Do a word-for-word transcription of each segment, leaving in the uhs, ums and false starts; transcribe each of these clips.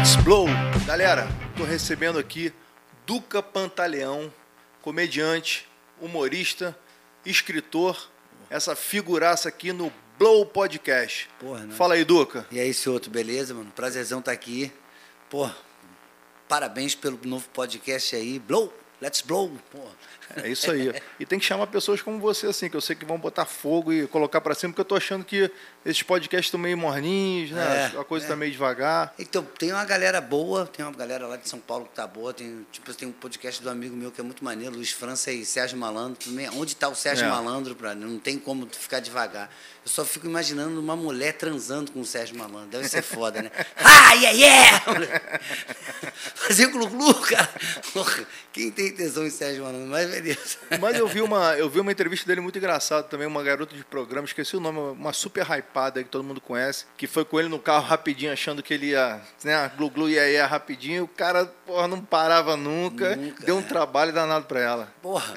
Let's Blow! Galera, tô recebendo aqui Duca Pantaleão, comediante, humorista, escritor, essa figuraça aqui no Blow Podcast. Porra, né? Fala aí, Duca. E aí, esse outro, beleza, mano? Prazerzão estar aqui. Pô, parabéns pelo novo podcast aí. Blow! Let's Blow! Porra. É isso aí. E tem que chamar pessoas como você, assim, que eu sei que vão botar fogo e colocar pra cima, porque eu tô achando que esses podcasts estão meio morninhos, né? É, A coisa é. tá meio devagar. Então, tem uma galera boa, tem uma galera lá de São Paulo que tá boa. Tem, tipo, tem um podcast do amigo meu que é muito maneiro, Luiz França e Sérgio Malandro. Também, onde tá o Sérgio É. Malandro? Pra, não tem como ficar devagar. Eu só fico imaginando uma mulher transando com o Sérgio Malandro. Deve ser foda, né? Ah, yeah, yeah! Fazer glu-glu, cara. Porra, quem tem tesão em Sérgio Malandro? Mas beleza. Mas eu vi uma, eu vi uma entrevista dele muito engraçada também, uma garota de programa, esqueci o nome, uma super hypada que todo mundo conhece, que foi com ele no carro rapidinho, achando que ele ia, né, glu-glu ia, ia rapidinho, o cara, porra, não parava nunca, Nunca, deu um é. trabalho danado pra ela. Porra.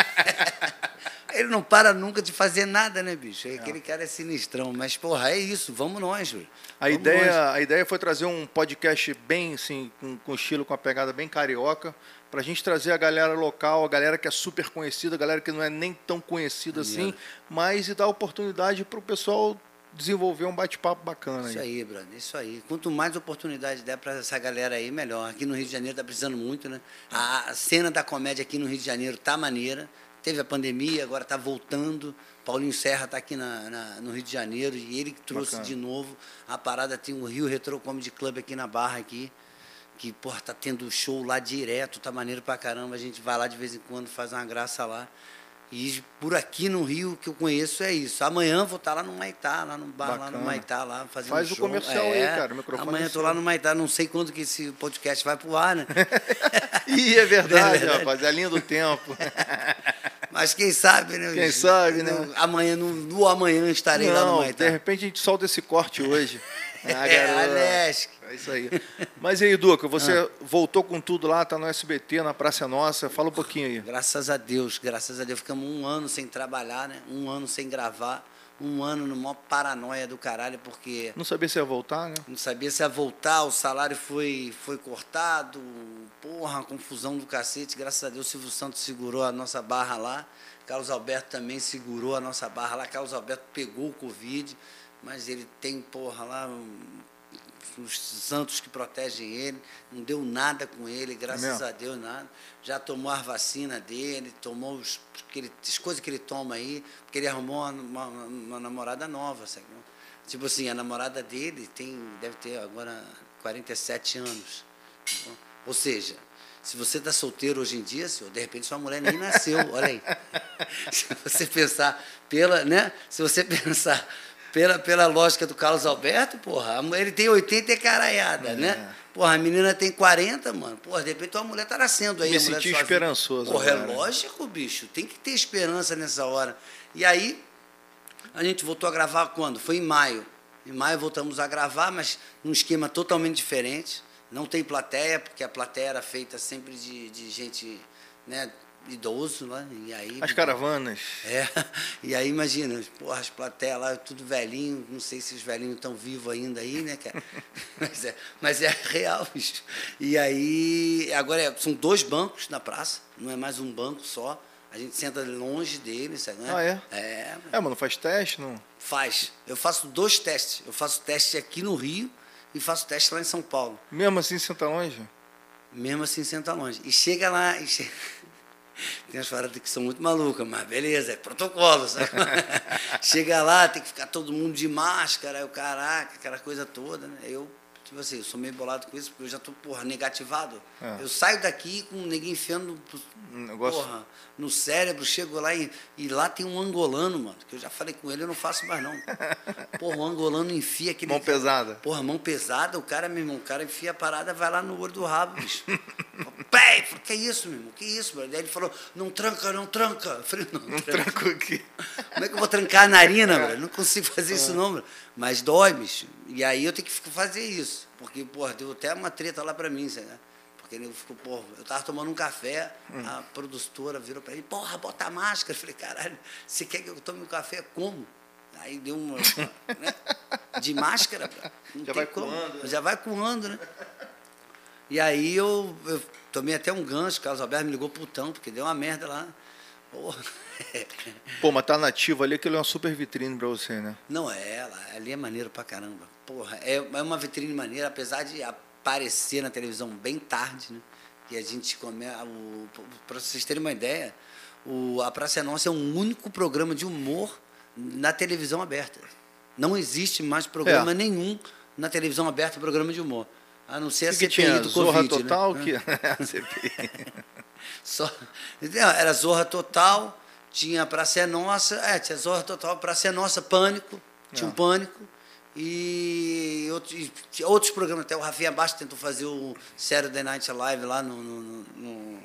Ele não para nunca de fazer nada, né, bicho? Aquele cara é sinistrão. Mas, porra, é isso. Vamos nós, Júlio. A Vamos ideia, nós. a ideia foi trazer um podcast bem, assim, com, com estilo, com a pegada bem carioca, pra gente trazer a galera local, a galera que é super conhecida, a galera que não é nem tão conhecida assim, mas e dar oportunidade pro pessoal desenvolver um bate-papo bacana. Isso aí. aí, brother. Isso aí. Quanto mais oportunidade der para essa galera aí, melhor. Aqui no Rio de Janeiro tá precisando muito, né? A cena da comédia aqui no Rio de Janeiro tá maneira. Teve a pandemia, agora tá voltando. Paulinho Serra tá aqui na, na- no Rio de Janeiro e ele que trouxe Bacana. de novo a parada. Tem o Rio Retro Comedy Club aqui na Barra aqui. Que, porra, tá tendo show lá direto, tá maneiro pra caramba. A gente vai lá de vez em quando, faz uma graça lá. E por aqui no Rio, o que eu conheço é isso. Amanhã vou estar lá no Maitá, lá no bar, lá Bacana. no Maitá, lá fazendo Faz o show. comercial aí, É, cara, o microfone amanhã é eu tô seu. lá no Maitá, não sei quando que esse podcast vai pro ar, né? Ih, é verdade, É verdade. rapaz, é a linha do tempo. Mas quem sabe, né? Quem bicho? sabe, né? No- Amanhã, no, no amanhã estarei lá no Não, Maitá. de repente a gente solta esse corte hoje. Ah, É, garoto. Alesc. É isso aí. Mas e aí, Duca, você Ah. voltou com tudo lá, tá no S B T, na Praça Nossa. Fala um pouquinho aí. Graças a Deus, graças a Deus. Ficamos um ano sem trabalhar, né? Um ano sem gravar. Um ano no maior paranoia do caralho, porque Não sabia se ia voltar, né? não sabia se ia voltar, o salário foi, foi cortado, porra, uma confusão do cacete. Graças a Deus o Silvio Santos segurou a nossa barra lá, Carlos Alberto também segurou a nossa barra lá. Carlos Alberto pegou o Covid, mas ele tem, porra, lá um- os santos que protegem ele, não deu nada com ele, graças mesmo? a Deus, nada. Já tomou a vacina dele, tomou os, que ele, as coisas que ele toma aí, porque ele arrumou uma, uma, uma namorada nova, sabe? Tipo assim, a namorada dele tem, deve ter agora quarenta e sete anos. Ou seja, se você está solteiro hoje em dia, senhor, de repente sua mulher nem nasceu, olha aí. Se você pensar pela, né? Se você pensar pela, pela lógica do Carlos Alberto, porra, a mulher- ele tem oitenta e caraiada, É. né? Porra, a menina tem quarenta, mano. Porra, de repente tua mulher tá nascendo aí. Me a mulher senti sozinha. esperançoso Porra, é agora. lógico, bicho. Tem que ter esperança nessa hora. E aí, a gente voltou a gravar quando? Foi em maio. Em maio voltamos a gravar, mas num esquema totalmente diferente. Não tem plateia, porque a plateia era feita sempre de, de gente, né, idoso, né? E aí, As caravanas. é, e aí imagina, porra, as plateias lá, tudo velhinho, não sei se os velhinhos estão vivos ainda aí, né, cara? Mas é, mas é real, bicho. E aí, agora é- são dois bancos na praça, não é mais um banco só. A gente senta longe deles, sabe? Né? Ah, é? É, É, mano, faz teste, não? faz. Eu faço dois testes. Eu faço teste aqui no Rio e faço teste lá em São Paulo. Mesmo assim, senta longe? Mesmo assim, senta longe. E chega lá. E che... Tem umas paradas que são muito malucas, mas beleza, é protocolo, sabe? Chega lá, tem que ficar todo mundo de máscara, o caraca, aquela coisa toda, né? Eu, tipo assim, eu sou meio bolado com isso, porque eu já tô, porra, negativado. É. Eu saio daqui com o neguinho enfiando Um negócio- porra, no cérebro, chego lá e, e lá tem um angolano, mano, que eu já falei com ele, eu não faço mais não. Porra, o angolano enfia aquele... Mão pesada. Porra, mão pesada, o cara, meu irmão, o cara enfia a parada, vai lá no olho do rabo, bicho. Pé, falei, que isso, meu irmão, que isso, mano? Daí ele falou, não tranca, não tranca. Eu falei, não, Não tranca. tranco aqui. Como é que eu vou trancar a narina, velho? Não consigo fazer isso não, velho. Mas dói, bicho. E aí eu tenho que fazer isso. Porque, porra, deu até uma treta lá pra mim, sabe? Porque ele ficou, porra, eu tava tomando um café, a produtora virou pra ele, porra, bota a máscara. Eu falei, caralho, você quer que eu tome um café como? Aí deu uma, né? De máscara, não Já tem vai como. coando, né? Já vai coando, né? E aí eu, eu tomei até um gancho, o Carlos Alberto me ligou putão, porque deu uma merda lá. Porra. Pô, mas tá nativo ali, aquilo é uma super vitrine pra você, né? Não é, ela, ali é maneiro pra caramba. Porra, é, é uma vitrine maneira, apesar de aparecer na televisão bem tarde, né? E a gente começa. Para vocês terem uma ideia, o, a Praça é Nossa é um único programa de humor na televisão aberta. Não existe mais programa é. nenhum na televisão aberta, programa de humor. A não ser a que C P I que tinha? do Zorra Covid. Total? Né? Que... C P I. Só, era Zorra Total, tinha Praça é Nossa, é, tinha Zorra Total, Praça é Nossa, Pânico, tinha é. um Pânico. E outros, e outros programas, até o Rafinha Bastos tentou fazer o Saturday Night Live lá no... no, no...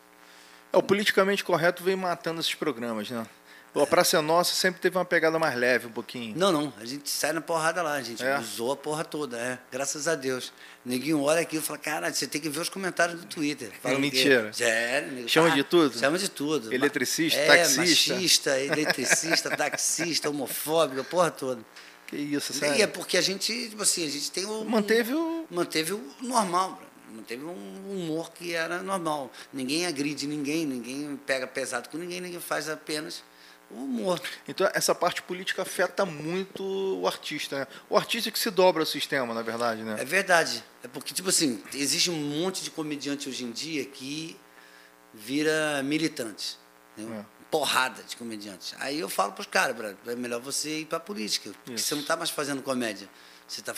É, o politicamente correto vem matando esses programas, né? A Praça é Nossa sempre teve uma pegada mais leve, um pouquinho. Não, não, a gente sai na porrada lá, a gente é. usou a porra toda, é, graças a Deus. Neguinho olha aqui e fala, cara, você tem que ver os comentários do Twitter. É mentira. Que, é, nego, chama ah, de tudo? Chama de tudo. Eletricista, é, taxista. machista, eletricista, taxista, homofóbico, a porra toda. Que isso, sério? E é porque a gente, tipo assim, a gente tem o... Manteve o... Manteve o normal, manteve um humor que era normal. Ninguém agride ninguém, ninguém pega pesado com ninguém, ninguém faz apenas o humor. Então, essa parte política afeta muito o artista, né? O artista que se dobra ao sistema, na verdade, né? É verdade. É porque, tipo assim, existe um monte de comediante hoje em dia que vira militante. Né? É. Porrada de comediante. Aí eu falo para os caras, é melhor você ir para a política, porque Isso. você não está mais fazendo comédia, você está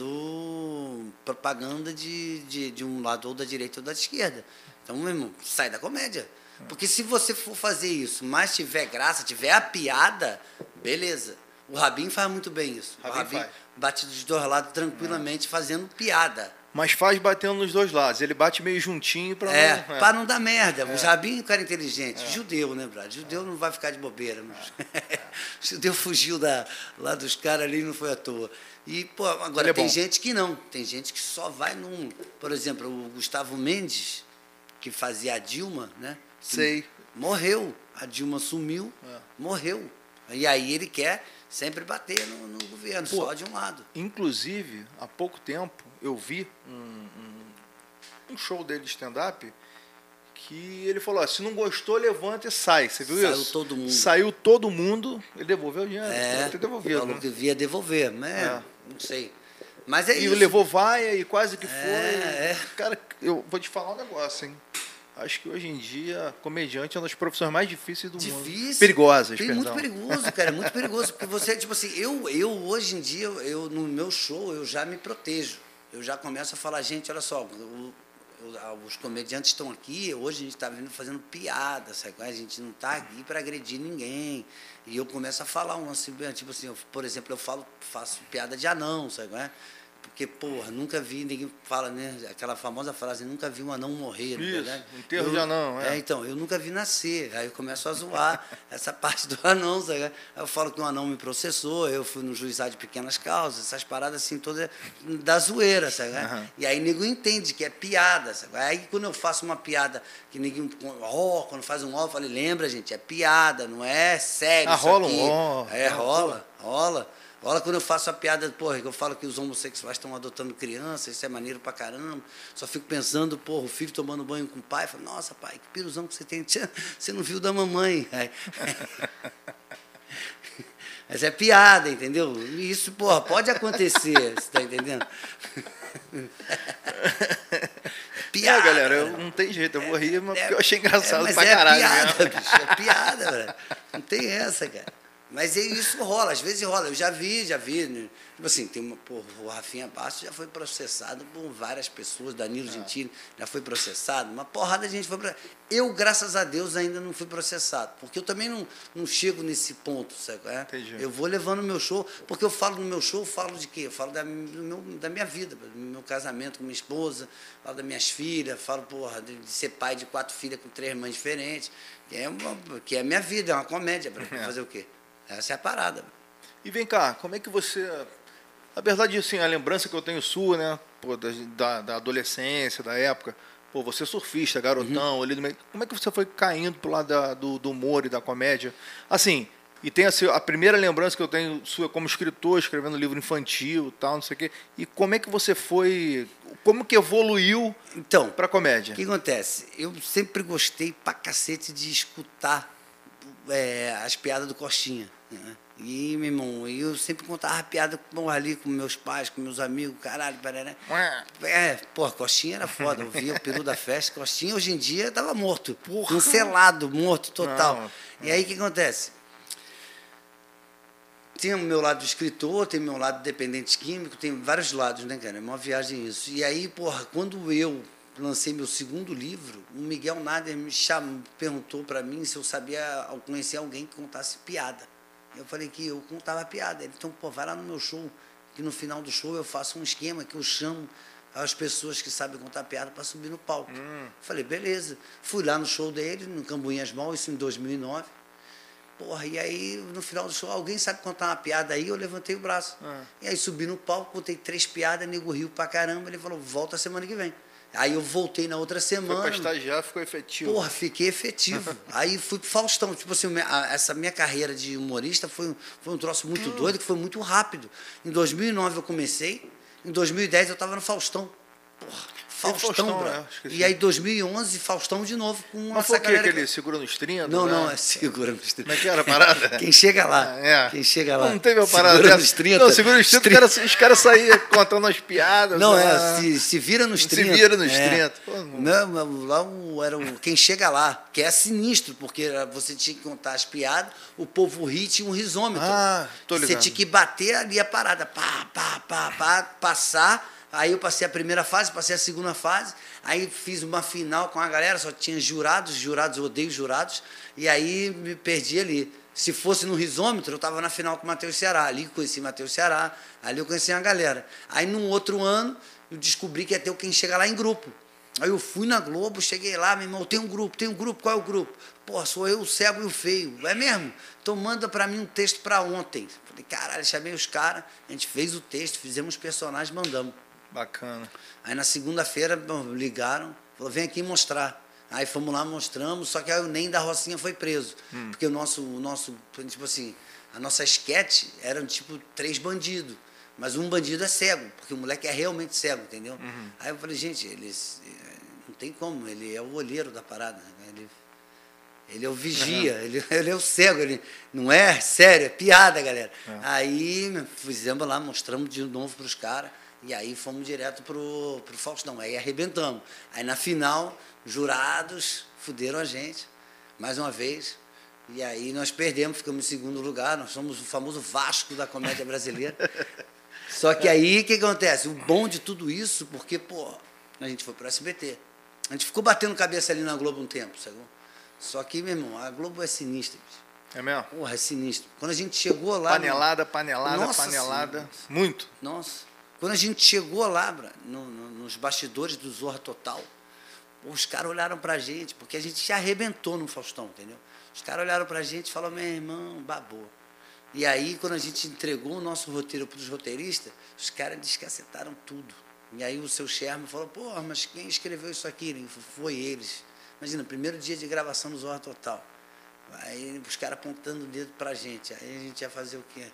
fazendo propaganda de, de, de um lado ou da direita ou da esquerda. Então, meu irmão, sai da comédia. Porque se você for fazer isso, mas tiver graça, tiver a piada, beleza. O Rabin faz muito bem isso. Rabin o Rabin faz. bate dos dois lados tranquilamente, é. fazendo piada. Mas faz batendo nos dois lados. Ele bate meio juntinho para é, não... É, para não dar merda. É. O Rabin é um cara inteligente. É. Judeu, né, brother? Judeu não vai ficar de bobeira. É. O judeu fugiu da, lá dos caras ali e não foi à toa. E, pô, agora é tem bom. gente que não. Tem gente que só vai num... Por exemplo, o Gustavo Mendes, que fazia a Dilma, né? Sei. Morreu. A Dilma sumiu, é. morreu. E aí ele quer sempre bater no, no governo, Pô, só de um lado. Inclusive, há pouco tempo, eu vi um, um, um show dele de stand-up que ele falou, ó, se não gostou, levanta e sai. Você viu Saiu isso? Saiu todo mundo. Saiu todo mundo, ele devolveu o dinheiro. É, ter devolvido, falou né? que devia devolver, mas é. não sei. Mas é e isso. levou vaia e quase que é, foi. É. Cara, eu vou te falar um negócio, hein? Acho que hoje em dia, comediante é uma das profissões mais difíceis do Difícil. mundo. Perigosas, Tem perdão. muito perigoso, cara, é muito perigoso. Porque você, tipo assim, eu, eu hoje em dia, eu, no meu show, eu já me protejo. Eu já começo a falar, gente, olha só, o, o, os comediantes estão aqui, hoje a gente está vindo fazendo piada, sabe? A gente não está aqui para agredir ninguém. E eu começo a falar um assim, tipo assim, eu, por exemplo, eu falo, faço piada de anão, sabe? Porque, porra, nunca vi, ninguém fala, né? Aquela famosa frase, nunca vi um anão morrer, não é verdade? Enterro eu, de anão, é. é. Então, eu nunca vi nascer. Aí eu começo a zoar essa parte do anão, sabe? Aí eu falo que um anão me processou, eu fui no juizado de pequenas causas, essas paradas assim, todas da zoeira, sabe? Uhum. E aí nego entende que é piada, sabe? Aí quando eu faço uma piada, que ninguém, ó, oh, quando faz um ó, eu falei, lembra, gente, é piada, não é sério. Ah, isso rola aqui. um ó. É, rola, rola. Olha quando eu faço a piada, porra, que eu falo que os homossexuais estão adotando crianças, isso é maneiro pra caramba. Só fico pensando, porra, o filho tomando banho com o pai. Falo, nossa, pai, que piruzão que você tem. Você não viu da mamãe. Aí, mas é piada, entendeu? E isso, porra, pode acontecer, você tá entendendo? Piada. É, galera, eu, não tem jeito, eu vou rir, mas é, porque eu achei engraçado é, pra é caralho. Piada, bicho, é piada, velho. Não tem essa, cara. Mas isso rola, às vezes rola. Eu já vi, já vi. Né? Tipo assim, tem uma, porra, o Rafinha Bastos já foi processado por várias pessoas, Danilo ah. Gentili já foi processado, uma porrada de gente foi processada. Eu, graças a Deus, ainda não fui processado, porque eu também não, não chego nesse ponto, sabe? É? Eu vou levando o meu show, porque eu falo no meu show, eu falo de quê? Eu falo da, do meu, da minha vida, do meu casamento com minha esposa, falo das minhas filhas, falo, porra, de, de ser pai de quatro filhas com três mães diferentes, que é, uma, que é a minha vida, é uma comédia, para é. fazer o quê? Essa é a parada. E vem cá, como é que você... Na verdade, assim, a lembrança que eu tenho sua, né? Pô, da, da adolescência, da época. Pô, você é surfista, garotão, uhum. ali no meio. Como é que você foi caindo pro lado da, do, do humor e da comédia? Assim, e tem assim, a primeira lembrança que eu tenho sua como escritor, escrevendo livro infantil e tal, não sei o quê. E como é que você foi... como que evoluiu então, pra comédia? O que acontece? Eu sempre gostei pra cacete de escutar é, as piadas do Costinha. Né? E, meu irmão, eu sempre contava piada porra, ali com meus pais, com meus amigos, caralho, parará. É, porra, Costinha era foda. Eu via o peru da festa, Costinha hoje em dia tava morto. Porra. Cancelado, morto total. Não. E aí o que acontece? Tem o meu lado escritor, tem o meu lado dependente químico, tem vários lados, né, cara? É uma viagem isso. E aí, porra, quando eu lancei meu segundo livro, o Miguel Nader me chamou, perguntou para mim se eu sabia conhecer alguém que contasse piada. Eu falei que eu contava piada. Ele, então, pô, vai lá no meu show, que no final do show eu faço um esquema que eu chamo as pessoas que sabem contar piada para subir no palco. Hum. Falei, beleza. Fui lá no show dele, no Cambuinhas Mall, isso em dois mil e nove. Porra, e aí, no final do show, alguém sabe contar uma piada aí? Eu levantei o braço. Ah. E aí subi no palco, contei três piadas, nego riu pra caramba. Ele falou, volta semana que vem. Aí eu voltei na outra semana. Foi pra estagiar, ficou efetivo. Porra, fiquei efetivo. Aí fui pro Faustão. Tipo assim, essa minha carreira de humorista foi, foi um troço muito hum. doido, que foi muito rápido. Em dois mil e nove eu comecei, em dois mil e dez eu tava no Faustão. Porra. Faustão, Faustão é, e aí, em dois mil e onze, Faustão de novo com Mas foi o que ele segura nos trinta? Não, né? não, é segura nos trinta. Como é que era a parada? Quem chega lá. Ah, é. Quem chega lá. Não, não teve a parada segura dessa. Nos trinta. Não, segura nos trinta, trinta. Cara, os caras saíam contando as piadas. Não, lá. é, se, se vira nos trinta. Se vira nos é. trinta. Pô, não, lá era o Quem Chega Lá, que é sinistro, porque você tinha que contar as piadas, o povo ri, tinha um risômetro. Ah, tô ligado. Você tinha que bater ali a parada, pá, pá, pá, pá, passar. Aí eu passei a primeira fase, passei a segunda fase, aí fiz uma final com a galera, só tinha jurados, jurados, eu odeio jurados, e aí me perdi ali. Se fosse no risômetro, eu estava na final com o Matheus Ceará, ali eu conheci o Matheus Ceará, ali eu conheci a galera. Aí, num outro ano, eu descobri que ia ter o Quem Chega Lá em grupo. Aí eu fui na Globo, cheguei lá, meu irmão, tem um grupo, tem um grupo, qual é o grupo? Pô, sou eu, o cego e o feio. É mesmo? Então manda para mim um texto para ontem. Falei, caralho, chamei os caras, a gente fez o texto, fizemos os personagens, mandamos. Bacana. Aí na segunda-feira ligaram, falou, vem aqui mostrar. Aí fomos lá, mostramos, só que aí o Nem da Rocinha foi preso. Hum. Porque o nosso, o nosso, tipo assim, a nossa esquete eram tipo três bandidos. Mas um bandido é cego, porque o moleque é realmente cego, entendeu? Uhum. Aí eu falei, gente, eles, não tem como, ele é o olheiro da parada. Ele, ele é o vigia, uhum. ele, ele é o cego, ele não é sério, é piada, galera. Uhum. Aí fizemos lá, mostramos de novo para os caras. E aí fomos direto pro, pro Faustão, aí arrebentamos. Aí na final, jurados fuderam a gente, mais uma vez. E aí nós perdemos, ficamos em segundo lugar, nós somos o famoso Vasco da comédia brasileira. Só que aí o que acontece? O bom de tudo isso, porque, pô, a gente foi pro S B T. A gente ficou batendo cabeça ali na Globo um tempo, sabe? Só que, meu irmão, a Globo é sinistra, bicho. É mesmo? Porra, é sinistro. Quando a gente chegou lá... Panelada, panelada, Nossa panelada. Senhora. Muito. Nossa. Quando a gente chegou lá, no, no, nos bastidores do Zorra Total, os caras olharam pra gente, porque a gente já arrebentou no Faustão, entendeu? Os caras olharam pra gente e falaram, meu irmão, babou. E aí, quando a gente entregou o nosso roteiro para os roteiristas, os caras descacetaram tudo. E aí o seu Sherman falou, pô, mas quem escreveu isso aqui? Ele falou, foi eles. Imagina, primeiro dia de gravação do Zorra Total. Aí os caras apontando o dedo pra gente. Aí a gente ia fazer o quê?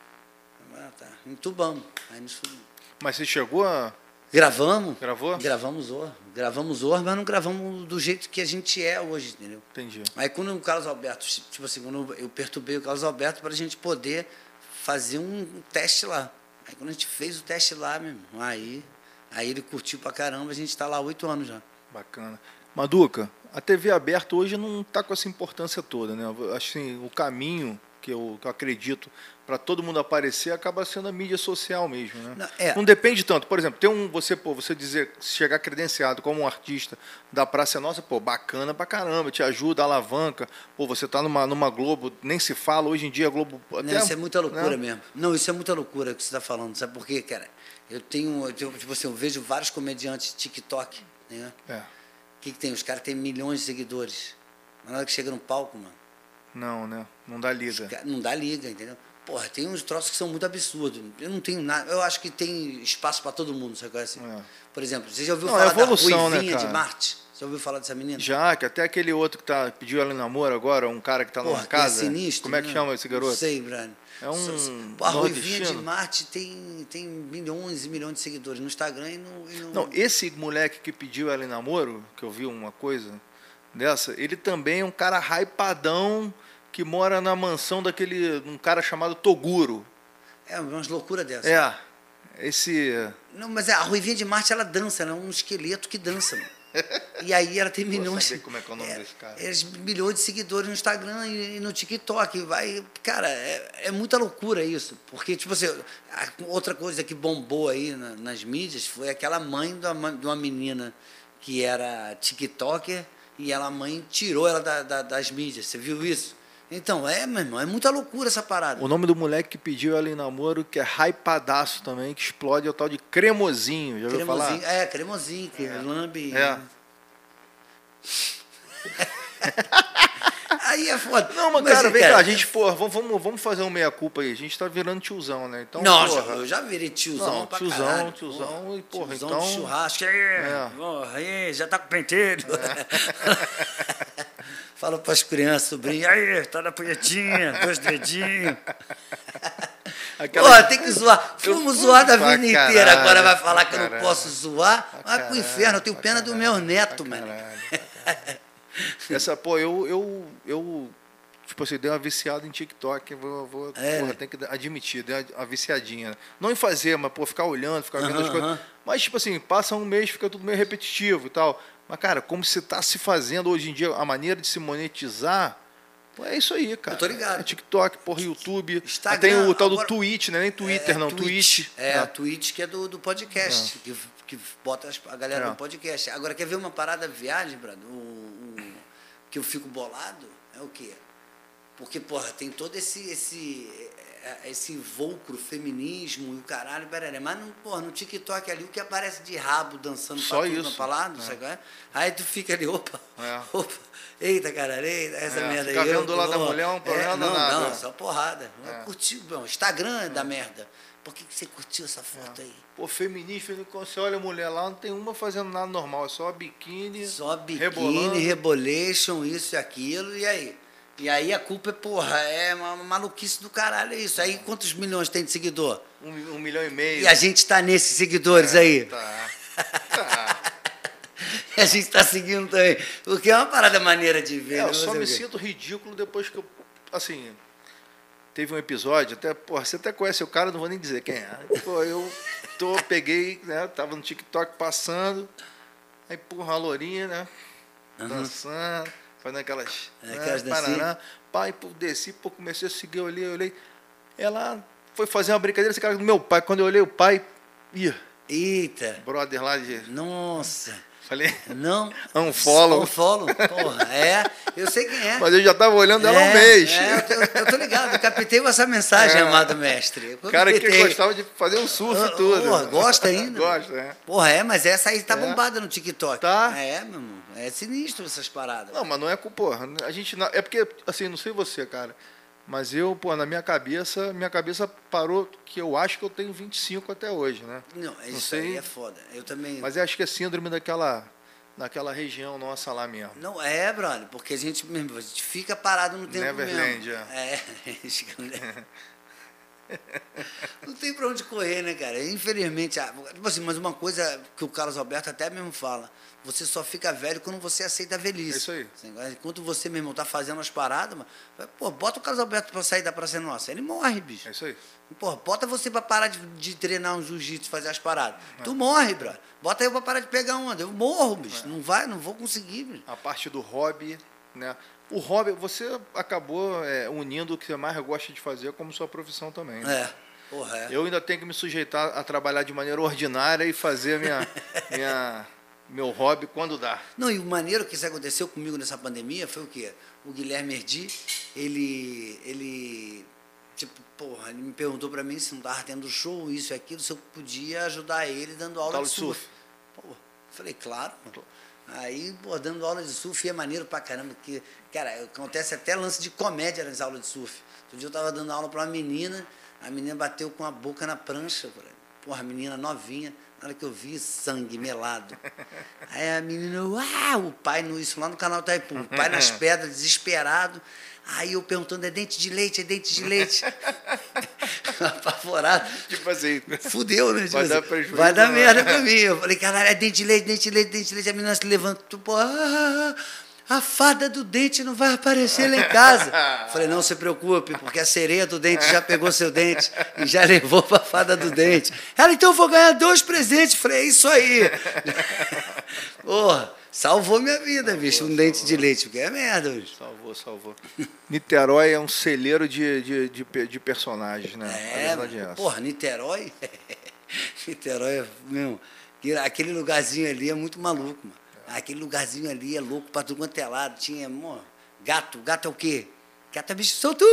Ah, tá. Entubamos. Aí nos fudemos. Mas você chegou a... Gravamos. Gravou? Gravamos Zorra. Gravamos Zorra, mas não gravamos do jeito que a gente é hoje, entendeu? Entendi. Aí quando o Carlos Alberto, tipo assim, quando eu perturbei o Carlos Alberto para a gente poder fazer um teste lá. Aí quando a gente fez o teste lá, meu irmão, aí, aí ele curtiu pra caramba, a gente está lá há oito anos já. Bacana. Maduca, a T V aberta hoje não está com essa importância toda, né? Assim, o caminho que eu, que eu acredito para todo mundo aparecer acaba sendo a mídia social mesmo, né? Não, é. Não depende tanto. Por exemplo, tem um você, pô, você dizer chegar credenciado como um artista da Praça é Nossa, pô, bacana pra caramba, te ajuda, alavanca. Pô, você tá numa numa Globo, nem se fala hoje em dia a Globo até, não, isso é muita loucura, né? Mesmo. Não, isso é muita loucura que você está falando, sabe por quê, cara? Eu tenho, eu tenho, tipo assim, eu vejo vários comediantes TikTok, né? É. O que, que tem? Os caras têm milhões de seguidores. Mas na hora que chega no palco, mano. Não, né? Não dá liga. Caras, não dá liga, entendeu? Porra, tem uns troços que são muito absurdos. Eu não tenho nada. Eu acho que tem espaço para todo mundo, sabe? Assim. É. Por exemplo, você já ouviu não, falar é evolução, da Ruivinha, né, de Marte? Já ouviu falar dessa menina? Já, que até aquele outro que tá, pediu ela em namoro agora, um cara que tá numa casa. É sinistro, como é que né? chama esse garoto? Não sei, Brano. É um A Ruivinha de nordestino. Marte tem, tem milhões e milhões de seguidores no Instagram e no... E no... Não, esse moleque que pediu ela em namoro, que eu vi uma coisa dessa, ele também é um cara hypadão que mora na mansão daquele, um cara chamado Toguro. É, umas loucuras dessas. É, esse... Não, mas a Ruivinha de Marte, ela dança, ela é um esqueleto que dança, mano. E aí ela tem milhões... Vou saber como é que é o nome é, desse cara. é, milhões de seguidores no Instagram e, e no TikTok. Vai, cara, é, é muita loucura isso. Porque, tipo assim, a, outra coisa que bombou aí na, nas mídias foi aquela mãe de uma, de uma menina que era TikToker e ela, a mãe tirou ela da, da, das mídias. Você viu isso? Então, é, meu irmão, é muita loucura essa parada. O nome do moleque que pediu ela em namoro, que é hypadaço também, que explode, é o tal de Cremosinho. Já ouviu falar? É, Cremosinho, que é. lambe... É. Aí é foda. Não, mas, mas cara, vem cara, cá, a gente, porra, vamos, vamos, vamos fazer um meia-culpa aí. A gente tá virando tiozão, né? Então, Nossa, porra, eu já virei tiozão não, pra tiozão, caralho. tiozão, tiozão, e porra, tiozão então... de churrasco. É. Porra, aí, já tá com penteiro. É. Fala pras crianças, sobrinho, aí, tá na punhetinha, dois dedinhos. Aquela... Porra, tem que zoar. Fomos zoar da vida inteira, caralho, agora vai falar que eu não posso zoar. Vai pro inferno, eu tenho pena caralho, do meu neto, mano. Essa, pô, eu, eu, eu, tipo assim, dei uma viciada em TikTok, vou, vou é. porra, tem que admitir, dei uma viciadinha. Não em fazer, mas, pô, ficar olhando, ficar vendo uhum, as coisas. Uhum. Mas, tipo assim, passa um mês, fica tudo meio repetitivo e tal. Mas, cara, como se tá se fazendo hoje em dia, a maneira de se monetizar, pô, é isso aí, cara. Eu tô ligado. É TikTok, porra, YouTube. Instagram. Tem o tal agora, do Twitch, né? Nem Twitter, é, não, Twitch. Twitch. É, a Twitch que é do, do podcast, é. que, que bota a galera é. no podcast. Agora, quer ver uma parada viagem, Brado? Um, um, que eu fico bolado? É o quê? Porque, porra, tem todo esse, esse, esse vulcro, feminismo e o caralho, barará. Mas, não, porra, no TikTok ali, o que aparece de rabo dançando só pra isso. tudo, pra lá, não sei qual é. Aí tu fica ali, opa, é. opa. Eita, caralho, eita, essa é, merda aí. Ficar vendo do lado da mulher é um problema é, Não, nada. não, só porrada. É. Curtiu, bom, Instagram é da merda. Por que, que você curtiu essa foto é. aí? Pô, feminista, quando você olha a mulher lá, não tem uma fazendo nada normal, é só biquíni. Só biquíni, rebolando. rebolation, isso e aquilo, e aí? E aí a culpa é, porra, é uma maluquice do caralho, é isso. Aí quantos milhões tem de seguidor? Um, um milhão e meio. E a gente tá nesses seguidores é, aí. Tá. Tá. E a gente tá seguindo também. Porque é uma parada maneira de ver. É, eu só me sinto ridículo depois que eu, assim, teve um episódio, até, porra, você até conhece o cara, não vou nem dizer quem é. Pô, eu tô, peguei, né, tava no TikTok passando, aí, porra, a lourinha, né, uhum. dançando, fazendo aquelas, é, né, aquelas paraná, pai, pô, desci, pô, comecei a seguir, eu olhei, eu olhei, ela foi fazer uma brincadeira, esse cara do meu pai, quando eu olhei o pai, ia, eita, brother lá de... Nossa... Falei, não. Um follow. Um follow, porra, é. Eu sei quem é. Mas eu já estava olhando ela é, há um mês. É, eu tô, eu tô ligado, eu captei essa mensagem, é. amado mestre. O cara que gostava de fazer um surf e tudo. Porra, gosta ainda? Gosta, é. Porra, é, mas essa aí tá é. bombada no TikTok. Tá. É, meu irmão. É sinistro essas paradas. Não, mas não é com, porra. A gente, é porque, assim, não sei você, cara. Mas eu, pô, na minha cabeça, minha cabeça parou que eu acho que eu tenho vinte e cinco até hoje, né? Não, isso não sei, aí é foda. Eu também... Mas eu acho que é síndrome daquela, daquela região nossa lá mesmo. Não, é, brother, porque a gente, mesmo, a gente fica parado no tempo Neverland, mesmo. É, é. Não tem pra onde correr, né, cara? Infelizmente, tipo assim, mas uma coisa que o Carlos Alberto até mesmo fala, você só fica velho quando você aceita a velhice. É isso aí. Enquanto você, meu irmão, tá fazendo as paradas, mas, pô, bota o Carlos Alberto pra sair da Praça Nossa, ele morre, bicho. É isso aí. Pô, bota você pra parar de, de treinar um jiu-jitsu, fazer as paradas. É. Tu morre, bro. Bota eu pra parar de pegar onda. Eu morro, bicho. É. Não vai, não vou conseguir, bicho. A parte do hobby, né? O hobby, você acabou é, unindo o que você mais gosta de fazer como sua profissão também. Né? É. Porra, é. Eu ainda tenho que me sujeitar a trabalhar de maneira ordinária e fazer minha, minha, meu hobby quando dá. Não, e o maneiro que isso aconteceu comigo nessa pandemia foi o quê? O Guilherme Erdi, ele, ele, tipo, porra, ele me perguntou pra mim se não tava tendo show, isso e aquilo, se eu podia ajudar ele dando aula Tal de surf. surf. Pô, falei, claro, mano. Aí, pô, dando aula de surf é maneiro pra caramba, porque, cara, acontece até lance de comédia nas aulas de surf. Outro dia eu tava dando aula pra uma menina, a menina bateu com a boca na prancha, porra, a menina novinha, Na hora que eu vi, sangue melado. Aí a menina, ah, o pai, no, isso lá no canal Taipu, o pai nas pedras, desesperado. Aí eu perguntando, é dente de leite, é dente de leite. Apavorado. Tipo assim. Fudeu, né? Vai dar prejuízo. Vai dar merda pra mim. Eu falei, caralho, é dente de leite, dente de leite, dente de leite. A menina se levantou, pô, ah, a fada do dente não vai aparecer lá em casa. Eu falei, não se preocupe, porque a sereia do dente já pegou seu dente e já levou pra fada do dente. Ela, então eu vou ganhar dois presentes. Eu falei, é isso aí. Porra. Salvou minha vida, salvou, bicho, um salvou. Dente de leite, porque é merda, bicho. Salvou, salvou. Niterói é um celeiro de, de, de, de personagens, né? É, é porra, Niterói? Niterói, meu, aquele lugarzinho ali é muito maluco, mano. É. Aquele lugarzinho ali é louco pra tudo quanto é lado. Tinha, mano, gato, gato é o quê? Gato é bicho solto.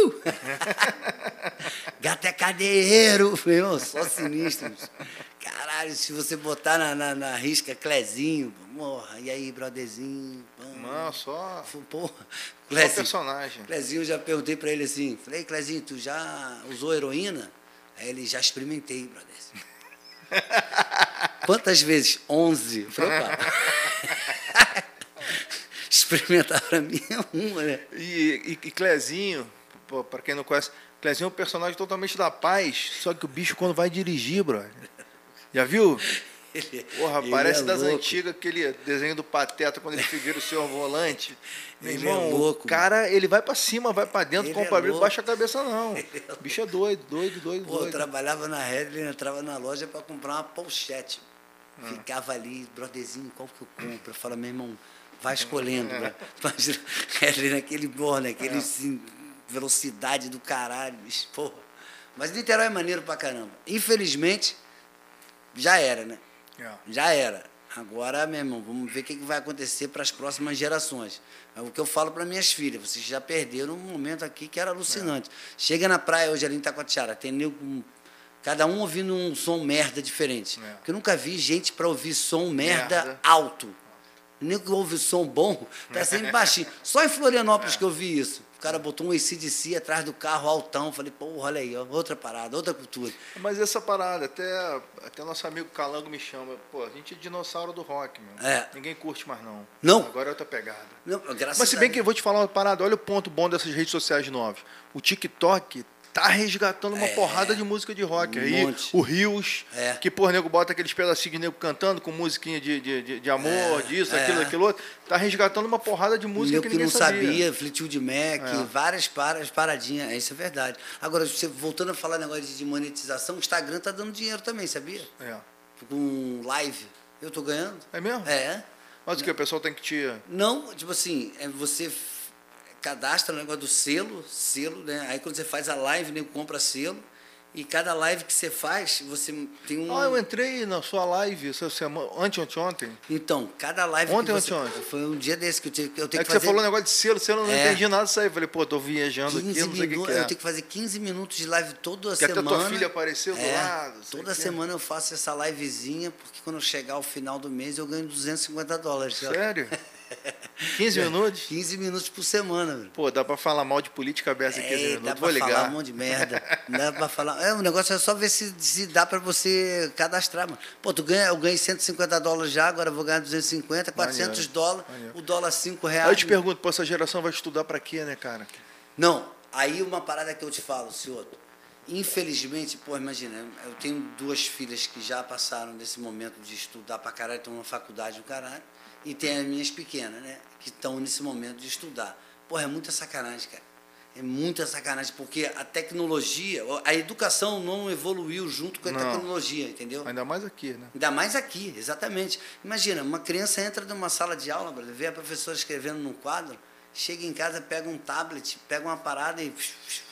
Gato é cadeiro, meu, só sinistro. Caralho, se você botar na, na, na risca Clezinho, morra, e aí, brotherzinho? Não, só. Porra, Clezinho, só personagem. Clezinho, eu já perguntei pra ele assim, falei, Clezinho, tu já usou heroína? Aí ele, já experimentei, brotherzinho. Quantas vezes? Onze. Eu falei, opa. Experimentar pra mim é uma, né? E, e, e Clezinho, pô, pra quem não conhece, Clezinho é um personagem totalmente da paz, só que o bicho quando vai dirigir, brother. Já viu? Ele, Porra, ele parece é das louco. Antigas, aquele desenho do Pateta, quando ele figura o seu volante. Meu Ele irmão, é louco, o cara, ele vai pra cima, vai pra dentro, ele compra é abrigo, louco. baixa a cabeça não. É O bicho é doido, doido, doido, Pô, doido. eu trabalhava na Red, ele entrava na loja para comprar uma pochete. Hum. Ficava ali, brotherzinho, qual que eu compro? Eu falo, meu irmão, vai escolhendo. Hum. Imagina, ele naquele borne, naquele é. assim, velocidade do caralho, bicho, porra. Mas Niterói é maneiro pra caramba. Infelizmente, já era, né? É. Já era. Agora, meu irmão, vamos ver o que vai acontecer para as próximas gerações. É o que eu falo para minhas filhas. Vocês já perderam um momento aqui que era alucinante. É. Chega na praia hoje ali em Itacoatiara, tem nego, cada um ouvindo um som merda diferente. É. Porque eu nunca vi gente para ouvir som merda, merda. alto. Nego que ouve som bom, tá sempre baixinho. Só em Florianópolis é. que eu vi isso. O cara botou um A C D C atrás do carro, altão. Falei, pô, olha aí, ó, outra parada, outra cultura. Mas essa parada, até, até nosso amigo Calango me chama. Pô, a gente é dinossauro do rock, meu. É. Ninguém curte mais, não. Não? Agora é outra pegada. Não, graças Mas se bem que eu vou te falar uma parada, olha o ponto bom dessas redes sociais novas. O TikTok tá resgatando uma é, porrada de música de rock. Um aí monte. O Rios, é. que, por nego bota aqueles pedacinhos de nego cantando com musiquinha de, de, de, de amor, é, disso, é. aquilo, aquilo outro. Tá resgatando uma porrada de música nego que, que ninguém não sabia. sabia, Fleetwood Mac, é. várias paras, paradinhas, isso é verdade. Agora, você, voltando a falar negócio de monetização, o Instagram tá dando dinheiro também, sabia? É. Com live. Eu tô ganhando. É mesmo? É. Mas o que? O pessoal tem que te... Não, tipo assim, é você... cadastra o negócio do selo, selo, né? Aí quando você faz a live, nego compra selo. E cada live que você faz, você tem um... Ah, eu entrei na sua live essa semana, ontem, ontem, ontem. Então, cada live ontem, que você... Ontem, ontem. Foi um dia desse que eu, tive, eu tenho é que, que fazer... você falou um negócio de selo, selo, eu não é. entendi nada disso aí. Eu falei, pô, tô viajando aqui, não sei o que, que é. Eu tenho que fazer quinze minutos de live toda que semana. Que até tua filha apareceu do é, lado. Toda semana eu faço essa livezinha, porque quando eu chegar ao final do mês, eu ganho duzentos e cinquenta dólares. Sério? quinze minutos? quinze minutos por semana. Velho. Pô, dá pra falar mal de política aberta em quinze minutos. Dá pra Vou ligar. falar um monte de merda. Dá pra falar. É, o negócio é só ver se, se dá pra você cadastrar, mano. Pô, tu ganha, eu ganhei cento e cinquenta dólares já, agora eu vou ganhar duzentos e cinquenta, quatrocentos Maneiro. Dólares. Maneiro. O dólar cinco reais. Aí eu te pergunto, pô, essa geração vai estudar pra quê, né, cara? Não. Aí uma parada que eu te falo, senhor. Infelizmente, pô, imagina, eu tenho duas filhas que já passaram desse momento de estudar pra caralho, estão na faculdade do caralho. E tem as minhas pequenas, né? Que estão nesse momento de estudar. Porra, é muita sacanagem, cara. É muita sacanagem, porque a tecnologia, a educação não evoluiu junto com a não. tecnologia, entendeu? Ainda mais aqui, né? Ainda mais aqui, exatamente. Imagina, uma criança entra numa sala de aula, vê a professora escrevendo num quadro, chega em casa, pega um tablet, pega uma parada e...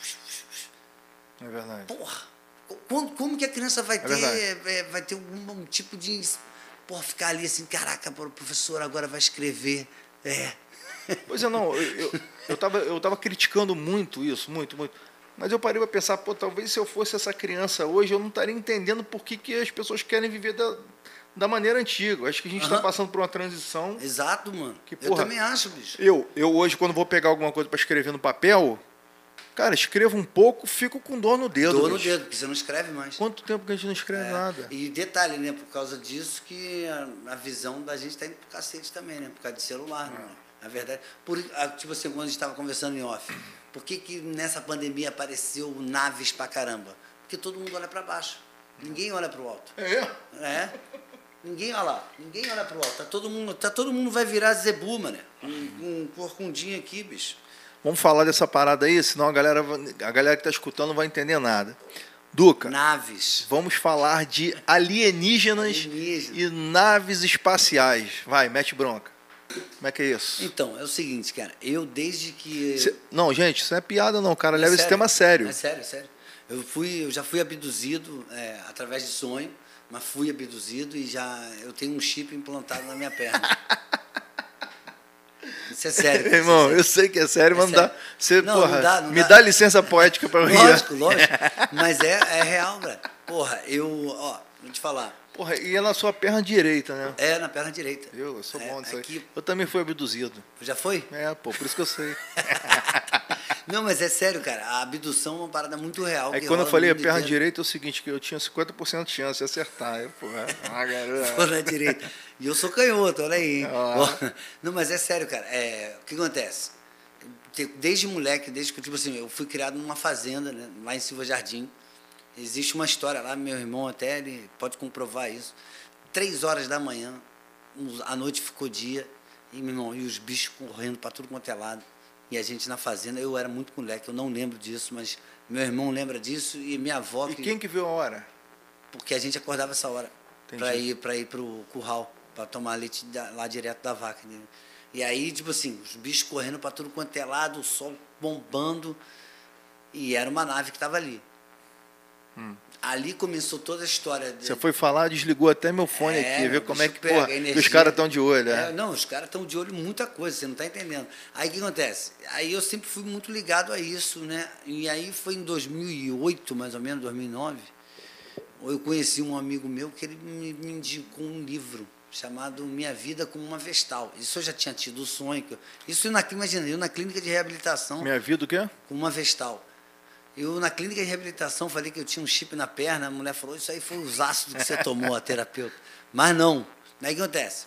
É verdade. Porra, como, como que a criança vai é ter, é, vai ter um, um tipo de... Porra, ficar ali assim, caraca, o professor agora vai escrever. É. Pois é, não, eu, eu, eu, tava, eu tava criticando muito isso, muito, muito. Mas eu parei para pensar, pô, talvez se eu fosse essa criança hoje, eu não estaria entendendo por que, que as pessoas querem viver da, da maneira antiga. Acho que a gente está uhum. passando por uma transição. Exato, mano. Que, porra, eu também acho, bicho. Eu, eu hoje, quando vou pegar alguma coisa para escrever no papel... Cara, escrevo um pouco, fico com dor no dedo. Dor no bicho. dedo, porque você não escreve mais. Quanto tempo que a gente não escreve É, nada? E detalhe, né? Por causa disso que a, a visão da gente está indo pro cacete também, né? Por causa de celular, né? Na verdade, por, a, tipo assim, quando a gente estava conversando em off, por que que nessa pandemia apareceu naves pra caramba? Porque todo mundo olha para baixo. Ninguém olha pro alto. É? É. Ninguém olha lá. Ninguém olha pro alto. Tá todo mundo, tá, todo mundo vai virar zebu, mané. Um, um corcundinho aqui, bicho. Vamos falar dessa parada aí, senão a galera, a galera que está escutando não vai entender nada. Duca, Naves. vamos falar de alienígenas Alienígena. e naves espaciais. Vai, mete bronca. Como é que é isso? Então, é o seguinte, cara. Eu, desde que... Cê- não, gente, isso não é piada não, cara. É Leva esse sério. tema a sério. É sério, é sério. Eu, fui, eu já fui abduzido é, através de sonho, mas fui abduzido e já eu tenho um chip implantado na minha perna. Isso é sério. Isso é Irmão, sério. eu sei que é sério, mas É não dá. sério. Você, Não, porra, não dá, não me dá. dá licença poética para eu rir. Lógico, lógico. Mas é, é real, velho. Porra, eu, ó, vou te falar. Porra, e é na sua perna direita, né? É na perna direita. Eu, eu sou É, bom disso aí. aqui- Eu também fui abduzido. Já foi? É, pô, por isso que eu sei. Não, mas é sério, cara. A abdução é uma parada muito real. Aí que quando eu rola falei no a mundo perna inteiro. direita é o seguinte, que eu tinha cinquenta por cento de chance de acertar. Eu, porra, ah, Foi garoto. na direita. E eu sou canhoto, olha aí. hein? Ah. Não, mas é sério, cara. É, o que acontece? Desde moleque, desde que, tipo assim, eu fui criado numa fazenda, né, lá em Silva Jardim. Existe uma história lá, meu irmão até, ele pode comprovar isso. Três horas da manhã, a noite ficou dia, e, meu irmão, e os bichos correndo para tudo quanto é lado. E a gente na fazenda, eu era muito moleque, eu não lembro disso, mas meu irmão lembra disso e minha avó... E que- quem que viu a hora? Porque a gente acordava essa hora Entendi. para ir para ir pro curral, para tomar leite da- lá direto da vaca. Né? E aí, tipo assim, os bichos correndo para tudo quanto é lado, o sol bombando, e era uma nave que estava ali. Hum. Ali começou toda a história. De, Você foi falar, desligou até meu fone É, aqui, ver meu, como é bicho que, pega, porra, a que os energia. caras estão de olho, É, é. não, os caras estão de olho em muita coisa, você não está entendendo. Aí o que acontece? Aí eu sempre fui muito ligado a isso, né? E aí foi em dois mil e oito, mais ou menos, dois mil e nove, eu conheci um amigo meu que ele me, me indicou um livro chamado Minha Vida como uma Vestal. Isso eu já tinha tido o sonho. que eu- Isso eu na, imagina, eu na clínica de reabilitação Minha vida o quê? com uma Vestal. Eu, na clínica de reabilitação, falei que eu tinha um chip na perna, a mulher falou, isso aí foi os ácidos que você tomou, a terapeuta. Mas não. Aí o que acontece?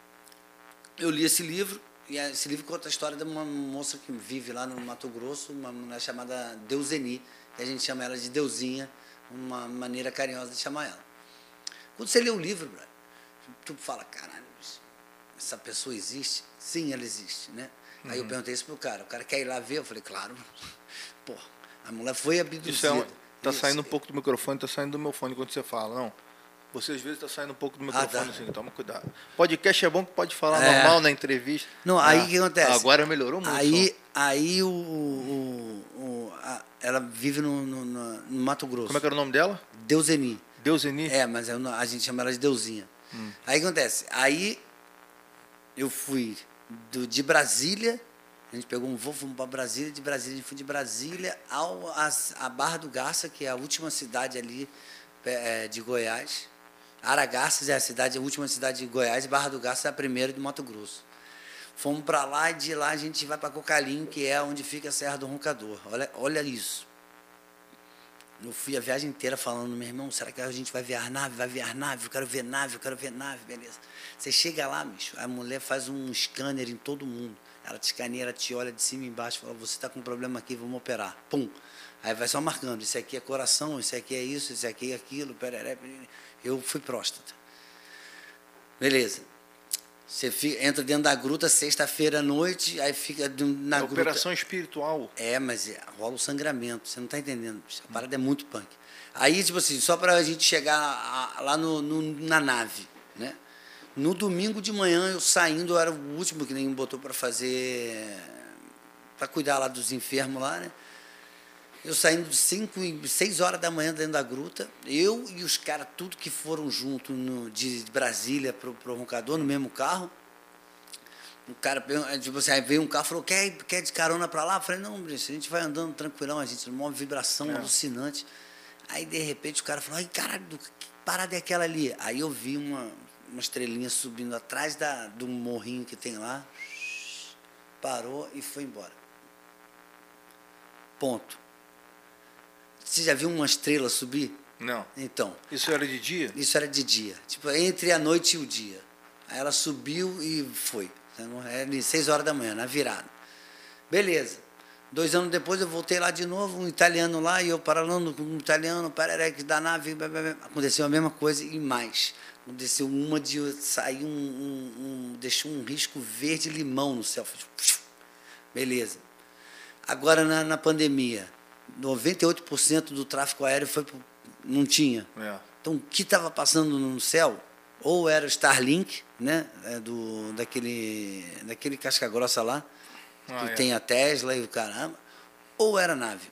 Eu li esse livro, e esse livro conta a história de uma moça que vive lá no Mato Grosso, uma mulher chamada Deuseni, que a gente chama ela de Deusinha, uma maneira carinhosa de chamar ela. Quando você lê o livro, brother, tu fala, caralho, essa pessoa existe? Sim, ela existe, né? Aí eu perguntei isso pro cara, o cara quer ir lá ver? Eu falei, claro. Pô, a mulher foi abduzida. Isso é um, tá Isso. saindo um pouco do microfone, tá saindo do meu fone quando você fala, não. Você às vezes tá saindo um pouco do microfone, tá. assim, toma cuidado. Podcast é bom que pode falar É. normal na entrevista. Não, Ah, aí o que acontece? Agora melhorou muito. Aí, aí o, o, o- a- ela vive no, no, no- no Mato Grosso. Como é que era o nome dela? Deuseni. Deuseni? É, mas eu não- a gente chama ela de Deusinha. Hum. Aí o que acontece? Aí eu fui do, de Brasília, a gente pegou um voo, fomos para Brasília, de Brasília, a gente foi de Brasília ao, a, a Barra do Garça, que é a última cidade ali é, de Goiás. Aragarças é a cidade, a última cidade de Goiás, e Barra do Garça é a primeira do Mato Grosso. Fomos para lá e de lá a gente vai para Cocalinho, que é onde fica a Serra do Roncador. Olha, olha isso. Eu fui a viagem inteira falando, meu irmão, será que a gente vai ver a nave? Vai ver a nave? Eu quero ver nave, eu quero ver nave, beleza. Você chega lá, bicho, a mulher faz um scanner em todo mundo. Ela te escaneia, ela te olha de cima e embaixo, fala, você está com um problema aqui, vamos operar. Pum. Aí vai só marcando, isso aqui é coração, isso aqui é isso, isso aqui é aquilo, pereré, pereré. Eu fui próstata. Beleza. Você fica, entra dentro da gruta sexta-feira à noite, aí fica na É gruta. operação espiritual. É, mas é, rola o sangramento, você não está entendendo. A parada é muito punk. Aí, tipo assim, só para a gente chegar a- lá no, no- na nave, né? No domingo de manhã, eu saindo, eu era o último que nem me botou para fazer, para cuidar lá dos enfermos lá, né? Eu saindo de cinco e seis horas da manhã dentro da gruta, eu e os caras, tudo que foram junto no, de Brasília para o Roncador, no mesmo carro. O cara, tipo assim, aí veio um carro e falou, quer, quer de carona para lá? Eu falei, não, Brice, a gente vai andando tranquilão, a gente uma vibração É. alucinante. Aí, de repente, o cara falou, ai, caralho, que parada é aquela ali? Aí eu vi uma, uma estrelinha subindo atrás da, do morrinho que tem lá, parou e foi embora. ponto. Você já viu uma estrela subir? Não. Então. Isso era de dia? Isso era de dia. Tipo, entre a noite e o dia. Aí ela subiu e foi. Era seis horas da manhã, na virada. Beleza. Dois anos depois eu voltei lá de novo, um italiano lá, e eu paralando com um italiano, pararec da nave, blá, blá, blá. Aconteceu a mesma coisa e mais. Aconteceu uma de sair um, um, um, deixou um risco verde-limão no céu. Beleza. Agora na, na pandemia, noventa e oito por cento do tráfego aéreo foi pro, não tinha. É. Então o que estava passando no céu, ou era o Starlink, né, do, daquele, daquele casca-grossa lá, Ah, que é. tem a Tesla e o caramba, ou era nave.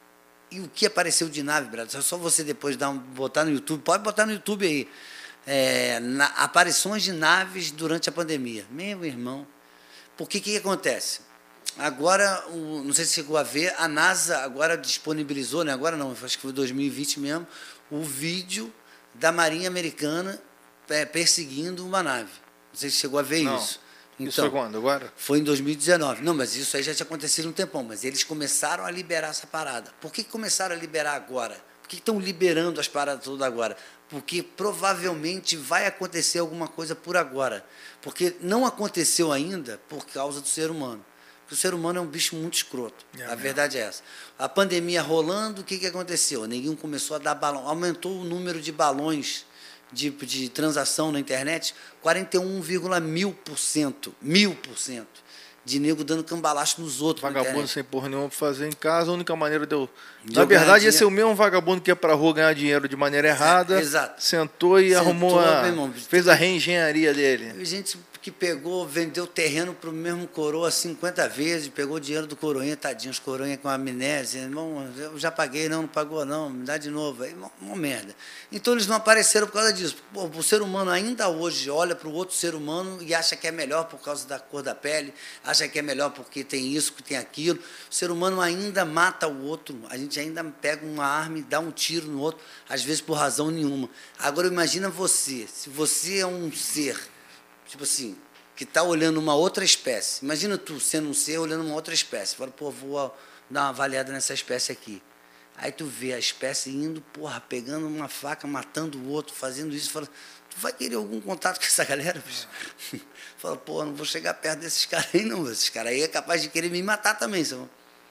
E o que apareceu de nave, Brad? Só você depois dar um, botar no YouTube, pode botar no YouTube aí, é, na, aparições de naves durante a pandemia. Meu irmão, porque o que, que acontece? Agora, o, não sei se chegou a ver, a NASA agora disponibilizou, né, agora não, acho que foi dois mil e vinte mesmo, o vídeo da Marinha Americana é, perseguindo uma nave. Não sei se chegou a ver não. isso. Então, isso então, foi quando? Agora? Foi em dois mil e dezenove. Não, mas isso aí já tinha acontecido um tempão. Mas eles começaram a liberar essa parada. Por que começaram a liberar agora? Por que estão liberando as paradas todas agora? Porque provavelmente vai acontecer alguma coisa por agora. Porque não aconteceu ainda por causa do ser humano. Porque o ser humano é um bicho muito escroto. É a mesmo. Verdade é essa. A pandemia rolando, o que, que aconteceu? Ninguém começou a dar balão. Aumentou o número de balões De, de transação na internet, quarenta e um vírgula mil por cento, mil por cento de nego dando cambalacho nos outros. Vagabundo sem porra nenhuma pra fazer em casa, a única maneira de eu... De Na eu verdade, ganhar esse é o mesmo vagabundo que ia pra rua ganhar dinheiro de maneira errada, É, exato. sentou e Sentou, arrumou a... meu irmão, fez a reengenharia dele. Teve gente que pegou, vendeu terreno pro mesmo coroa cinquenta vezes, pegou o dinheiro do coroinha, tadinho, os coroinha com amnésia, irmão, eu já paguei, não, não pagou não, me dá de novo, aí uma, uma merda. Então eles não apareceram por causa disso. Pô, o ser humano ainda hoje olha para o outro ser humano e acha que é melhor por causa da cor da pele, acha que é melhor porque tem isso, que tem aquilo. O ser humano ainda mata o outro, a gente ainda pega uma arma e dá um tiro no outro, às vezes por razão nenhuma. Agora imagina você, se você é um ser, tipo assim, que está olhando uma outra espécie. Imagina tu sendo um ser olhando uma outra espécie. Fala, pô, vou dar uma avaliada nessa espécie aqui. Aí tu vê a espécie indo, porra, pegando uma faca, matando o outro, fazendo isso. Fala, tu vai querer algum contato com essa galera? É. Fala, pô, não vou chegar perto desses caras aí, não. Esses caras aí é capaz de querer me matar também. Sabe?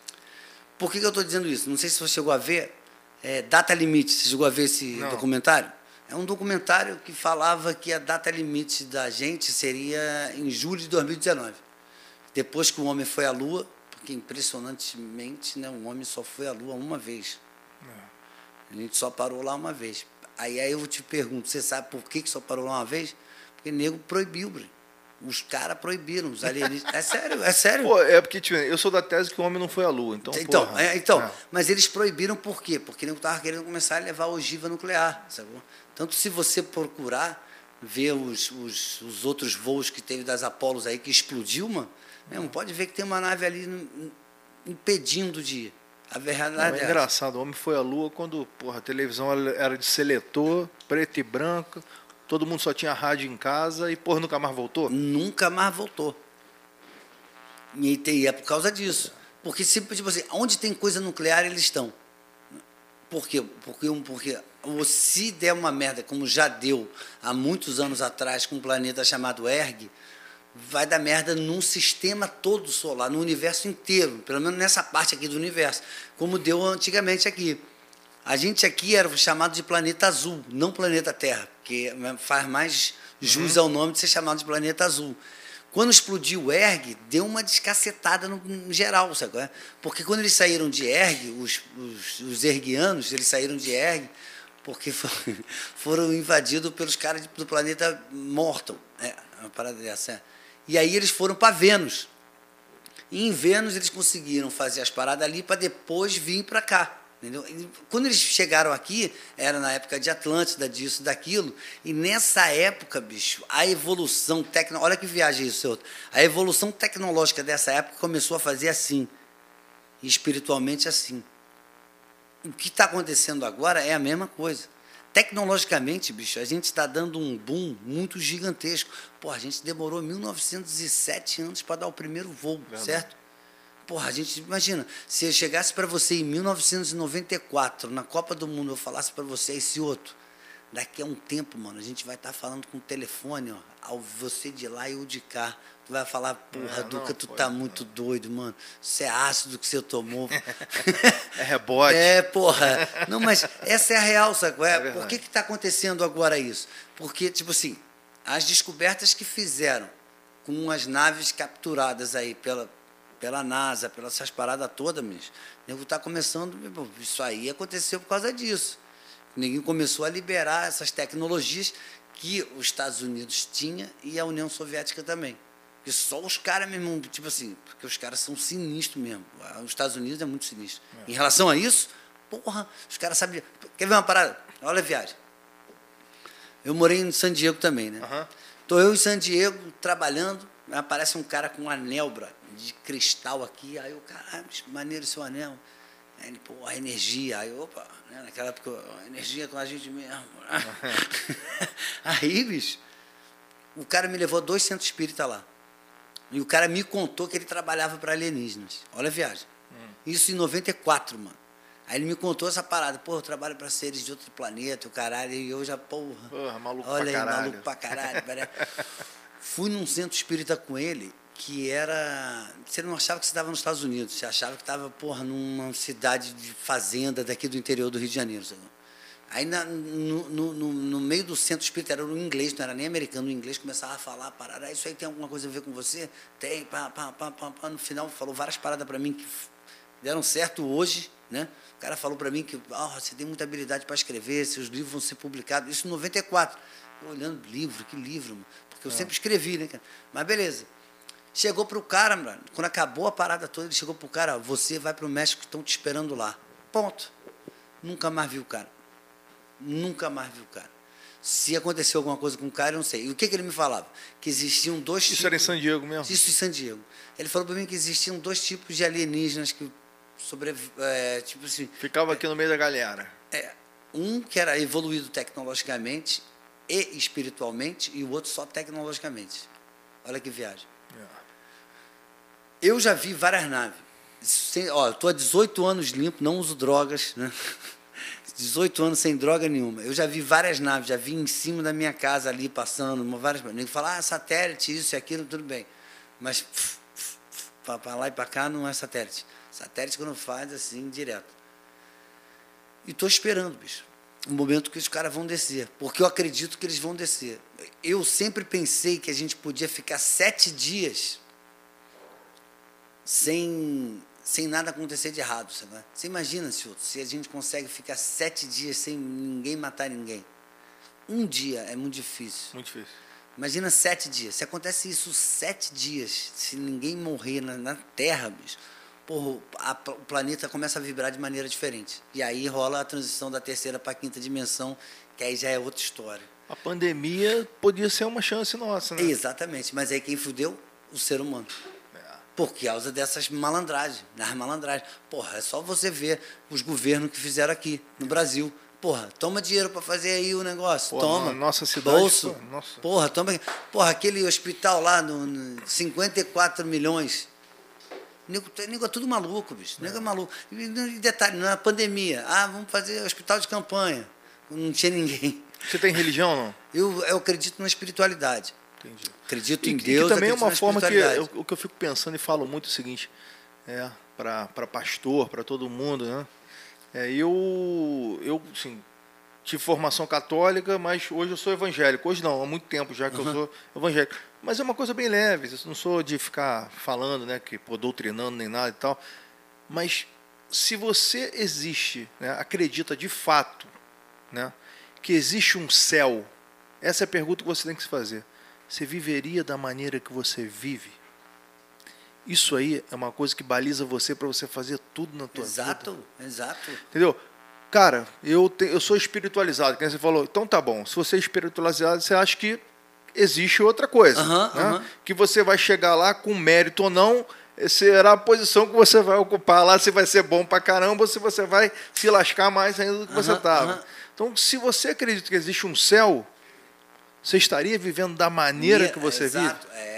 Por que, que eu estou dizendo isso? Não sei se você chegou a ver. É, Data Limite, você chegou a ver esse não. documentário? É um documentário que falava que a data limite da gente seria em julho de dois mil e dezenove. Depois que o homem foi à Lua, porque impressionantemente, né, o homem só foi à Lua uma vez. É. A gente só parou lá uma vez. Aí, aí eu te pergunto, você sabe por que, que só parou lá uma vez? Porque o nego proibiu, bro. Os caras proibiram, os alienígenas. É sério, é sério. Pô, é porque tipo, eu sou da tese que o homem não foi à Lua, então. Então, porra, é, então é. Mas eles proibiram por quê? Porque o nego estava querendo começar a levar a ogiva nuclear, sabe? Tanto se você procurar ver os, os, os outros voos que teve das Apolos aí que explodiu, mano, mesmo, pode ver que tem uma nave ali impedindo de ir. A verdade é, é engraçado, o homem foi à Lua quando porra, a televisão era de seletor, preto e branco. Todo mundo só tinha rádio em casa e, porra, nunca mais voltou? Nunca mais voltou. E é por causa disso. Porque, tipo assim, onde tem coisa nuclear, eles estão. Por quê? Porque, porque se der uma merda, como já deu há muitos anos atrás com um planeta chamado Erg, vai dar merda num sistema todo solar, no universo inteiro, pelo menos nessa parte aqui do universo, como deu antigamente aqui. A gente aqui era chamado de planeta azul, não planeta Terra, porque faz mais jus uhum. ao nome de ser chamado de planeta azul. Quando explodiu o Erg, deu uma descacetada no, no geral, sabe? Porque quando eles saíram de Erg, os, os, os erguianos, eles saíram de Erg porque foram, foram invadidos pelos caras do planeta Mortal. É, uma parada dessa. É. E aí eles foram para Vênus. E em Vênus eles conseguiram fazer as paradas ali para depois vir para cá. Entendeu? Quando eles chegaram aqui, era na época de Atlântida, disso, daquilo, e nessa época, bicho, a evolução tecnológica, olha que viagem isso, outro. A evolução tecnológica dessa época começou a fazer assim, e espiritualmente assim. O que está acontecendo agora é a mesma coisa. Tecnologicamente, bicho, a gente está dando um boom muito gigantesco. Pô, a gente demorou mil novecentos e sete anos para dar o primeiro voo, Verdade. certo? porra, a gente, imagina, se eu chegasse para você em mil novecentos e noventa e quatro, na Copa do Mundo, eu falasse para você esse outro, daqui a um tempo, mano, a gente vai estar tá falando com o telefone, ó, ao você de lá e eu de cá. Tu vai falar, porra, é, Duca, não, tu tá não. muito doido, mano. Isso é ácido que você tomou. É rebote. É, porra. Não, mas essa é a real, sabe? É, é por que que tá acontecendo agora isso? Porque, tipo assim, as descobertas que fizeram com as naves capturadas aí pela, pela NASA, pelas essas paradas todas, mas, o nego tá começando, isso aí aconteceu por causa disso. Ninguém começou a liberar essas tecnologias que os Estados Unidos tinha e a União Soviética também. Porque só os caras mesmo, tipo assim, porque os caras são sinistros mesmo. Os Estados Unidos é muito sinistro. É. Em relação a isso, porra, os caras sabem. Quer ver uma parada? Olha a viagem. Eu morei em San Diego também, né? Uhum. Tô eu em San Diego trabalhando, aparece um cara com um anel, bro, de cristal aqui. Aí eu, caralho, maneiro esse anel. Aí ele, pô, a energia. Aí, opa, né? Naquela época, a energia com a gente mesmo. Aí, bicho, o cara me levou dois centros espíritas lá. E o cara me contou que ele trabalhava para alienígenas. Olha a viagem. Hum. Isso em noventa e quatro, mano. Aí ele me contou essa parada. Pô, eu trabalho para seres de outro planeta, o caralho. E eu já, porra. Porra, maluco olha pra aí, caralho. maluco pra caralho. Fui num centro espírita com ele, que era... Você não achava que você estava nos Estados Unidos. Você achava que estava, porra, numa cidade de fazenda daqui do interior do Rio de Janeiro, sabe? Aí na, no, no, no meio do centro espírita, era no inglês, não era nem americano, o inglês começava a falar, parar, isso aí tem alguma coisa a ver com você? Tem, pá, pá, pá, pá, pá. No final falou várias paradas para mim que deram certo hoje, né? O cara falou para mim que oh, você tem muita habilidade para escrever, seus livros vão ser publicados, isso em noventa e quatro. Eu olhando livro, que livro, mano? Porque eu é. sempre escrevi, né, cara? Mas beleza. Chegou pro cara, mano, quando acabou a parada toda, ele chegou pro cara, você vai pro México, estão te esperando lá. Ponto. Nunca mais vi o cara. Nunca mais vi o cara. Se aconteceu alguma coisa com o cara, eu não sei. E o que, que ele me falava? Que existiam dois Isso tipos... Isso era em San Diego mesmo? Isso em San Diego. Ele falou para mim que existiam dois tipos de alienígenas que sobreviviam... É, tipo assim... Ficava aqui no meio da galera. É, um que era evoluído tecnologicamente e espiritualmente, e o outro só tecnologicamente. Olha que viagem. Yeah. Eu já vi várias naves. Sem, ó, eu estou há dezoito anos limpo, não uso drogas, né? dezoito anos sem droga nenhuma. Eu já vi várias naves, já vi em cima da minha casa ali, passando, várias... Ninguém fala, ah, satélite, isso e aquilo, tudo bem. Mas para lá e para cá não é satélite. Satélite quando faz, assim, direto. E estou esperando, bicho, o momento que os caras vão descer. Porque eu acredito que eles vão descer. Eu sempre pensei que a gente podia ficar sete dias sem... sem nada acontecer de errado, sabe? Você imagina, senhor, se a gente consegue ficar sete dias sem ninguém matar ninguém. Um dia é muito difícil. Muito difícil. Imagina sete dias. Se acontece isso sete dias, se ninguém morrer na, na Terra, bicho, porra, a, o planeta começa a vibrar de maneira diferente. E aí rola a transição da terceira para a quinta dimensão, que aí já é outra história. A pandemia podia ser uma chance nossa, né? Exatamente. Mas aí quem fudeu? O ser humano. Por causa dessas malandragens, das malandragens. Porra, é só você ver os governos que fizeram aqui no Brasil. Porra, toma dinheiro para fazer aí o negócio. Porra, toma. Nossa cidade. Bolso. Pô, nossa. Porra, toma. Porra, aquele hospital lá, no, no cinquenta e quatro milhões. Nego, nego é tudo maluco, bicho. Nego é, é maluco. E detalhe, na pandemia. Ah, vamos fazer hospital de campanha. Não tinha ninguém. Você tem religião ou não? Eu, eu acredito na espiritualidade. Entendi. Acredito e, em Deus. E que também é uma forma que eu, o que eu fico pensando e falo muito é o seguinte, é, para pastor, para todo mundo, né? É, eu, eu, assim, tive formação católica, mas hoje eu sou evangélico. Hoje não, há muito tempo já que uhum. eu sou evangélico. Mas é uma coisa bem leve, eu não sou de ficar falando, né, que pô, doutrinando nem nada e tal. Mas se você existe, né, acredita de fato, né, que existe um céu, essa é a pergunta que você tem que se fazer. Você viveria da maneira que você vive? Isso aí é uma coisa que baliza você para você fazer tudo na tua exato, vida. Exato, exato. Entendeu? Cara, eu, te, eu sou espiritualizado, como você falou. Então tá bom, se você é espiritualizado, você acha que existe outra coisa. Uhum, né? uhum. Que você vai chegar lá com mérito ou não, será a posição que você vai ocupar lá, se vai ser bom pra caramba ou se você vai se lascar mais ainda do que uhum, você estava. Uhum. Então, se você acredita que existe um céu, você estaria vivendo da maneira que você exato. vive? É,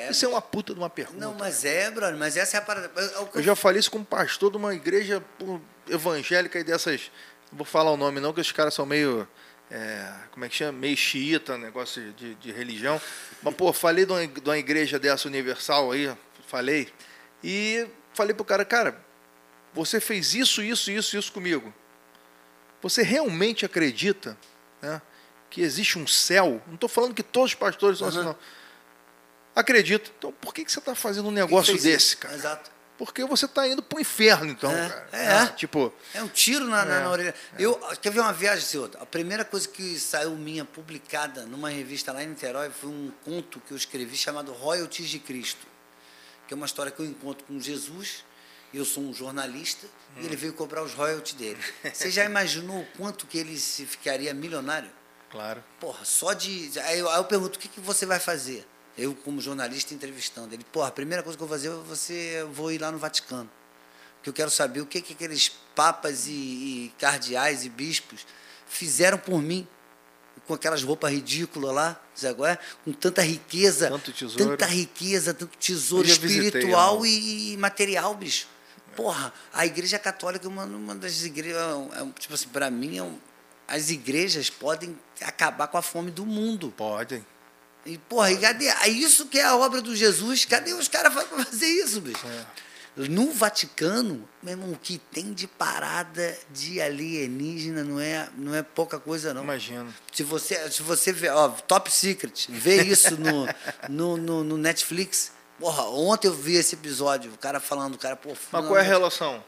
É, isso é uma puta de uma pergunta. Não, mas é, brother, mas essa é a parada. É o que eu, eu já falei isso com um pastor de uma igreja pô, evangélica e dessas... Não vou falar o nome não, que os caras são meio... É, como é que chama? Meio xiita, negócio de, de religião. Mas, pô, falei de uma, de uma igreja dessa universal aí, falei, e falei pro cara, cara, você fez isso, isso, isso, isso comigo. Você realmente acredita, né, que existe um céu? Não estou falando que todos os pastores são uhum. assim, não. Acredito. Então, por que, que você está fazendo um negócio desse, isso? cara? Exato. Porque você está indo para o inferno, então, é, cara. É, é, tipo, é um tiro na, na, é, na orelha. É. Eu, quer ver uma viagem, senhor? A primeira coisa que saiu minha, publicada numa revista lá em Niterói, foi um conto que eu escrevi chamado Royalties de Cristo, que é uma história que eu encontro com Jesus, eu sou um jornalista, hum. e ele veio cobrar os royalties dele. Você já imaginou o quanto que ele se ficaria milionário? Claro. Porra, só de... Aí eu, aí eu pergunto, o que, que você vai fazer? Eu, como jornalista, entrevistando ele. Porra, a primeira coisa que eu vou fazer, você, eu vou ir lá no Vaticano. Porque eu quero saber o que, que aqueles papas e, e cardeais e bispos fizeram por mim, com aquelas roupas ridículas lá, Zé Gué, com tanta riqueza, tanto tesouro. tanta riqueza, tanto tesouro espiritual visitei, e material, bicho. Porra, a Igreja Católica é uma, uma das igrejas, é, tipo assim, para mim, é um, as igrejas podem acabar com a fome do mundo. Podem. E, porra, e cadê? É isso que é a obra do Jesus. Cadê os caras para fazer isso, bicho? É. No Vaticano, meu irmão, o que tem de parada de alienígena não é, não é pouca coisa, não. Imagino. Se você, se você vê, ó, Top Secret, vê isso no, no, no, no Netflix. Porra, ontem eu vi esse episódio, o cara falando, o cara, pô... Mas qual é a relação?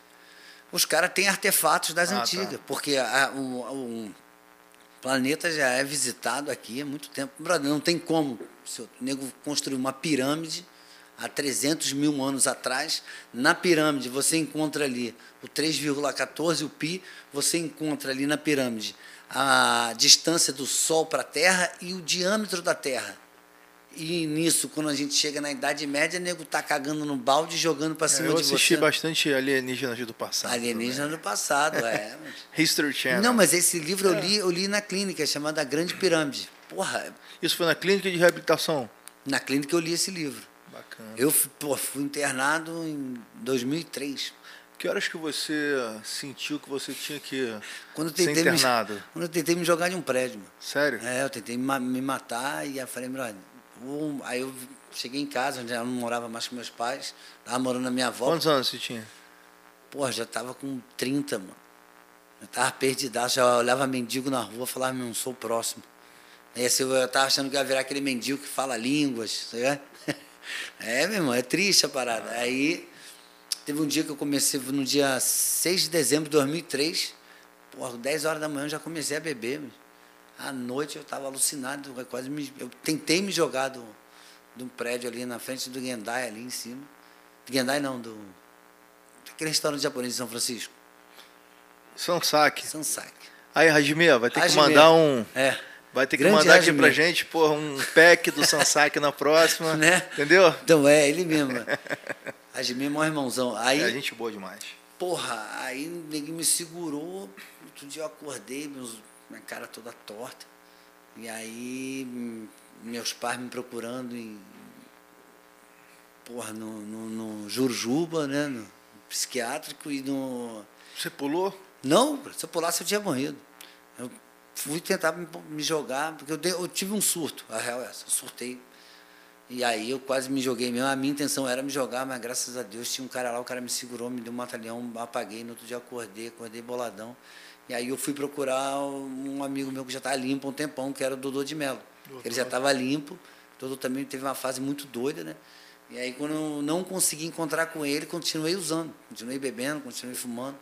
Os caras têm artefatos das ah, antigas, tá. porque a, o, o planeta já é visitado aqui há muito tempo. Não tem como. Se o nego construiu uma pirâmide há trezentos mil anos atrás, na pirâmide você encontra ali o três vírgula quatorze, o pi, você encontra ali na pirâmide a distância do Sol para a Terra e o diâmetro da Terra. E nisso, quando a gente chega na Idade Média, o nego tá cagando no balde e jogando para cima é, eu de você. Eu assisti bastante Alienígenas do passado. Alienígenas do passado, é. History Channel. Não, mas esse livro eu li, eu li na clínica, chamada Grande Pirâmide. Porra. Isso foi na clínica de reabilitação? Na clínica eu li esse livro. Bacana. Eu pô, fui internado em dois mil e três. Que horas que você sentiu que você tinha que quando eu tentei ser internado? Me, quando eu tentei me jogar de um prédio. Mano. Sério? É, eu tentei me matar e aí eu falei, brother, aí eu cheguei em casa, onde eu não morava mais com meus pais, estava morando na minha avó. Quantos anos você tinha? Porra, já estava com trinta, mano. Eu estava perdidaço, já olhava mendigo na rua, falava, meu, não sou o próximo. Aí assim, eu estava achando que ia virar aquele mendigo que fala línguas, sabe? É, meu irmão, é triste a parada. Aí, teve um dia que eu comecei, no dia seis de dezembro de dois mil e três, porra, dez horas da manhã eu já comecei a beber. Meu. À noite eu estava alucinado, eu quase me, eu tentei me jogar do, de um prédio ali na frente do Gendai, ali em cima. Do Gendai não, do aquele restaurante japonês de São Francisco. Sansaki. Sansaki. Aí, Hajime, vai ter Hajime. que mandar um... É. Vai ter que Grande mandar Hajime. aqui pra gente, porra, um pack do Sansaki na próxima. Né? Entendeu? Então, é, ele mesmo. Hajime é meu irmãozão. Aí, é gente boa demais. Porra, aí ele me segurou, outro dia eu acordei, meus, minha cara toda torta. E aí, meus pais me procurando em... Porra, no, no, no Jurujuba, né? No psiquiátrico e no... Você pulou? Não, se eu pulasse eu tinha morrido. Eu fui tentar me, me jogar, porque eu, dei, eu tive um surto, a real é essa, eu surtei. E aí eu quase me joguei mesmo. A minha intenção era me jogar, mas graças a Deus tinha um cara lá, o cara me segurou, me deu um mata-leão, apaguei, no outro dia acordei, acordei boladão. E aí eu fui procurar um amigo meu que já estava limpo há um tempão, que era o Dodô de Mello. Ele já estava limpo, o Dodô também teve uma fase muito doida, né? E aí quando eu não consegui encontrar com ele, continuei usando, continuei bebendo, continuei fumando.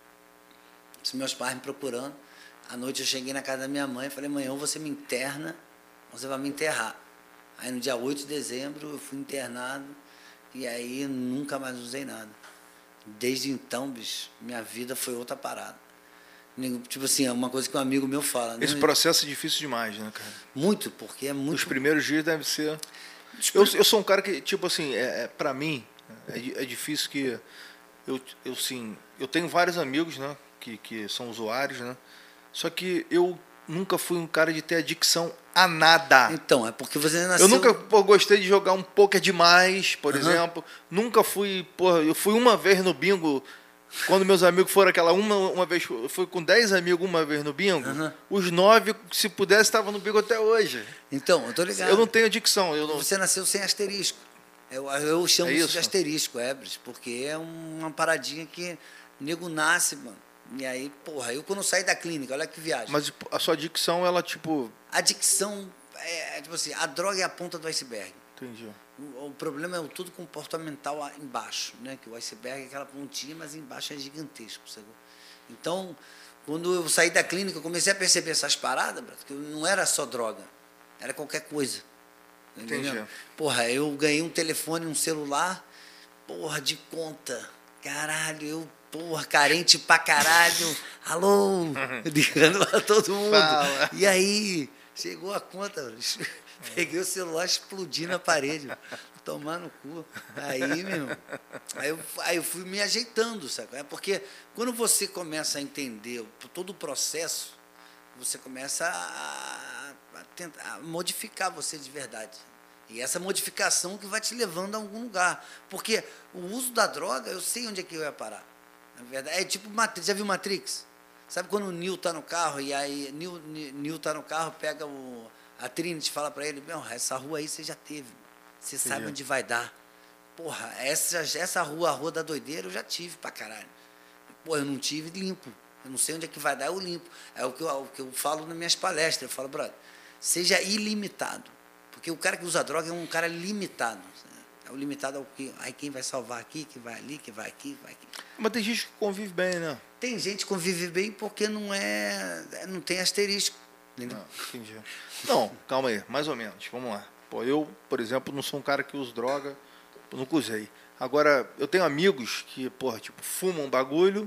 Os meus pais me procurando. À noite eu cheguei na casa da minha mãe e falei, mãe, ou você me interna, ou você vai me enterrar. Aí no dia oito de dezembro eu fui internado e aí nunca mais usei nada. Desde então, bicho, minha vida foi outra parada. Tipo assim, é uma coisa que um amigo meu fala. Esse né? processo é difícil demais, né, cara? Muito, porque é muito... Os primeiros dias deve ser... Eu, eu sou um cara que, tipo assim, é, é, pra mim, é, é difícil que... Eu, eu, sim, eu tenho vários amigos, né, que, que são usuários, né? Só que eu nunca fui um cara de ter adicção a nada. Então, é porque você nasceu... Eu nunca pô, gostei de jogar um poker demais, por uhum. exemplo. Nunca fui... Porra, eu fui uma vez no bingo, quando meus amigos foram aquela uma, uma vez... Eu fui com dez amigos uma vez no bingo. Uhum. Os nove, se pudesse, estavam no bingo até hoje. Então, eu tô ligado. Eu não tenho adicção. Eu não... Você nasceu sem asterisco. Eu, eu chamo é isso de asterisco, Ebris, porque é uma paradinha que o nego nasce, mano. E aí, porra, eu quando saí da clínica, olha que viagem. Mas a sua adicção, ela, tipo... A adicção, é, tipo assim, a droga é a ponta do iceberg. Entendi. O, o problema é o tudo comportamental embaixo, né? Que o iceberg é aquela pontinha, mas embaixo é gigantesco, sabe? Então, quando eu saí da clínica, eu comecei a perceber essas paradas, que não era só droga, era qualquer coisa. Entendeu? Entendi. Porra, eu ganhei um telefone, um celular, porra, de conta. Caralho, eu, porra, carente pra caralho. Alô, ligando lá todo mundo. Fala. E aí, chegou a conta, peguei o celular, explodi na parede, tomar no cu. Aí, meu, aí eu, aí eu fui me ajeitando, sabe? É porque quando você começa a entender todo o processo, você começa a, a, tentar, a modificar você de verdade. E essa modificação que vai te levando a algum lugar. Porque o uso da droga, eu sei onde é que eu ia parar. Na verdade, é tipo Matrix. Já viu Matrix? Sabe quando o Neo está no carro e aí Neo, Neo tá no carro, pega o, a Trinity e fala para ele, meu, essa rua aí você já teve. Você Entendi. Sabe onde vai dar. Porra, essa, essa rua, a rua da doideira, eu já tive pra caralho. Pô, eu não tive, limpo. Eu não sei onde é que vai dar, eu limpo. É o que eu, o que eu falo nas minhas palestras. Eu falo, brother, seja ilimitado. Porque o cara que usa droga é um cara limitado. É o limitado ao que. Aí quem vai salvar aqui, que vai ali, que vai aqui, vai aqui. Mas tem gente que convive bem, né? Tem gente que convive bem porque não é. Não tem asterisco. Entendeu? Não, entendi. Não, calma aí, mais ou menos. Vamos lá. Pô, eu, por exemplo, não sou um cara que usa droga, eu nunca usei. Agora, eu tenho amigos que, porra, tipo, fumam um bagulho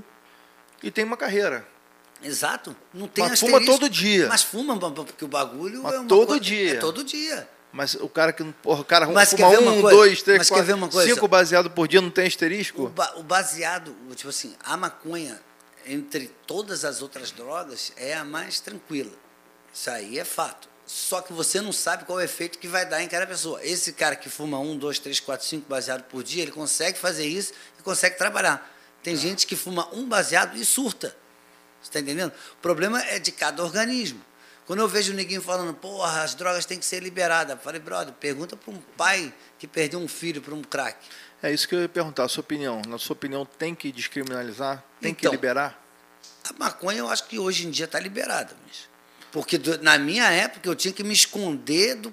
e tem uma carreira. Exato. Não tem mas fuma todo dia. Mas fuma, porque o bagulho mas é uma todo coisa, dia. É todo dia. Mas o cara que porra, o cara mas fuma um, coisa? dois, três, mas quatro, cinco baseado por dia, não tem asterisco? O, ba o baseado, tipo assim, a maconha, entre todas as outras drogas, é a mais tranquila. Isso aí é fato. Só que você não sabe qual é o efeito que vai dar em cada pessoa. Esse cara que fuma um, dois, três, quatro, cinco baseado por dia, ele consegue fazer isso e consegue trabalhar. Tem ah. gente que fuma um baseado e surta. Você está entendendo? O problema é de cada organismo. Quando eu vejo o neguinho falando, porra, as drogas têm que ser liberadas, eu falei, brother, pergunta para um pai que perdeu um filho para um crack. É isso que eu ia perguntar, a sua opinião. Na sua opinião, tem que descriminalizar? Tem então, que liberar? A maconha eu acho que hoje em dia está liberada. Mas, porque do, na minha época eu tinha que me esconder do...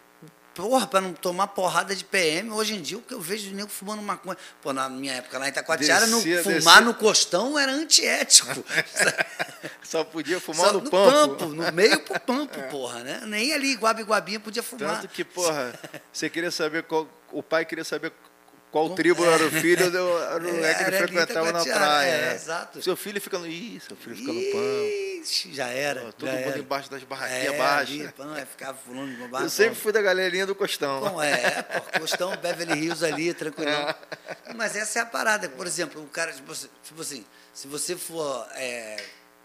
Porra, para não tomar porrada de P M. Hoje em dia, o que eu vejo de nego fumando maconha. Pô, na minha época lá em Itacoatiara, no, fumar descia. No costão era antiético. Só podia fumar Só no, no pampo. pampo. No meio pro pampo, é. Porra, né? Nem ali, Guabi Guabinha podia fumar. Tanto que, porra, você queria saber qual... O pai queria saber qual tribo é. Era o filho, era o é, que ele frequentava na praia. É, é, exato. Seu filho fica no... Ih, seu filho fica no pampo. Já era. Pô, todo já mundo era. Embaixo das barraquinhas é, baixas. É, ficava fulano de barra. Eu sempre fui da galerinha do Costão. Bom, é, pô, Costão, Beverly Hills ali, tranquilão. É. Mas essa é a parada. Por exemplo, o cara, tipo assim, se você for é,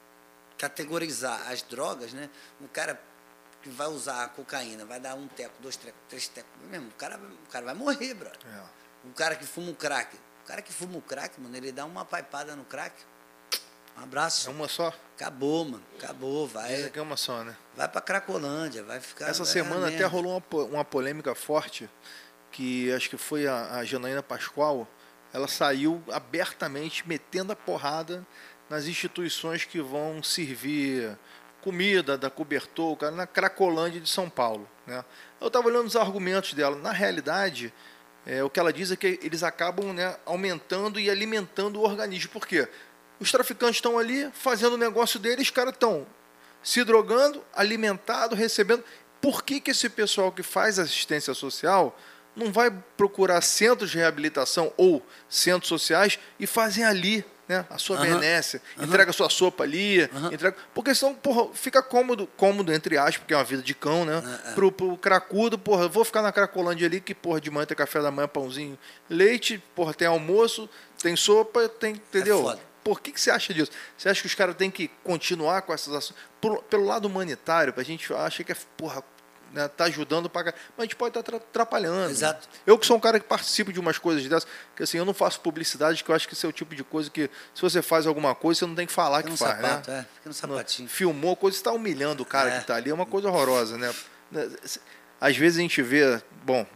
categorizar as drogas, né? Um cara que vai usar a cocaína, vai dar um teco, dois tecos, três tecos, mesmo, o cara, o cara vai morrer, brother. É. Um cara que fuma um crack. O cara que fuma o crack, mano, ele dá uma paipada no crack. Um abraço. É uma só? Acabou, mano. Acabou. Vai. Diz que é uma só, né? Vai pra Cracolândia, vai ficar. Essa semana até rolou uma, uma polêmica forte, que acho que foi a, a Janaína Pascoal. Ela saiu abertamente metendo a porrada nas instituições que vão servir comida, da cobertor, na Cracolândia de São Paulo, né? Eu estava olhando os argumentos dela. Na realidade, é, o que ela diz é que eles acabam, né, aumentando e alimentando o organismo. Por quê? Os traficantes estão ali fazendo o negócio deles, os caras estão se drogando, alimentado, recebendo. Por que que esse pessoal que faz assistência social não vai procurar centros de reabilitação ou centros sociais e fazem ali, né, a sua uhum. benécia, uhum. entrega a sua sopa ali, uhum. entrega, porque senão, porra, fica cômodo, cômodo, entre aspas, porque é uma vida de cão, né? Uhum. Pro, pro cracudo, porra, eu vou ficar na Cracolândia ali, que, porra, de manhã tem café da manhã, pãozinho, leite, porra, tem almoço, tem sopa, tem, entendeu? É foda. por que, que você acha disso? Você acha que os caras têm que continuar com essas ações? Por, pelo lado humanitário, a gente acha que é, porra, né, tá ajudando para, mas a gente pode estar tá atrapalhando. Exato. Né? Eu que sou um cara que participo de umas coisas dessas, que assim, eu não faço publicidade, que eu acho que esse é o tipo de coisa que, se você faz alguma coisa, você não tem que falar Fica que no faz, sapato, né? é. Fica no sapatinho. Filmou coisa, você está humilhando o cara É. que está ali, é uma coisa horrorosa, né? Às vezes a gente vê, bom,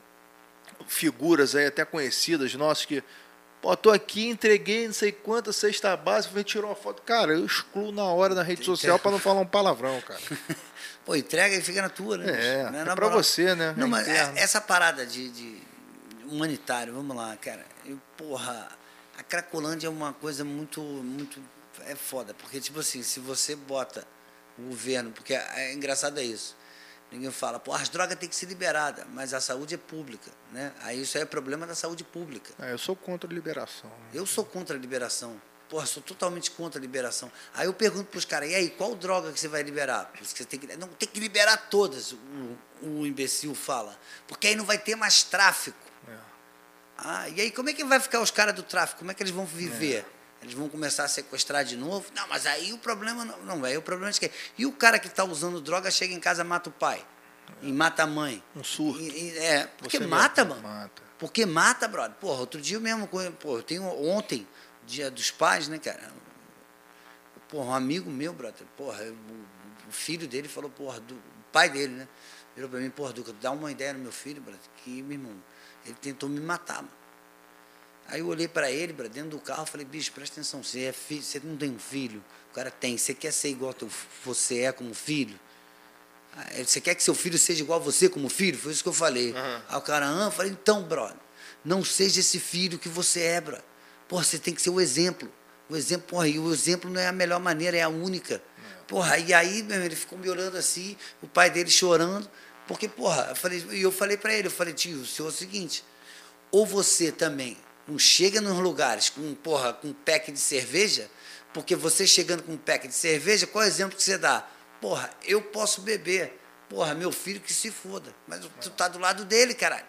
figuras aí até conhecidas nossas que, pô, tô aqui, entreguei não sei quantas cesta básica, vem tirar uma foto. Cara, eu excluo na hora na rede social para não falar um palavrão, cara. Pô, entrega e fica na tua, né? É, Não é na pra moral. você, né? Não, É mas interno. essa parada de, de humanitário, vamos lá, cara. Eu, porra, a Cracolândia é uma coisa muito, muito, é foda, porque tipo assim, se você bota o governo, porque é, é engraçado é isso. Ninguém fala, pô, as drogas têm que ser liberadas, mas a saúde é pública, né? Aí isso aí é problema da saúde pública. É, eu sou contra a liberação. Né? Eu sou contra a liberação. Porra, sou totalmente contra a liberação. Aí eu pergunto para os caras, e aí, qual droga que você vai liberar? Você tem que, não, tem que liberar todas, o, o imbecil fala. Porque aí não vai ter mais tráfico. É. Ah, e aí como é que vai ficar os caras do tráfico? Como é que eles vão viver? É. Eles vão começar a sequestrar de novo? Não, mas aí o problema não, não é. O problema é que... E o cara que está usando droga chega em casa, mata o pai. É. E mata a mãe. Um surto. E, e, é, porque Você mata, mesmo, mano. Mata. Porque mata, brother. Porra, outro dia mesmo, porra, eu tenho ontem... Dia dos pais, né, cara? Porra, um amigo meu, brother, porra, o, o filho dele falou, porra, do, o pai dele, né? Virou pra mim, porra, Duca, dá uma ideia no meu filho, brother, que, meu irmão, ele tentou me matar, mano. Aí eu olhei pra ele, brother, dentro do carro, falei, bicho, presta atenção, você é filho, você não tem um filho? O cara tem, você quer ser igual teu, você é como filho? Você quer que seu filho seja igual a você como filho? Foi isso que eu falei. Uhum. Aí o cara, ah, eu falei, então, brother, não seja esse filho que você é, brother. Porra, você tem que ser o exemplo. O exemplo, porra, e o exemplo não é a melhor maneira, é a única. Porra, e aí, meu, ele ficou me olhando assim, o pai dele chorando, porque, porra, eu falei, e eu falei para ele, eu falei, tio, o senhor é o seguinte, ou você também não chega nos lugares com, porra, com um pack de cerveja, porque você chegando com um pack de cerveja, qual é o exemplo que você dá? Porra, eu posso beber. Porra, meu filho que se foda. Mas tu tá do lado dele, caralho.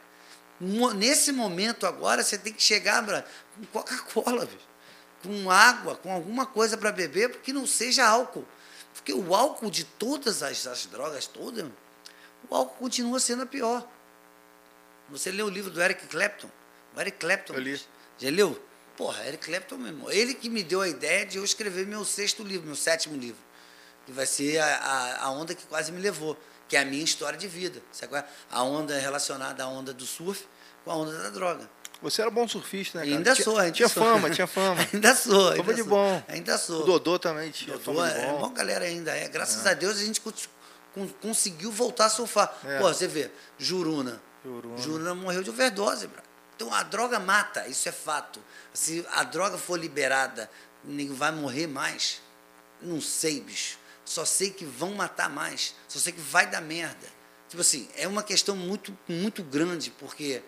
Nesse momento agora, você tem que chegar, bro, com Coca-Cola, com água, com alguma coisa para beber, porque não seja álcool. Porque o álcool de todas as, as drogas todas, o álcool continua sendo a pior. Você leu o livro do Eric Clapton? O Eric Clapton. Eu li. Já leu? Porra, Eric Clapton mesmo. Ele que me deu a ideia de eu escrever meu sexto livro, meu sétimo livro. Que vai ser a, a, a onda que quase me levou, que é a minha história de vida. Sabe qual é? A onda relacionada à onda do surf com a onda da droga. Você era bom surfista, né, cara? Ainda tinha, sou, ainda Tinha sou. fama, tinha fama. ainda sou. Ainda Fama de sou. bom. Ainda sou. O Dodô também tinha Dodô fama de é bom. uma galera ainda. É. Graças é. a Deus a gente conseguiu voltar a surfar. É. Pô, você vê, Juruna. Juruna. Juruna morreu de overdose, bro. Então a droga mata, isso é fato. Se a droga for liberada, ninguém vai morrer mais. Não sei, bicho. Só sei que vão matar mais. Só sei que vai dar merda. Tipo assim, é uma questão muito, muito grande, porque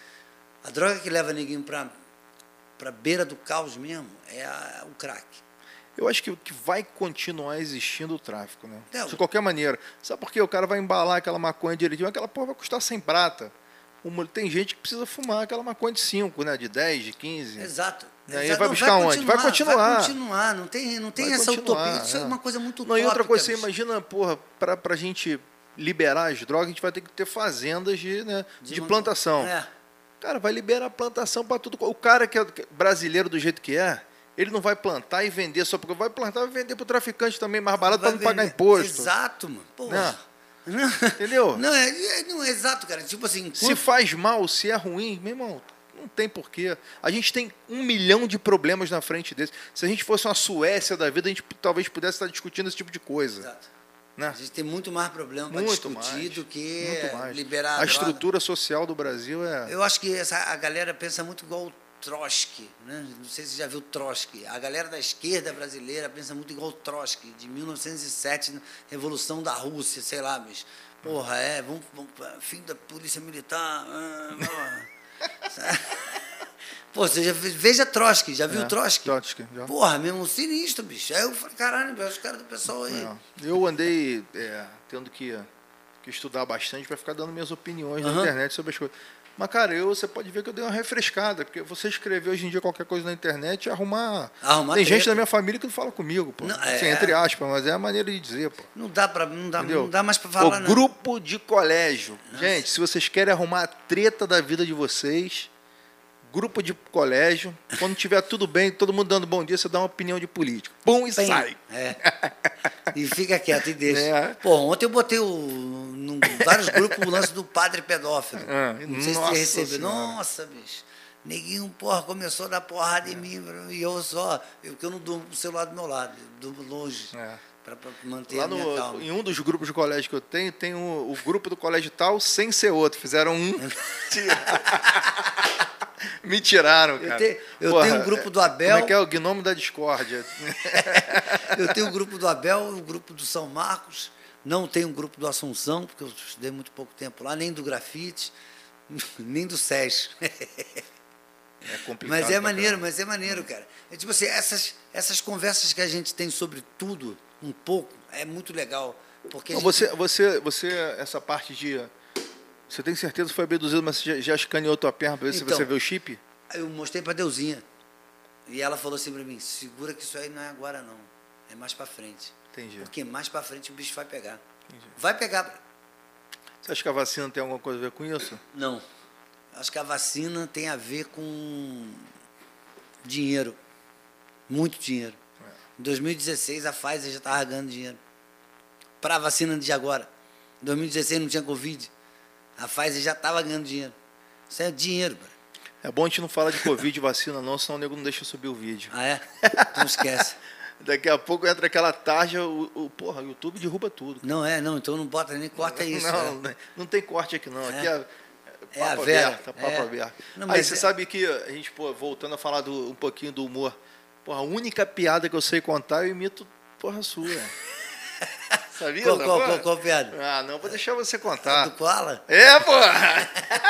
a droga que leva ninguém para para beira do caos mesmo é a, o crack. Eu acho que, que vai continuar existindo o tráfico, né? É, de qualquer maneira. Sabe por quê? O cara vai embalar aquela maconha direitinho, aquela porra vai custar cem prata. Uma, tem gente que precisa fumar aquela maconha de cinco, né? De dez, de quinze. Exato. E aí Exato. vai Não, buscar vai onde? Vai continuar. Vai continuar. Não tem, não tem essa utopia. Isso é. é uma coisa muito utópica. Não, e outra coisa, bicho. você imagina, porra, pra, pra gente liberar as drogas, a gente vai ter que ter fazendas de, né, de, de plantação. É. Cara, vai liberar a plantação para tudo. O cara que é brasileiro do jeito que é, ele não vai plantar e vender só porque vai plantar e vender para o traficante também mais barato para não vender. Pagar imposto. Exato, mano. Porra. Não. Não. Entendeu? Não é, é, não é exato, cara. Tipo assim. Se quando... faz mal, se é ruim, meu irmão, não tem porquê. A gente tem um milhão de problemas na frente desse. Se a gente fosse uma Suécia da vida, a gente talvez pudesse estar discutindo esse tipo de coisa. Exato. Né? A gente tem muito mais problema para discutir mais, do que liberar a, a droga. estrutura social do Brasil é... Eu acho que essa, a galera pensa muito igual o Trotsky, né? Não sei se você já viu o Trotsky. A galera da esquerda brasileira pensa muito igual o Trotsky, de mil novecentos e sete, Revolução da Rússia, sei lá, mas... Porra, é, vamos, vamos fim da polícia militar... Ah, Pô, você já veja Trotsky, já viu é, o Trotsky? Trotsky, já. Porra, mesmo sinistro, bicho. Aí eu falei, caralho, os caras do pessoal aí. É. Eu andei é, tendo que, que estudar bastante para ficar dando minhas opiniões uhum. na internet sobre as coisas. Mas, cara, eu, você pode ver que eu dei uma refrescada, porque você escrever hoje em dia qualquer coisa na internet e arrumar... Arrumar Tem treta. gente da minha família que não fala comigo, pô. Não, Assim, é... entre aspas, mas é a maneira de dizer, pô. Não dá, pra, não dá, Entendeu? não dá mais pra falar, O não. grupo de colégio. Nossa. Gente, se vocês querem arrumar a treta da vida de vocês, grupo de colégio, quando tiver tudo bem, todo mundo dando bom dia, você dá uma opinião de político. Pum, e Bem, sai. É. E fica quieto e deixa. É. Pô, ontem eu botei o, num, vários grupos o lance do padre pedófilo. Ah, não sei nossa se você recebeu. Senhora. Nossa, bicho. Neguinho, porra, começou a dar porrada em mim. E eu só, eu, porque eu não durmo com o celular do meu lado, eu durmo longe. É. Para manter Lá a minha no, calma. Em um dos grupos de colégio que eu tenho, tem o, o grupo do colégio tal sem ser outro. Fizeram um. Me tiraram, cara. Eu, tenho, eu Porra, tenho um grupo do Abel. Como é que é o Gnomo da Discórdia? Eu tenho o grupo do Abel, o grupo do São Marcos. Não tenho um grupo do Assunção, porque eu estudei muito pouco tempo lá, nem do grafite, nem do SES. É complicado. Mas é maneiro, mas é maneiro, cara. É tipo assim, essas, essas conversas que a gente tem sobre tudo, um pouco, é muito legal. Porque Não, gente... você, você, você, essa parte de... Você tem certeza que foi abduzido, mas você já, já escaneou tua perna para ver então, se você vê o chip? Eu mostrei para Deusinha. E ela falou assim para mim, segura que isso aí não é agora não. É mais para frente. Entendi. Porque mais para frente o bicho vai pegar. Entendi. Vai pegar. Você acha que a vacina tem alguma coisa a ver com isso? Não. Acho que a vacina tem a ver com dinheiro. Muito dinheiro. É. Em dois mil e dezesseis a Pfizer já estava ganhando dinheiro. Para a vacina de agora. Em dois mil e dezesseis não tinha Covid. A Pfizer já estava ganhando dinheiro. Isso é dinheiro, cara. É bom a gente não falar de Covid e vacina, não, senão o nego não deixa subir o vídeo. Ah, é? Não esquece. Daqui a pouco entra aquela tarja, o, o, porra, o YouTube derruba tudo. Cara. Não é, não, então não bota nem corta isso. Não, é. não tem corte aqui, não. Aqui é, é é papo aberto, é papo é. aberto. Não, Aí você é... sabe que a gente, pô, voltando a falar do, um pouquinho do humor, porra, a única piada que eu sei contar, eu imito, porra, sua. Sabia? Qual, qual, qual, qual piada? Ah, não, vou deixar você contar. A do Koala? É, porra!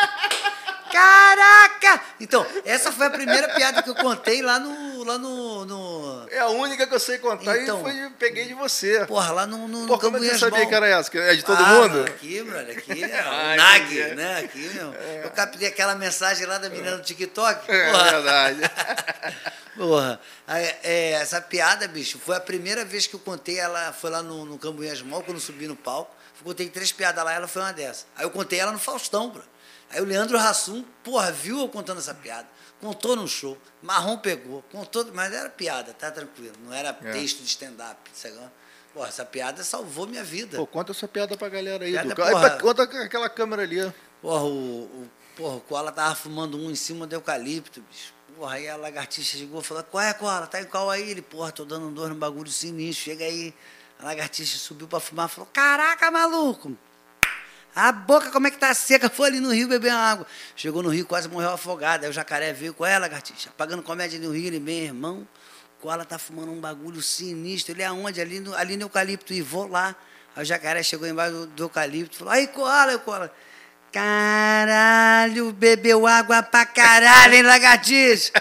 Caraca! Então, essa foi a primeira piada que eu contei lá no... Lá no, no... É a única que eu sei contar então, e foi, peguei de você. Porra, lá no, no, Pô, no como é que você sabia que era essa? Que é de todo ah, mundo? Aqui, brother, aqui é o Nag, né? Aqui, meu. É. Eu captei aquela mensagem lá da menina no TikTok. Porra. É verdade. Porra. É, essa piada, bicho, foi a primeira vez que eu contei, ela foi lá no, no Cambuinhas Mall, quando eu subi no palco. Eu contei três piadas lá, ela foi uma dessas. Aí eu contei ela no Faustão, bro. Aí o Leandro Hassum, porra, viu eu contando essa piada, contou no show, Marrom pegou, contou, mas era piada, tá tranquilo, não era é. texto de stand-up, porra, essa piada salvou minha vida. Pô, conta essa piada pra galera aí, piada, do... porra, conta aquela câmera ali. Porra, o, o, porra, o Koala tava fumando um em cima do eucalipto, bicho. Porra, aí a lagartixa chegou e falou, qual é, Koala, tá em qual aí? Ele, porra, tô dando dor no bagulho sinistro, chega aí. A lagartixa subiu pra fumar e falou, caraca, maluco. A boca, como é que tá seca? Foi ali no rio beber uma água. Chegou no rio, quase morreu afogado. Aí o jacaré veio com ela, lagartixa, pagando comédia no rio. Ele, meu irmão, o Koala tá fumando um bagulho sinistro. Ele, aonde? Ali no, ali no eucalipto. E vou lá. Aí o jacaré chegou embaixo do, do eucalipto. Falou, aí, Koala, aí o Koala. Caralho, bebeu água pra caralho, hein, lagartixa?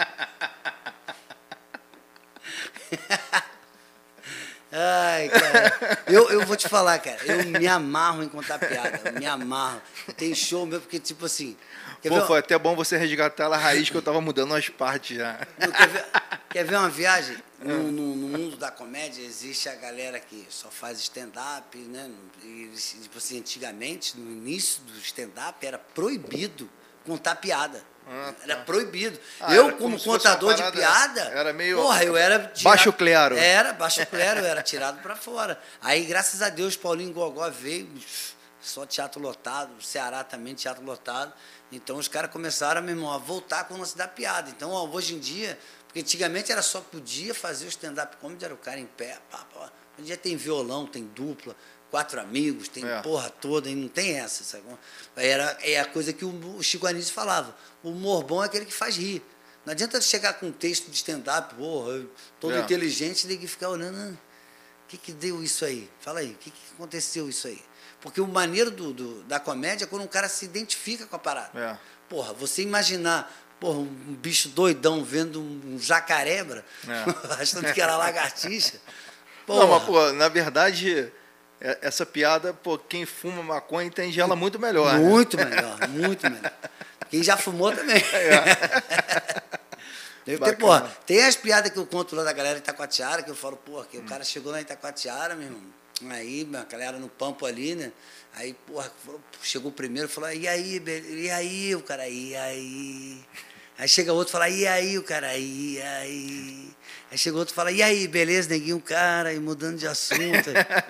Ai, cara, eu, eu vou te falar, cara, eu me amarro em contar piada, eu me amarro. Tem show meu, porque, tipo assim... Pô, foi até bom você resgatar a raiz, que eu tava mudando umas partes já. Não, quer, ver, quer ver uma viagem? No, no, no mundo da comédia, existe a galera que só faz stand-up, né? E, tipo assim, antigamente, no início do stand-up, era proibido contar piada. Ah, tá. Era proibido. Ah, eu, era como, como contador de piada, era meio porra, eu era tirado, baixo clero. Era, baixo clero, eu era tirado para fora. Aí, graças a Deus, Paulinho Gogó veio, só teatro lotado, o Ceará também, teatro lotado. Então, os caras começaram, meu irmão, a voltar com o lance da piada. Então, ó, hoje em dia, porque antigamente era só podia fazer o stand-up comedy, era o cara em pé, pá, pá. Hoje em dia tem violão, tem dupla, quatro amigos, tem é. porra toda, e não tem essa, sabe? Era, é a coisa que o Chico Anísio falava. O humor bom é aquele que faz rir. Não adianta chegar com um texto de stand-up, porra, todo é. inteligente, e ficar olhando, o que que deu isso aí? Fala aí, o que que aconteceu isso aí? Porque o maneiro do, do, da comédia é quando um cara se identifica com a parada. É. Porra, você imaginar, porra, um bicho doidão vendo um jacaré, é. achando que era lagartixa. Porra. Não, mas, pô, na verdade... Essa piada, pô, quem fuma maconha entende ela muito melhor. Muito né? melhor, muito melhor. Quem já fumou também. É. Porque, porra, tem as piadas que eu conto lá da galera de Itacoatiara, que eu falo, porra, que hum. o cara chegou lá em Itacoatiara, meu irmão. Aí, a galera no Pampo ali, né? Aí, porra, chegou o primeiro, falou, e aí, e aí, o cara, e aí? Aí chega outro e fala, e aí, o cara, e aí? Aí chega outro e fala, e aí, beleza, neguinho, cara, e mudando de assunto.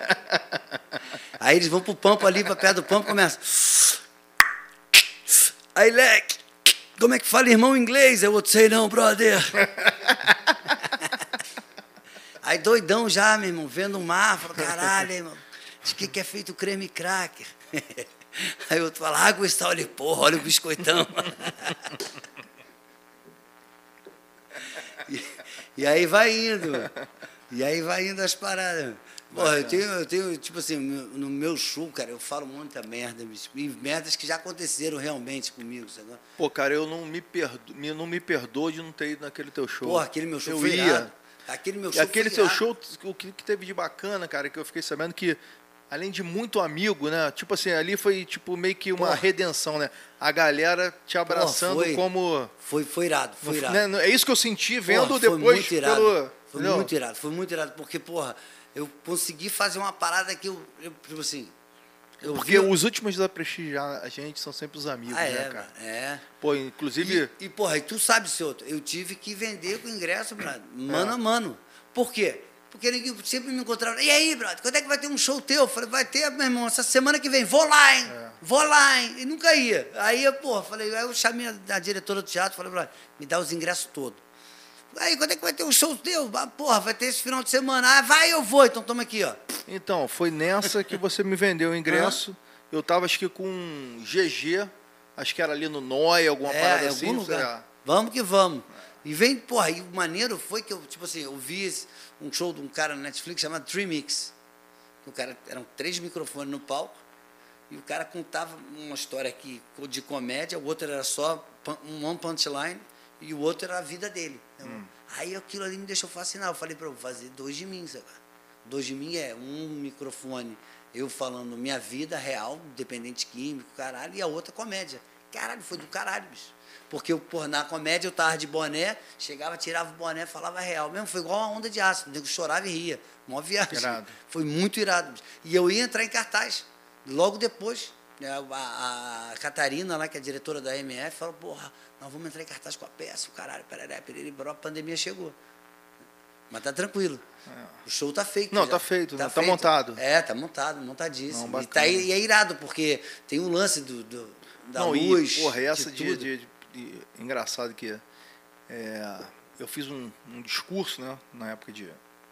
Aí eles vão pro Pampo ali, pra perto do Pampo, começa. Aí, leque, como é que fala irmão em inglês? Eu outro sei não, brother. Aí doidão já, meu irmão, vendo o mar, fala, caralho, irmão, de que que é feito creme cracker? Aí o outro fala, água está, olha, porra, olha o biscoitão. e, e aí vai indo, e aí vai indo as paradas. Porra, eu tenho, eu tenho, tipo assim, no meu show, cara, eu falo muita merda, bicho, e merdas que já aconteceram realmente comigo, sabe? Pô, cara, eu não me, perdo, não me perdoo de não ter ido naquele teu show. Porra, aquele meu show eu foi ia. irado. Aquele meu show e aquele foi seu irado. show, o que, que teve de bacana, cara, que eu fiquei sabendo que, além de muito amigo, né, tipo assim, ali foi tipo meio que uma Porra. redenção, né? A galera te abraçando Porra, foi, como... Foi, foi irado, foi irado. Né, é isso que eu senti vendo Porra, foi depois muito irado. pelo... Foi entendeu? muito irado, foi muito irado, porque, porra, eu consegui fazer uma parada que eu, eu tipo assim... Eu Porque vi... os últimos a prestigiar a gente são sempre os amigos, ah, né, é, cara? É. Pô, inclusive... E, e porra, e tu sabe, senhor, eu tive que vender com ingresso, brother, mano é. a mano. Por quê? Porque ninguém sempre me encontrava. E aí, brother, quando é que vai ter um show teu? Eu falei, vai ter, meu irmão, essa semana que vem. Vou lá, hein? É. Vou lá, hein? E nunca ia. Aí, eu, porra, falei, aí eu chamei a, a diretora do teatro, falei, brother, me dá os ingressos todos. Aí, quando é que vai ter um show teu? Ah, porra, vai ter esse final de semana. Ah, vai, eu vou. Então, toma aqui, ó. Então, foi nessa que você me vendeu o ingresso. Uhum. Eu tava, acho que com G G, acho que era ali no Noi, alguma é, parada em assim. Algum lugar. Vamos que vamos. E vem, porra, e o maneiro foi que eu, tipo assim, eu vi um show de um cara na Netflix chamado Three Mix. O cara, eram três microfones no palco, e o cara contava uma história aqui de comédia, o outro era só um one punchline, e o outro era a vida dele. Hum. Aí aquilo ali me deixou fascinado. Eu falei para eu fazer dois de mim, sabe? Dois de mim é um microfone, eu falando minha vida real, dependente químico, caralho, e a outra comédia. Caralho, foi do caralho, bicho. Porque eu, porra, na comédia eu tava de boné, chegava, tirava o boné, falava real. Mesmo foi igual uma onda de ácido, o nego chorava e ria. Mó viagem. Irado. Foi muito irado. E eu ia entrar em cartaz. Logo depois, a, a Catarina, lá, que é a diretora da M F, falou, porra, nós vamos entrar em cartaz com a peça, o caralho, pereré, pereré, a pandemia chegou. Mas tá tranquilo. É. O show tá feito. Não, já. tá feito, tá, né? feito. Tá montado. É, tá montado, montadíssimo. Não, e, tá, e é irado, porque tem um lance do, do, da Não, luz. E, porra, essa de, de, de, de engraçado que é, eu fiz um, um discurso, né, na época de,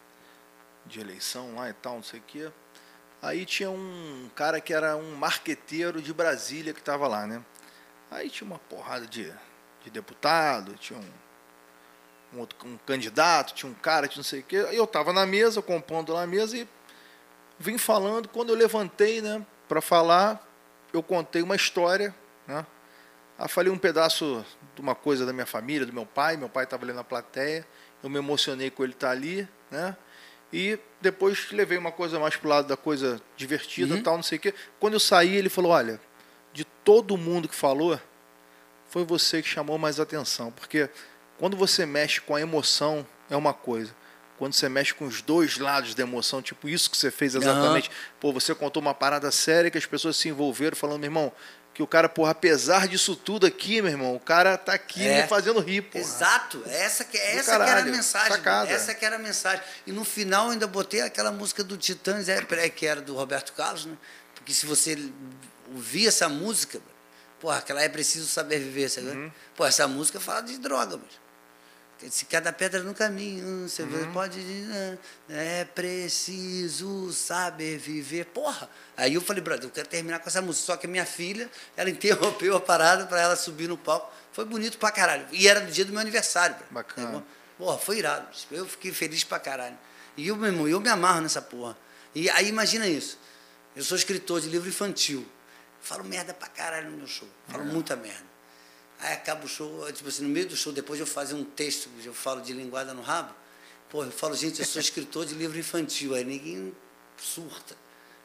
de eleição lá e tal, não sei o quê. Aí tinha um cara que era um marqueteiro de Brasília que estava lá, né? Aí tinha uma porrada de, de deputado, tinha um, um, outro, um candidato, tinha um cara, tinha não sei o quê. Aí eu estava na mesa, compondo lá a mesa e vim falando. Quando eu levantei, né, para falar, eu contei uma história, né? Aí falei um pedaço de uma coisa da minha família, do meu pai. Meu pai estava ali na plateia, eu me emocionei com ele estar ali, né? E depois levei uma coisa mais para o lado da coisa divertida, uhum. tal, não sei o quê. Quando eu saí, ele falou, olha, de todo mundo que falou, foi você que chamou mais atenção. Porque quando você mexe com a emoção, é uma coisa. Quando você mexe com os dois lados da emoção, tipo isso que você fez exatamente. Uhum. Pô, você contou uma parada séria que as pessoas se envolveram, falando, meu irmão, que o cara, porra, apesar disso tudo aqui, meu irmão, o cara tá aqui é. me fazendo rir, porra. Exato, essa que, essa caralho, que era a mensagem. Sacada. Essa que era a mensagem. E no final ainda botei aquela música do Titãs, que era do Roberto Carlos, né? Porque se você ouvir essa música, porra, aquela é preciso saber viver, sabe? Uhum. Pô, essa música fala de droga, mas se cada pedra no caminho, você uhum. pode dizer, é preciso saber viver. Porra! Aí eu falei, brother, eu quero terminar com essa música. Só que a minha filha, ela interrompeu a parada para ela subir no palco. Foi bonito pra caralho. E era no dia do meu aniversário. Bro. Bacana. Porra, foi irado. Eu fiquei feliz pra caralho. E eu, meu irmão, eu me amarro nessa porra. E aí imagina isso. Eu sou escritor de livro infantil. Falo merda pra caralho no meu show. Falo é. muita merda. Aí acaba o show, tipo assim, no meio do show, depois de eu fazer um texto, eu falo de linguada no rabo, pô, eu falo, gente, eu sou escritor de livro infantil, aí ninguém surta.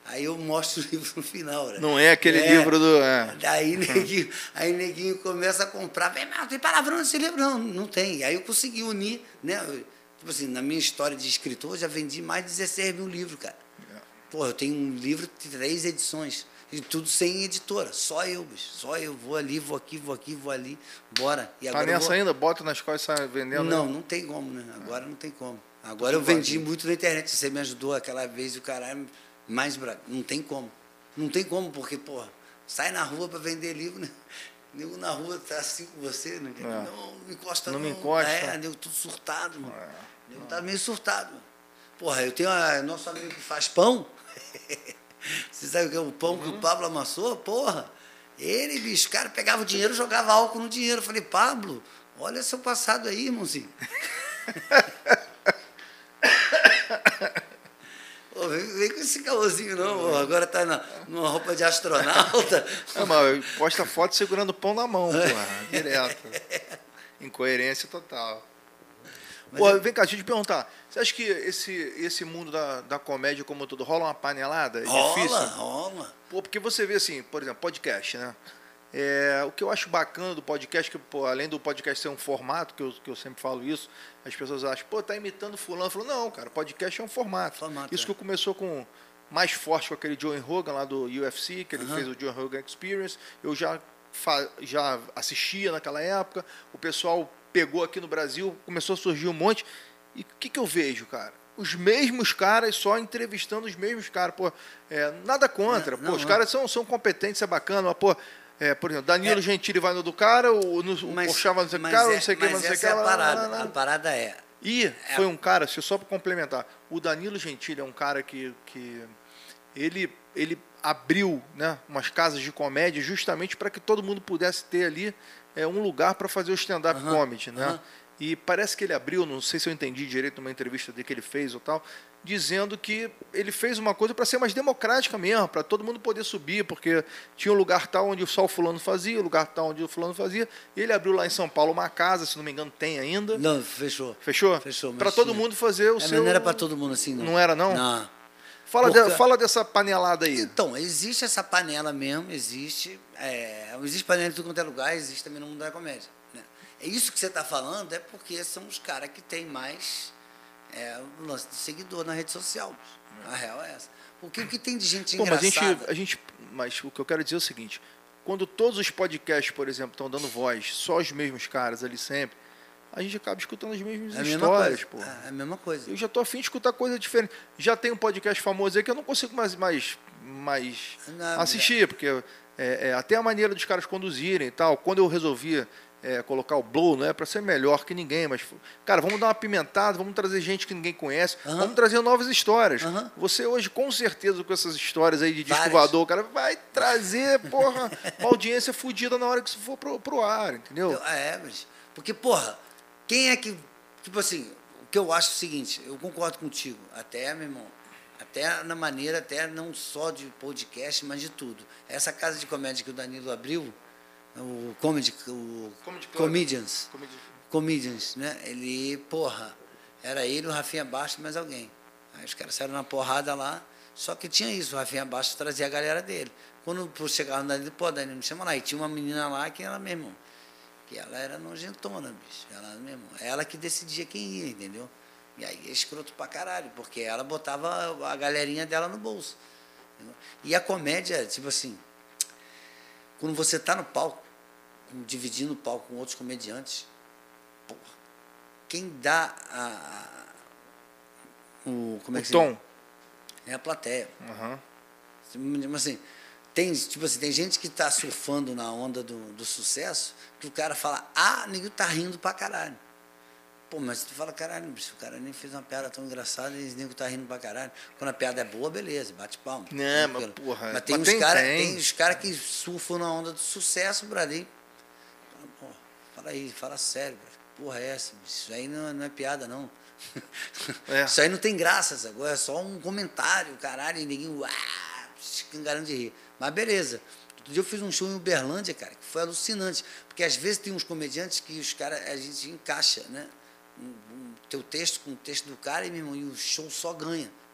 Aí eu mostro o livro no final, né? Não é aquele é, livro do... É. Daí neguinho, aí neguinho começa a comprar. Vem, mas tem palavrão nesse livro? Não, não tem. Aí eu consegui unir, né? Tipo assim, na minha história de escritor, eu já vendi mais de dezesseis mil livros, cara. É. Pô, eu tenho um livro de três edições. E tudo sem editora. Só eu, bicho. Só eu. Vou ali, vou aqui, vou aqui, vou ali. Bora. E agora tá nessa vou... ainda? Bota nas coisas e sai vendendo? Não, né? não tem como, né? Agora não tem como. Agora eu vendi muito na internet. Você me ajudou aquela vez e o caralho... Mais bravo. Não tem como. Não tem como, porque, porra, sai na rua para vender livro, né? Nego na rua tá assim com você, né? É. Não, não encosta não. Não me encosta. É, nego tudo surtado, mano. É. Nego tá meio surtado, mano. Porra, eu tenho a, nosso amigo que faz pão. Você sabe o que é o pão uhum. que o Pablo amassou? Porra. Ele, bicho, o cara pegava o dinheiro e jogava álcool no dinheiro. Eu falei, Pablo, olha seu passado aí, irmãozinho. Pô, vem, vem com esse caôzinho, não. Pô. Agora tá na, numa roupa de astronauta. É, mas posta foto segurando o pão na mão, porra, direto. Incoerência total. Pô, é... Vem cá, deixa eu te perguntar. Você acha que esse, esse mundo da, da comédia como todo rola uma panelada? É rola, difícil? rola. Pô, porque você vê assim, por exemplo, podcast, né? É, o que eu acho bacana do podcast, que pô, além do podcast ser um formato, que eu, que eu sempre falo isso, as pessoas acham, pô, tá imitando fulano. Eu falo, não, cara, podcast é um formato. formato isso é. Que começou com mais forte com aquele Joe Rogan lá do U F C, que ele uhum. fez o Joe Rogan Experience. Eu já, fa, já assistia naquela época. O pessoal pegou aqui no Brasil, começou a surgir um monte. E o que, que eu vejo, cara? Os mesmos caras só entrevistando os mesmos caras. Pô, é, nada contra. Não, pô, não, os não. caras são, são competentes, é bacana, mas, pô, É, por exemplo, Danilo é. Gentili vai no do cara, o, no, o Porchat vai no do cara, é, não sei o que, não sei o que. É a parada, lá, lá, lá. A parada é... E é. foi um cara, só para complementar, o Danilo Gentili é um cara que, que ele, ele abriu, né, umas casas de comédia justamente para que todo mundo pudesse ter ali é, um lugar para fazer o stand-up uh-huh. comedy, né? Uh-huh. E parece que ele abriu, não sei se eu entendi direito numa entrevista dele que ele fez ou tal, dizendo que ele fez uma coisa para ser mais democrática mesmo, para todo mundo poder subir, porque tinha um lugar tal onde só o fulano fazia, um lugar tal onde o fulano fazia, e ele abriu lá em São Paulo uma casa, se não me engano tem ainda. Não, fechou. Fechou? Fechou. Para todo mundo fazer o é, seu... Mas não era para todo mundo assim, não. Não era, não? Não. Fala, Porque... de, fala dessa panelada aí. Então, existe essa panela mesmo, existe, é, existe panela em tudo quanto é lugar, existe também no mundo da comédia. Né? É isso que você está falando, é porque são os caras que têm mais... É o lance de seguidor na rede social. A real é essa. Porque o que tem de gente Pô, engraçada... Mas, a gente, a gente, mas o que eu quero dizer é o seguinte, quando todos os podcasts, por exemplo, estão dando voz, só os mesmos caras ali sempre, a gente acaba escutando as mesmas é histórias. Pô. É a mesma coisa. Eu já estou afim de escutar coisa diferente. Já tem um podcast famoso aí que eu não consigo mais, mais, mais não, assistir, não. porque é, é, até a maneira dos caras conduzirem e tal, quando eu resolvi... É, colocar o Blow, não é para ser melhor que ninguém, mas, cara, vamos dar uma pimentada, vamos trazer gente que ninguém conhece, uhum. vamos trazer novas histórias. Uhum. Você hoje, com certeza, com essas histórias aí de disco voador, cara, vai trazer, porra, uma audiência fodida na hora que isso for pro, pro ar, entendeu? Eu, é, mas, porque, porra, quem é que, tipo assim, o que eu acho é o seguinte, eu concordo contigo, até, meu irmão, até na maneira, até não só de podcast, mas de tudo. Essa casa de comédia que o Danilo abriu, o comedy, o comedy Comedians, comedy. Comedians, né? Ele, porra, era ele, o Rafinha Bastos e mais alguém. Aí os caras saíram na porrada lá, só que tinha isso, o Rafinha Bastos trazia a galera dele. Quando chegaram no Danilo, pô, Danilo, me chama lá. E tinha uma menina lá que ela mesmo, que ela era nojentona, bicho. Ela mesmo, ela que decidia quem ia, entendeu? E aí é escroto pra caralho, porque ela botava a galerinha dela no bolso. Entendeu? E a comédia, tipo assim, quando você está no palco, dividindo o palco com outros comediantes, porra, quem dá a, a, o, como é o que tom é a plateia. Uhum. Assim, tem, tipo assim, tem gente que está surfando na onda do, do sucesso, que o cara fala, ah, o nego tá rindo pra caralho. Pô, mas tu fala, caralho, bicho, o cara nem fez uma piada tão engraçada e o nego tá rindo pra caralho. Quando a piada é boa, beleza, bate palma. Não, mas porra. Mas tem mas uns caras cara que surfam na onda do sucesso, Brasil. Fala, fala aí, fala sério, cara. Porra, é essa? Isso aí não, não é piada, não. É. Isso aí não tem graça, agora é só um comentário, caralho, e ninguém, uau, escangarando de rir. Mas beleza. Outro dia eu fiz um show em Uberlândia, cara, que foi alucinante. Porque às vezes tem uns comediantes que os caras, a gente encaixa, né? Um, um, teu texto com o texto do cara e, meu irmão, e o show só ganha.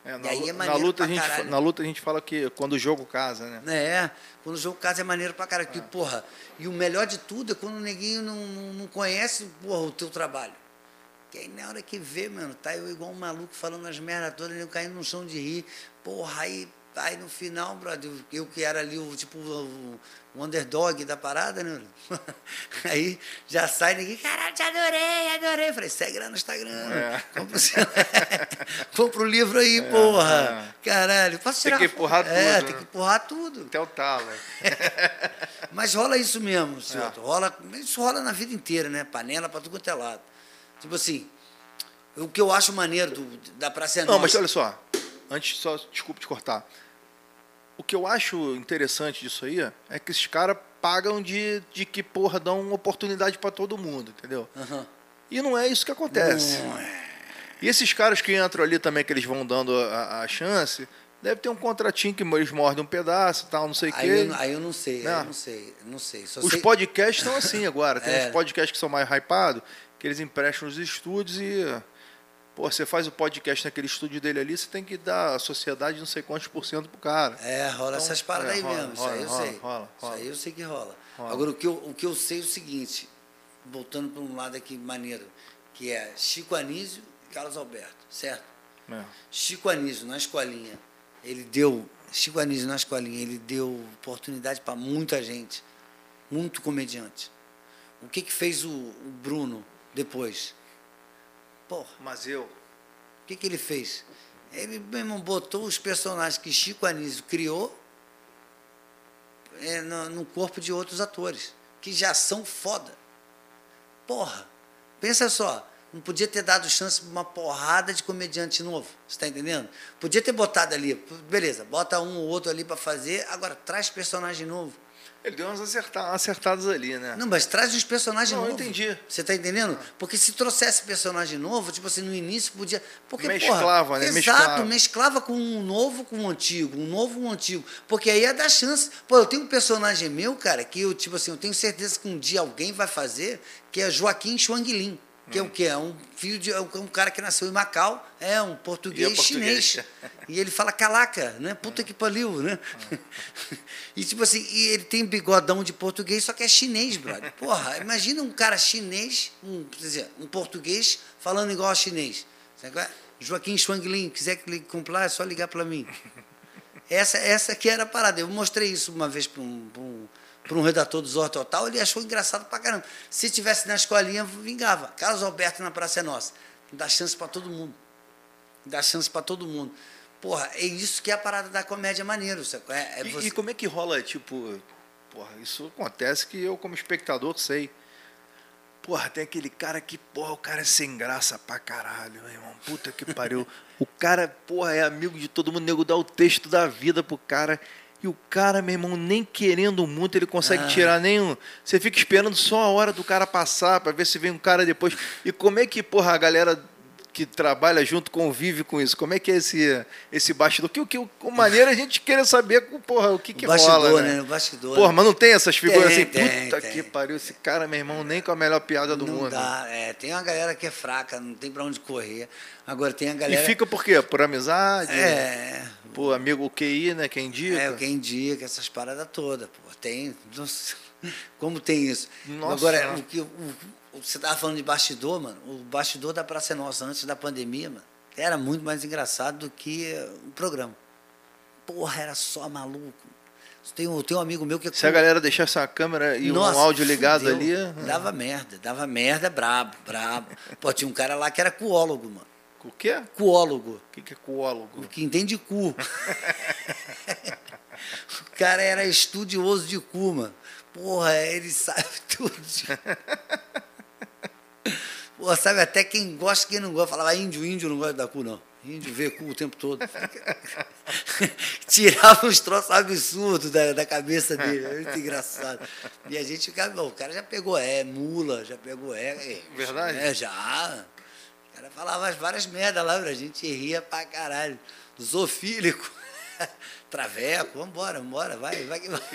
É, e aí é na, maneiro luta, pra a gente, caralho. na luta a gente fala que quando o jogo casa, né? É, quando o jogo casa é maneiro pra caralho. É. Que, porra, e o melhor de tudo é quando o neguinho não, não, não conhece, porra, o teu trabalho. Que aí na hora que vê, mano, tá eu igual um maluco falando as merdas todas, eu caindo no chão de rir. Porra, aí, aí no final, brother, eu que era ali o tipo o, o underdog da parada, né? Aí já sai ninguém, caralho, te adorei, adorei. Eu falei, segue lá no Instagram. É. Compra, compra o livro aí, É, porra. é. Caralho, posso tirar Tem que empurrar É, tudo, tem né? que empurrar tudo. Até o talo. Mas rola isso mesmo, senhor. É. Rola, isso rola na vida inteira, né? Panela pra tudo quanto é lado. Tipo assim, o que eu acho maneiro do, da Praça é Não, Nossa. mas olha só, antes só, desculpa te cortar. O que eu acho interessante disso aí é que esses caras pagam de, de que, porra, dão oportunidade pra todo mundo, entendeu? Uhum. E não é isso que acontece. Não é. E esses caras que entram ali também, que eles vão dando a, a chance, deve ter um contratinho que eles mordem um pedaço e tal, não sei o Aí, quê. eu, não- aí eu não sei, aí Né? eu não sei, não sei. Só Os sei... podcasts estão assim agora. Tem É. uns podcasts que são mais hypados, que eles emprestam os estúdios e... Pô, você faz o podcast naquele estúdio dele ali, você tem que dar a sociedade não sei quantos por cento pro cara. É, rola Então, essas paradas é, aí rola, mesmo, rola, isso aí eu rola, sei. rola, rola. Isso aí eu sei que rola. Rola. Agora, o que, eu, o que eu sei é o seguinte, voltando para um lado aqui maneiro, que é Chico Anísio e Carlos Alberto, certo? É. Chico Anísio, na escolinha, ele deu, Chico Anísio na escolinha, ele deu oportunidade para muita gente, muito comediante. O que que fez o, o Bruno depois? Porra, Mas eu... o que que ele fez? Ele mesmo botou os personagens que Chico Anísio criou é, no, no corpo de outros atores, que já são foda. Porra, pensa só, não podia ter dado chance para uma porrada de comediante novo, você está entendendo? Podia ter botado ali, beleza, bota um ou outro ali para fazer, agora traz personagem novo. Ele deu umas acerta- acertadas ali, né? Não, mas traz uns personagens Não, eu novos. entendi. Você está entendendo? Porque se trouxesse personagem novo, tipo assim, no início podia. Porque, Mesclava, porra, né? Exato, Mesclava. mesclava com um novo com um antigo, um novo com um antigo. Porque aí ia dar chance. Pô, eu tenho um personagem meu, cara, que eu, tipo assim, eu tenho certeza que um dia alguém vai fazer, que é Joaquim Chuanguilin. Que hum. é o quê? É um filho de. É um cara que nasceu em Macau, é um português, é português. chinês. E ele fala calaca, né? Puta que pariu, né? E tipo assim, e ele tem bigodão de português, só que é chinês, brother. Porra, imagina um cara chinês, um, quer dizer, um português falando igual a chinês. Joaquim Chuanguilin, quiser comprar, é só ligar para mim. Essa, essa que era a parada. Eu mostrei isso uma vez para um, um, um redator do Zorra Total, ele achou engraçado pra caramba. Se tivesse na escolinha, vingava. Carlos Alberto na Praça é Nossa. Dá chance para todo mundo. Dá chance para todo mundo. Porra, é isso que é a parada da comédia maneiro. É, é você... e, e como é que rola, tipo... Porra, isso acontece que eu, como espectador, sei. Porra, tem aquele cara que, porra, o cara é sem graça pra caralho, meu irmão. Puta que pariu. O cara, porra, é amigo de todo mundo. O nego dá o texto da vida pro cara. E o cara, meu irmão, nem querendo muito, ele consegue ah. tirar nenhum. Você fica esperando só a hora do cara passar pra ver se vem um cara depois. E como é que, porra, a galera que trabalha junto convive com isso? Como é que é esse, esse bastidor? Que, que, que maneira a gente querer saber, porra, o que que o bastidor, rola, né? né? O bastidor. Porra, mas não tem essas figuras tem, assim, tem, puta tem. que pariu, esse cara, meu irmão, nem com a melhor piada do não mundo. Dá, é, tem uma galera que é fraca, não tem pra onde correr. Agora tem a galera... E fica por quê? Por amizade? É. Por amigo Q I, né? Quem indica? É, quem indica, essas paradas todas, pô. Tem... Nossa, como tem isso? Nossa. Agora, o que... O, você estava falando de bastidor, mano. O bastidor da Praça é Nossa, antes da pandemia, mano, era muito mais engraçado do que o programa. Porra, era só maluco. Tem um, tem um amigo meu que... Se a galera deixasse a câmera e Nossa, um áudio ligado fudeu. ali... Dava merda, dava merda brabo, brabo. Pô, tinha um cara lá que era coólogo, mano. O quê? Coólogo. O que, que é coólogo? O que entende cu. O cara era estudioso de cu, mano. Porra, ele sabe tudo. Pô, sabe até quem gosta e quem não gosta. Falava índio, índio não gosta da cu, não. Índio vê cu o tempo todo. Tirava uns troços absurdos da, da cabeça dele. É muito engraçado. E a gente ficava, o cara já pegou é, mula, já pegou é. é Verdade? É, já. O cara falava várias merdas lá, a gente ria pra caralho. Zoofílico, traveco, vambora, vambora, vai, vai que vai.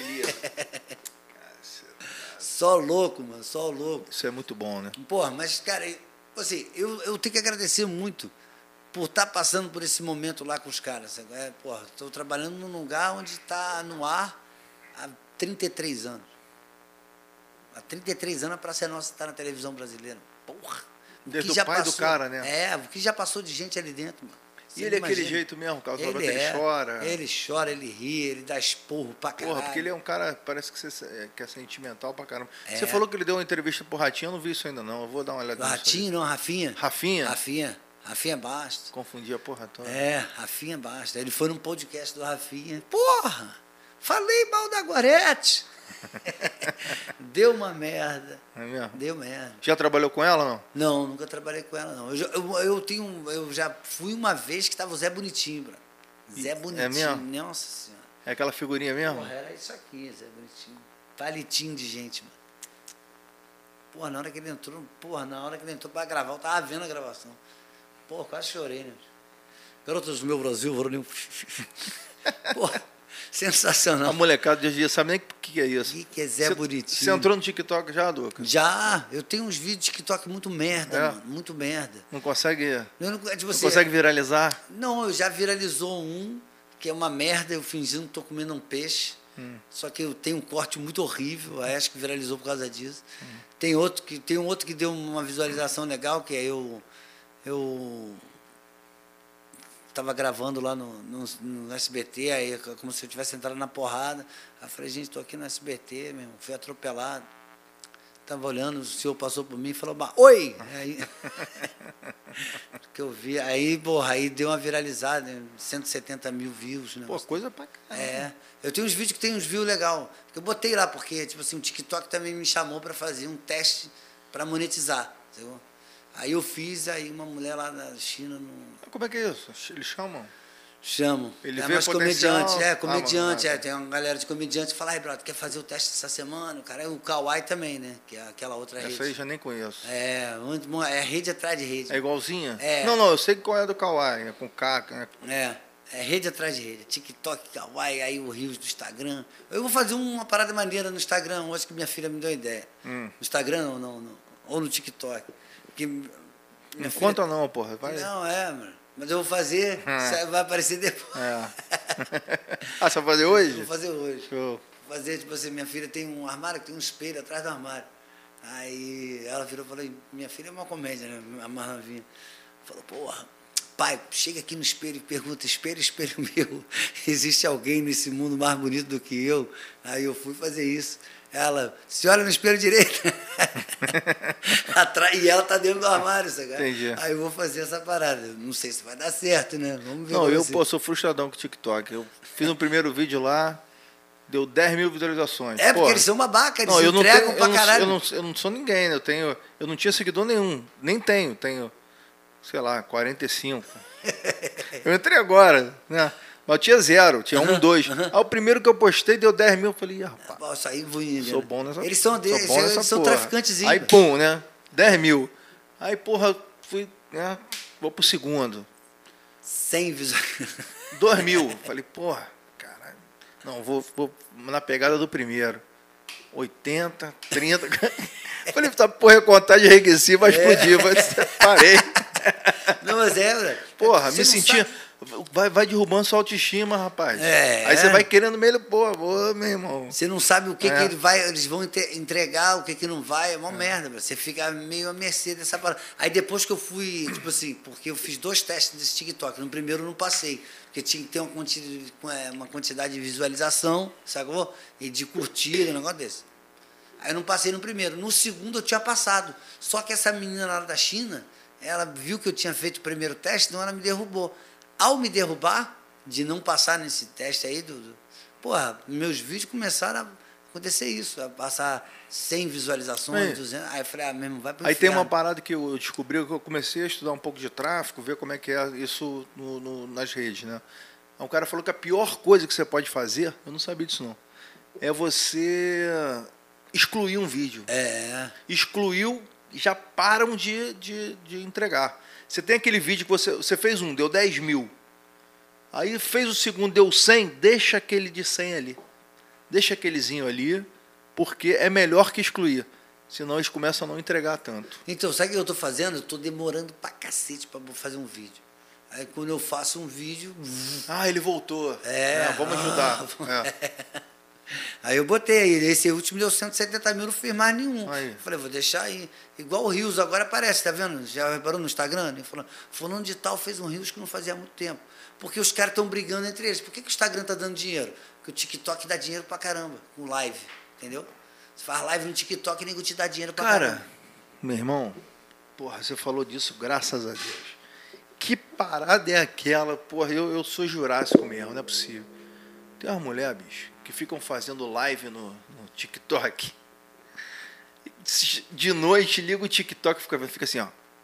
Só louco, mano, só louco. Isso é muito bom, né? Porra, mas, cara, assim, eu, eu tenho que agradecer muito por estar tá passando por esse momento lá com os caras. É, porra, estou trabalhando num lugar onde está no ar há trinta e três anos. Há trinta e três anos a Praça é Nossa está na televisão brasileira. Porra! Desde o pai passou, do cara, né? É, o que já passou de gente ali dentro, mano. E ele é aquele jeito mesmo, Carlos Alberto, ele, ele chora. Ele chora, ele ri, ele dá esporro pra caralho. Porra, porque ele é um cara, parece que, você, que é sentimental pra caramba. É. Você falou que ele deu uma entrevista pro Ratinho, eu não vi isso ainda não, eu vou dar uma olhada nisso. Ratinho não, Rafinha. Rafinha? Rafinha. Rafinha Bastos. Confundi a porra toda. É, Rafinha Bastos. Ele foi num podcast do Rafinha. Porra, falei mal da Gorete. Deu uma merda. É mesmo? Deu merda. Já trabalhou com ela, não? Não, nunca trabalhei com ela, não. Eu, eu, eu, tenho, eu já fui uma vez que estava o Zé Bonitinho, bro. Zé Bonitinho. É mesmo? Nossa Senhora. É aquela figurinha mesmo? Porra, era isso aqui, Zé Bonitinho. Palitinho de gente, mano. Porra, na hora que ele entrou, porra, na hora que ele entrou pra gravar, eu tava vendo a gravação. Porra, quase chorei, né? Garotas do meu Brasil, varonil. Porra. Sensacional. A molecada de hoje em dia sabe nem o que é isso. O que, que é Zé cê, Bonitinho? Você entrou no TikTok já, Duca? Já. Eu tenho uns vídeos de TikTok muito merda, é. mano. Muito merda. Não consegue, eu não, tipo, não assim, consegue viralizar? Não, eu já viralizou um, que é uma merda, eu fingindo que tô comendo um peixe. Hum. Só que eu tenho um corte muito horrível, aí acho que viralizou por causa disso. Hum. Tem, outro que, tem um outro que deu uma visualização legal, que é eu... eu estava gravando lá no, no, no S B T, aí como se eu tivesse entrado na porrada. Aí eu falei, gente, estou aqui no S B T, meu irmão, fui atropelado. Estava olhando, o senhor passou por mim e falou, oi! Aí, que eu vi, aí, porra, aí deu uma viralizada, cento e setenta mil views. Né? Pô, coisa pra caramba. É, eu tenho uns vídeos que tem uns views legal. Eu botei lá, porque, tipo assim, o TikTok também me chamou para fazer um teste para monetizar, entendeu? Aí eu fiz, aí uma mulher lá da China... Não... Como é que é isso? Eles chamam? Chamam. Ele é vê mais potencial... comediante, é, comediante, ah, é, tem uma galera de comediante que fala, ai, brother, quer fazer o teste essa semana? O cara é o Kawaii também, né? Que é aquela outra rede. Essa aí já nem conheço. É, é rede atrás de rede. É igualzinha? É. Não, não, eu sei qual é a do Kawaii, é com K. Né? É, é rede atrás de rede. TikTok, Kawaii, aí o Rios do Instagram. Eu vou fazer uma parada maneira no Instagram, hoje que minha filha me deu ideia. Hum. No Instagram, não, não, não, ou no TikTok. Porque não filha... conta não, porra. Vai. Não, é, mano. Mas eu vou fazer, é. vai aparecer depois. É. Ah, você vai fazer hoje? Vou fazer hoje. Show. Vou fazer, tipo assim, minha filha tem um armário que tem um espelho atrás do armário. Aí ela virou e falou, minha filha é uma comédia, né? A mais novinha. Falou, porra, pai, chega aqui no espelho e pergunta, espelho, espelho meu, existe alguém nesse mundo mais bonito do que eu? Aí eu fui fazer isso. Ela, se olha no espelho direito. E ela tá dentro do armário, sabe? Entendi. Aí eu vou fazer essa parada. Não sei se vai dar certo, né? Vamos ver. Não, eu pô, sou frustradão com o TikTok. Eu fiz um primeiro vídeo lá, deu dez mil visualizações. É, pô, porque eles são babaca, eles não, eu entregam não tenho, pra eu caralho. Não, eu, não, eu não sou ninguém, né? Eu, tenho, eu não tinha seguidor nenhum. Nem tenho, tenho, sei lá, quarenta e cinco. Eu entrei agora, né? Mas eu tinha zero, tinha um, dois. Uhum. Aí o primeiro que eu postei deu dez mil. Eu falei, ah, rapaz, isso aí vou ir, sou bom nessa Eles são deles, sou eles são traficantes. Aí, pum, né? dez mil. Aí, porra, fui, né? Vou pro segundo. cem visualizações. dois mil. Falei, porra, caralho. Não, vou, vou na pegada do primeiro. oitenta, trinta. Falei, tá, porra, a contagem regressiva vai explodir. É. Parei. Não, mas é, velho. Porra, me sentia... Vai, vai derrubando sua autoestima, rapaz. É, Aí é. você vai querendo meio, pô, pô, meu irmão. Você não sabe o que, é. que ele vai, eles vão entregar, o que, que não vai, é uma é. merda. Você fica meio à mercê dessa parada. Aí depois que eu fui, tipo assim, porque eu fiz dois testes desse TikTok. No primeiro eu não passei, porque tinha que ter uma quantidade, uma quantidade de visualização, sacou? E de curtida, um negócio desse. Aí eu não passei no primeiro. No segundo eu tinha passado. Só que essa menina lá da China, ela viu que eu tinha feito o primeiro teste, então ela me derrubou. Ao me derrubar, de não passar nesse teste aí, do, do, porra, meus vídeos começaram a acontecer isso, a passar cem visualizações, duzentas, aí eu falei, ah, mesmo, vai pro Aí inferno. Tem uma parada que eu descobri, que eu comecei a estudar um pouco de tráfego, ver como é que é isso no, no, nas redes, né? Aí um cara falou que a pior coisa que você pode fazer, eu não sabia disso não, é você excluir um vídeo. É. Excluiu, já param de, de, de entregar. Você tem aquele vídeo que você, você fez um, deu dez mil. Aí fez o segundo, deu cem, deixa aquele de cem ali. Deixa aquelezinho ali, porque é melhor que excluir. Senão eles começam a não entregar tanto. Então, sabe o que eu estou fazendo? Eu estou demorando pra cacete para fazer um vídeo. Aí quando eu faço um vídeo... Ah, ele voltou. É. é vamos ajudar. Ah, é. Aí eu botei aí, esse último deu cento e setenta mil, não fiz mais nenhum. Aí. Falei, vou deixar aí. Igual o Rios agora aparece, tá vendo? Já reparou no Instagram? Ele falou, fulano de tal fez um Rios que não fazia há muito tempo. Porque os caras estão brigando entre eles. Por que, que o Instagram tá dando dinheiro? Porque o TikTok dá dinheiro pra caramba, com live, entendeu? Você faz live no TikTok e nego te dá dinheiro pra Cara, caramba. meu irmão, porra, você falou disso, graças a Deus. Que parada é aquela? Porra, eu, eu sou jurássico mesmo, não é possível. Tem umas mulheres, bicho, que ficam fazendo live no, no TikTok. De noite, liga o TikTok e fica, fica assim, ó.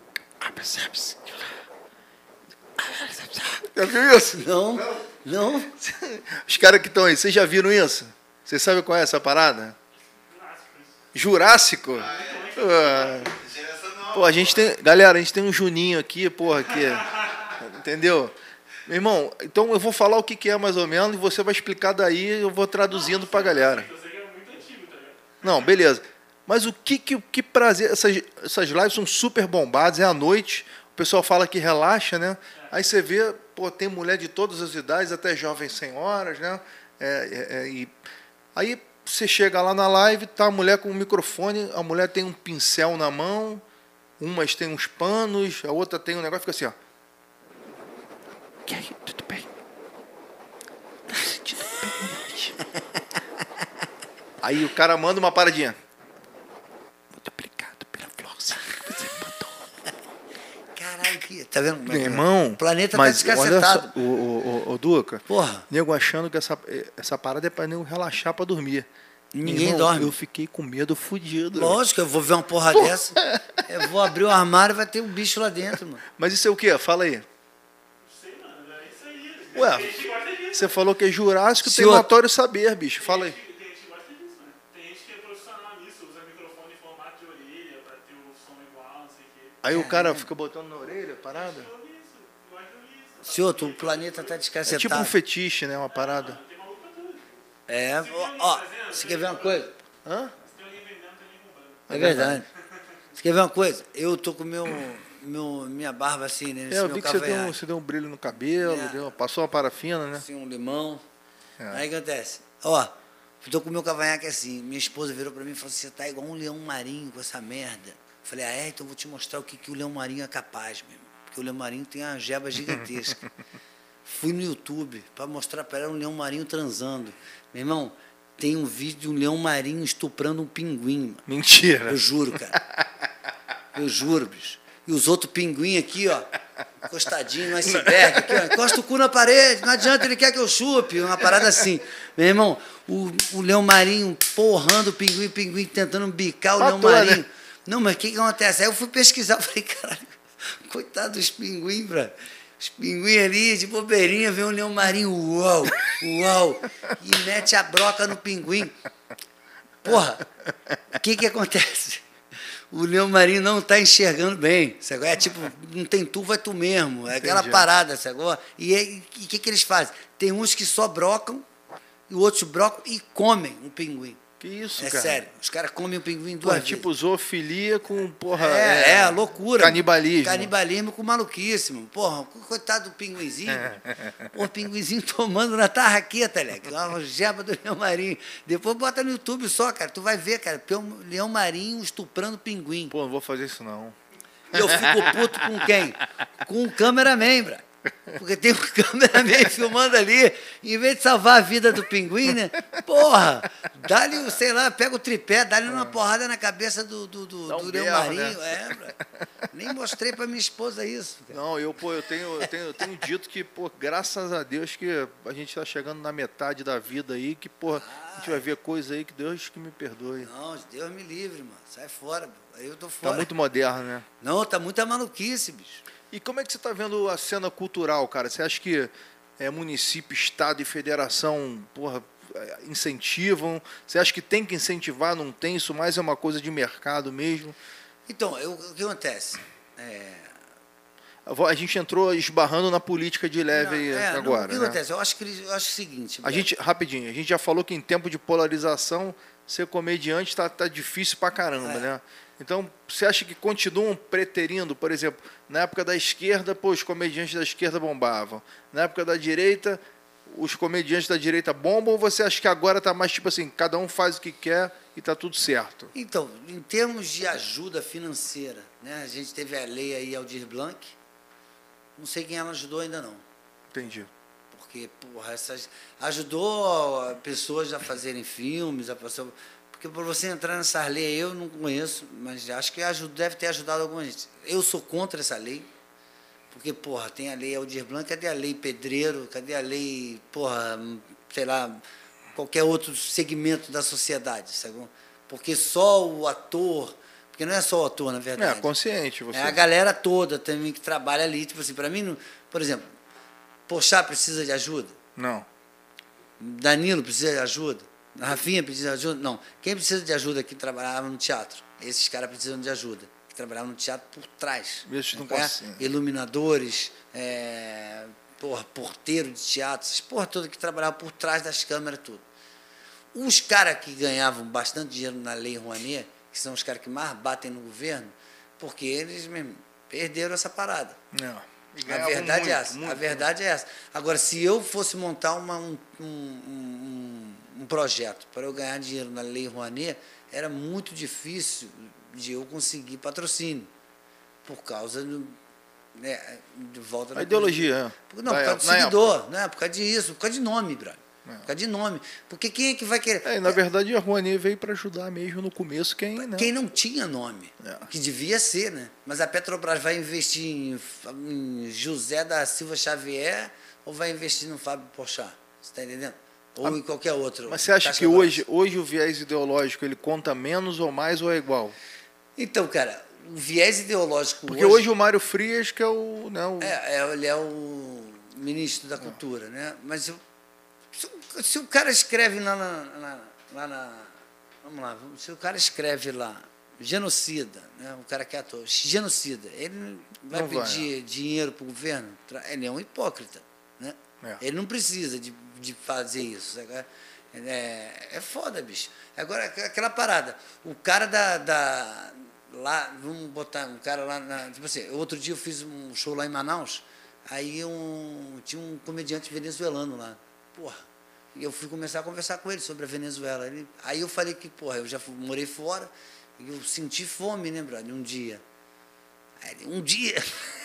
Já viu isso? Não, não. Os caras que estão aí, vocês já viram isso? Vocês sabem qual é essa parada? Jurássico? Ah, pô, a gente tem... Galera, a gente tem um Juninho aqui, porra, aqui. Entendeu? Meu irmão, então eu vou falar o que, que é mais ou menos e você vai explicar daí e eu vou traduzindo pra galera. Não, beleza. Mas o que, que, que prazer... Essas, essas lives são super bombadas, é à noite, o pessoal fala que relaxa, né? Aí você vê, pô, tem mulher de todas as idades, até jovens senhoras, né? É, é, é, e aí você chega lá na live, tá a mulher com o microfone, a mulher tem um pincel na mão, umas tem uns panos, a outra tem um negócio, fica assim, ó. E aí, tudo bem? Tá sentindo bem? Aí o cara manda uma paradinha. Muito obrigado pela florzinha que você mandou. Caralho, que... tá vendo? Meu irmão, o planeta mas tá olha só, descacetado. o, o, o, o Duca, Porra. nego achando que essa, essa parada é pra nego relaxar pra dormir. Ninguém Irmão, dorme. Eu fiquei com medo fudido. Lógico, eu vou ver uma porra dessa. Eu vou abrir o armário e vai ter um bicho lá dentro, mano. Mas isso é o quê? Fala aí. Ué, você falou que é Jurássico, Se tem o- notório saber, bicho. Fala aí. Tem gente que gosta disso, né? Tem gente que é profissional nisso, usa microfone em formato de orelha pra ter o som igual, não sei o quê. Aí o cara fica botando na orelha, parada. Eu vi isso, gosto de ouvir isso. Senhor, o planeta tá É descacetado. tipo um fetiche, né? Uma parada. Tem maluco pra tudo. É, ó, ó, você quer ver uma coisa? Hã? Se tem alguém vendendo, tem alguém comprando. É verdade. Você quer ver uma coisa? Eu tô com meu, meu, minha barba assim, né? Nesse É, eu meu vi que você deu, cavanhaque. um, você deu um brilho no cabelo, É. deu, passou uma parafina, né? Assim, um limão. É. Aí o que acontece? Ó, eu tô com o meu cavanhaque assim. Minha esposa virou pra mim e falou assim: você tá igual um leão marinho com essa merda. Eu falei: ah, é? Então eu vou te mostrar o que, que o leão marinho é capaz, meu irmão. Porque o leão marinho tem uma jeba gigantesca. Fui no YouTube pra mostrar pra ela um leão marinho transando. Meu irmão, tem um vídeo de um leão marinho estuprando um pinguim, mano. Mentira. Eu juro, cara. Eu juro, bicho. E os outros pinguim aqui, ó, encostadinho no iceberg, aqui, ó, encosta o cu na parede, não adianta, ele quer que eu chupe, uma parada assim. Meu irmão, o, o leão marinho porrando o pinguim, o pinguim tentando bicar o leão Matou, marinho. né? Não, mas o que, que acontece? Aí eu fui pesquisar, falei, caralho, coitado dos pinguim, bro. Os pinguim ali, de bobeirinha, vê um leão marinho, uau, uau, e mete a broca no pinguim. Porra, o que que acontece? O leão marinho não está enxergando bem. Sabe? É tipo, não tem tu, vai tu mesmo. É aquela Entendi. parada, sabe? E o que, que eles fazem? Tem uns que só brocam, e outros brocam e comem um pinguim. Que isso, É cara? sério. Os caras comem o pinguim Pô, duas é vezes. tipo zoofilia com, porra... É, é, loucura. Canibalismo. Canibalismo com maluquíssimo. Porra, coitado do pinguinzinho. Porra, o pinguinzinho tomando na tarraqueta, Leque. Uma jeba do leão marinho. Depois bota no YouTube só, cara. Tu vai ver, cara. Leão marinho estuprando pinguim. Pô, não vou fazer isso, não. E eu fico puto com quem? Com o cameraman, bra. Porque tem um cameraman filmando ali, em vez de salvar a vida do pinguim, né? Porra, dá-lhe, sei lá, pega o tripé, dá-lhe uma porrada na cabeça do, do, do, Dá um do leão berro, marinho. né? É, bra. Nem mostrei pra minha esposa isso. Cara. Não, eu, pô, eu tenho, eu tenho, eu tenho dito que, pô, graças a Deus que a gente está chegando na metade da vida aí, que, pô, a gente vai ver coisa aí que Deus que me perdoe. Não, Deus me livre, mano. Sai fora, bro. Aí eu tô Tá fora. muito moderno, né? Não, tá muita maluquice, bicho. E como é que você está vendo a cena cultural, cara? Você acha que é, município, estado e federação, porra, é, incentivam? Você acha que tem que incentivar, não tem? Isso mais é uma coisa de mercado mesmo? Então, eu, o que acontece? É... A gente entrou esbarrando na política de leve aí Não, é, não, agora, o que né? acontece? Eu acho, que, eu acho o seguinte... A gente, rapidinho, a gente já falou que em tempo de polarização, ser comediante tá, tá difícil pra caramba, É. né? Então, você acha que continuam preterindo, por exemplo, na época da esquerda, pô, os comediantes da esquerda bombavam. Na época da direita, os comediantes da direita bombam, ou você acha que agora está mais tipo assim, cada um faz o que quer e está tudo certo? Então, em termos de ajuda financeira, né, a gente teve a lei aí Aldir Blanc, não sei quem ela ajudou ainda não. Entendi. Porque, porra, essas, ajudou pessoas a fazerem filmes, a pessoa, porque para você entrar nessa lei eu não conheço, mas acho que ajuda, deve ter ajudado alguma gente. Eu sou contra essa lei, porque, porra, tem a lei Aldir Blanc, cadê a lei Pedreiro, cadê a lei, porra, sei lá, qualquer outro segmento da sociedade, sabe? Porque só o ator, porque não é só o ator, na verdade. É, consciente você. É a galera toda também que trabalha ali, tipo assim, para mim, por exemplo, Porchat precisa de ajuda? Não. Danilo precisa de ajuda? Rafinha precisa de ajuda? Não. Quem precisa de ajuda que trabalhava no teatro? Esses caras precisam de ajuda. Que trabalhavam no teatro por trás. Isso não é? pode. Iluminadores, é, porra, porteiro de teatro, essas porra toda que trabalhavam por trás das câmeras, tudo. Os caras que ganhavam bastante dinheiro na Lei Rouanet, que são os caras que mais batem no governo, porque eles mesmo perderam essa parada. Não. A verdade muito, é essa. muito, a verdade muito. é essa. Agora, se eu fosse montar uma, um, um, um, um projeto para eu ganhar dinheiro na Lei Rouanet, era muito difícil de eu conseguir patrocínio, por causa do, né, de volta a da ideologia. Por, não, por causa do seguidor, né, por causa disso, por causa de nome, brother. É. Por causa de nome. Porque quem é que vai querer? É, na verdade, a Rouanet veio para ajudar mesmo no começo quem, né? Quem não tinha nome. É. Que devia ser, né? Mas a Petrobras vai investir em, em José da Silva Xavier ou vai investir no Fábio Porchat? Você está entendendo? Ou a, em qualquer outro. Mas você acha que hoje, hoje o viés ideológico ele conta menos ou mais ou é igual? Então, cara, o viés ideológico Porque hoje... hoje o Mário Frias, que é o... Né, o... É, é, ele é o ministro da Cultura, né? Mas eu, se, se o cara escreve lá na, na, lá na... Vamos lá, se o cara escreve lá, genocida, né? O cara que é ator, genocida, ele vai não pedir vai, dinheiro para o governo? Ele é um hipócrita, né? É. Ele não precisa de, de fazer isso. É, é foda, bicho. Agora, aquela parada, o cara da... da lá, vamos botar um cara lá, na, tipo assim, outro dia eu fiz um show lá em Manaus, aí um, tinha um comediante venezuelano lá, porra, e eu fui começar a conversar com ele sobre a Venezuela, ele, aí eu falei que, porra, eu já fui, morei fora, e eu senti fome, né, brother, um dia, aí, um dia...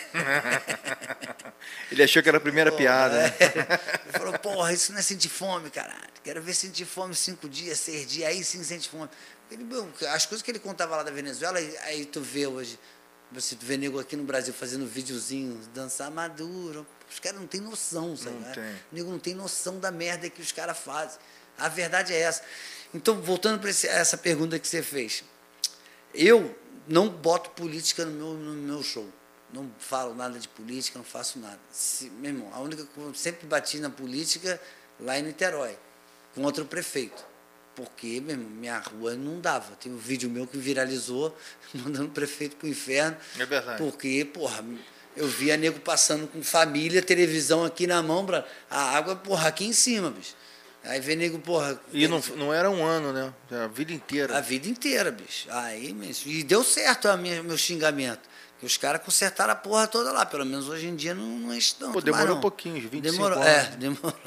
Ele achou que era a primeira porra, piada, é. né? Ele falou, porra, isso não é sentir fome, caralho, quero ver sentir fome cinco dias, seis dias, aí sim sente fome. Ele, as coisas que ele contava lá da Venezuela, aí tu vê hoje, você tu vê nego aqui no Brasil fazendo videozinho, dançar Maduro, os caras não têm noção, sabe? Não tem. O nego não tem noção da merda que os caras fazem. A verdade é essa. Então, voltando para essa pergunta que você fez, eu não boto política no meu, no meu show. Não falo nada de política, não faço nada. Se, meu irmão, a única coisa que eu sempre bati na política lá em Niterói, contra o prefeito. Porque, meu irmão, minha rua não dava. Tem um vídeo meu que viralizou, mandando o prefeito pro inferno. É verdade. Porque, porra, eu via nego passando com família, televisão aqui na mão, pra, a água, porra, aqui em cima, bicho. Aí vem nego, porra... E não, não era um ano, né? A vida inteira. A vida inteira, bicho. Aí, e deu certo o meu xingamento. Que os caras consertaram a porra toda lá. Pelo menos hoje em dia não, não estão. Pô, demorou um pouquinho, vinte e cinco demorou, anos. É, demorou.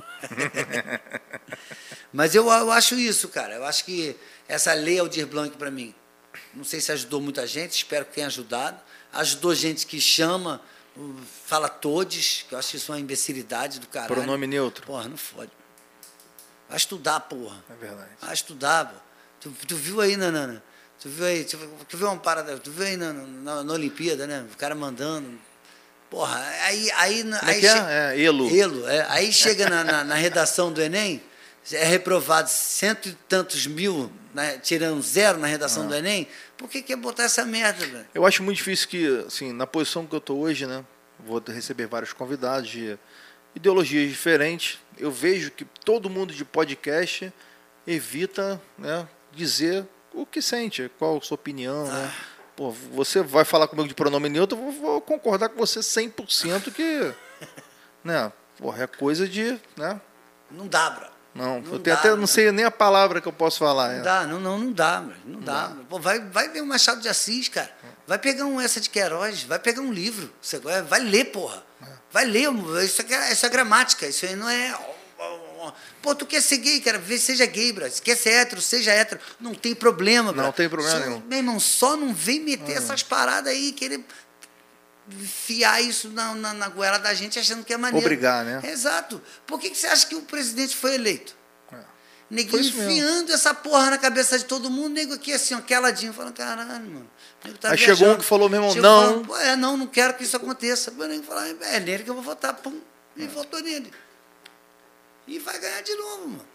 Mas eu, eu acho isso, cara. Eu acho que essa lei Aldir Blanc, para mim, não sei se ajudou muita gente, espero que tenha ajudado. Ajudou gente que chama, fala todes, que eu acho que isso é uma imbecilidade do caralho. Pronome neutro. Porra, não fode. Vai estudar, porra. É verdade. Vai estudar, pô. Tu, tu viu aí, Nanana? Tu viu aí, tu, tu viu uma parada, tu viu aí na, na, na Olimpíada, né? O cara mandando. Porra, aí. aí, Como aí é que é? É, Elo. Elo, é. Aí chega na, na, na redação do Enem, é reprovado cento e tantos mil, né, tirando zero na redação ah. do Enem. Por que quer botar essa merda, velho? Eu acho muito difícil que, assim, na posição que eu estou hoje, né? Vou receber vários convidados de ideologias diferentes. Eu vejo que todo mundo de podcast evita, né, dizer o que sente, qual a sua opinião, ah. né? Pô, você vai falar comigo de pronome neutro, eu vou, vou concordar com você cem por cento que, né, porra, é coisa de, né? Não dá, bro. Não, Não eu tenho dá, até, não né? sei nem a palavra que eu posso falar. Não é. dá, não, não, não dá, mano, não, dá. dá. Pô, vai, vai ver o Machado de Assis, cara. Vai pegar um essa de Queiroz, vai pegar um livro. Você vai, vai ler, porra. Vai ler, isso é, isso é gramática, isso aí não é... Pô, tu quer ser gay, cara, vê, seja gay, bro. Se quer ser hétero, seja hétero. Não tem problema, bro. Não tem problema só, nenhum. Meu irmão, só não vem meter essas paradas aí, querer enfiar isso na, na, na goela da gente achando que é maneiro. Obrigar, né? Exato. Por que, que você acha que o presidente foi eleito? É. Neguinho Foi isso mesmo. enfiando essa porra na cabeça de todo mundo, nego aqui assim, ó, queladinho, falando, caralho, mano. nego tá Aí chegou viajando. um que falou, meu irmão, Chegou não. falando, "Pô, é, não, não quero que isso aconteça. O nego falou, é nele que eu vou votar, pum, e votou nele. E vai ganhar de novo, mano.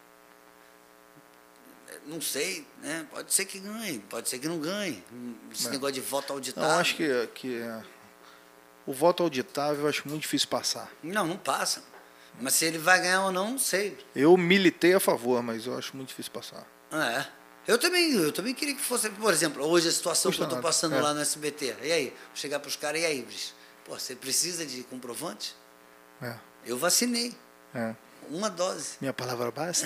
Não sei, né? Pode ser que ganhe, pode ser que não ganhe. Esse É. negócio de voto auditado. Não, acho que, que é, o voto auditável eu acho muito difícil passar. Não, não passa. Mas se ele vai ganhar ou não, não sei. Eu militei a favor, mas eu acho muito difícil passar. É. Eu também, eu também queria que fosse, por exemplo, hoje a situação Custa que eu estou nada. passando É. lá no S B T. E aí? Vou chegar para os caras, e aí, Brice? Pô, você precisa de comprovante? É, Eu vacinei. é. Uma dose. Minha palavra basta?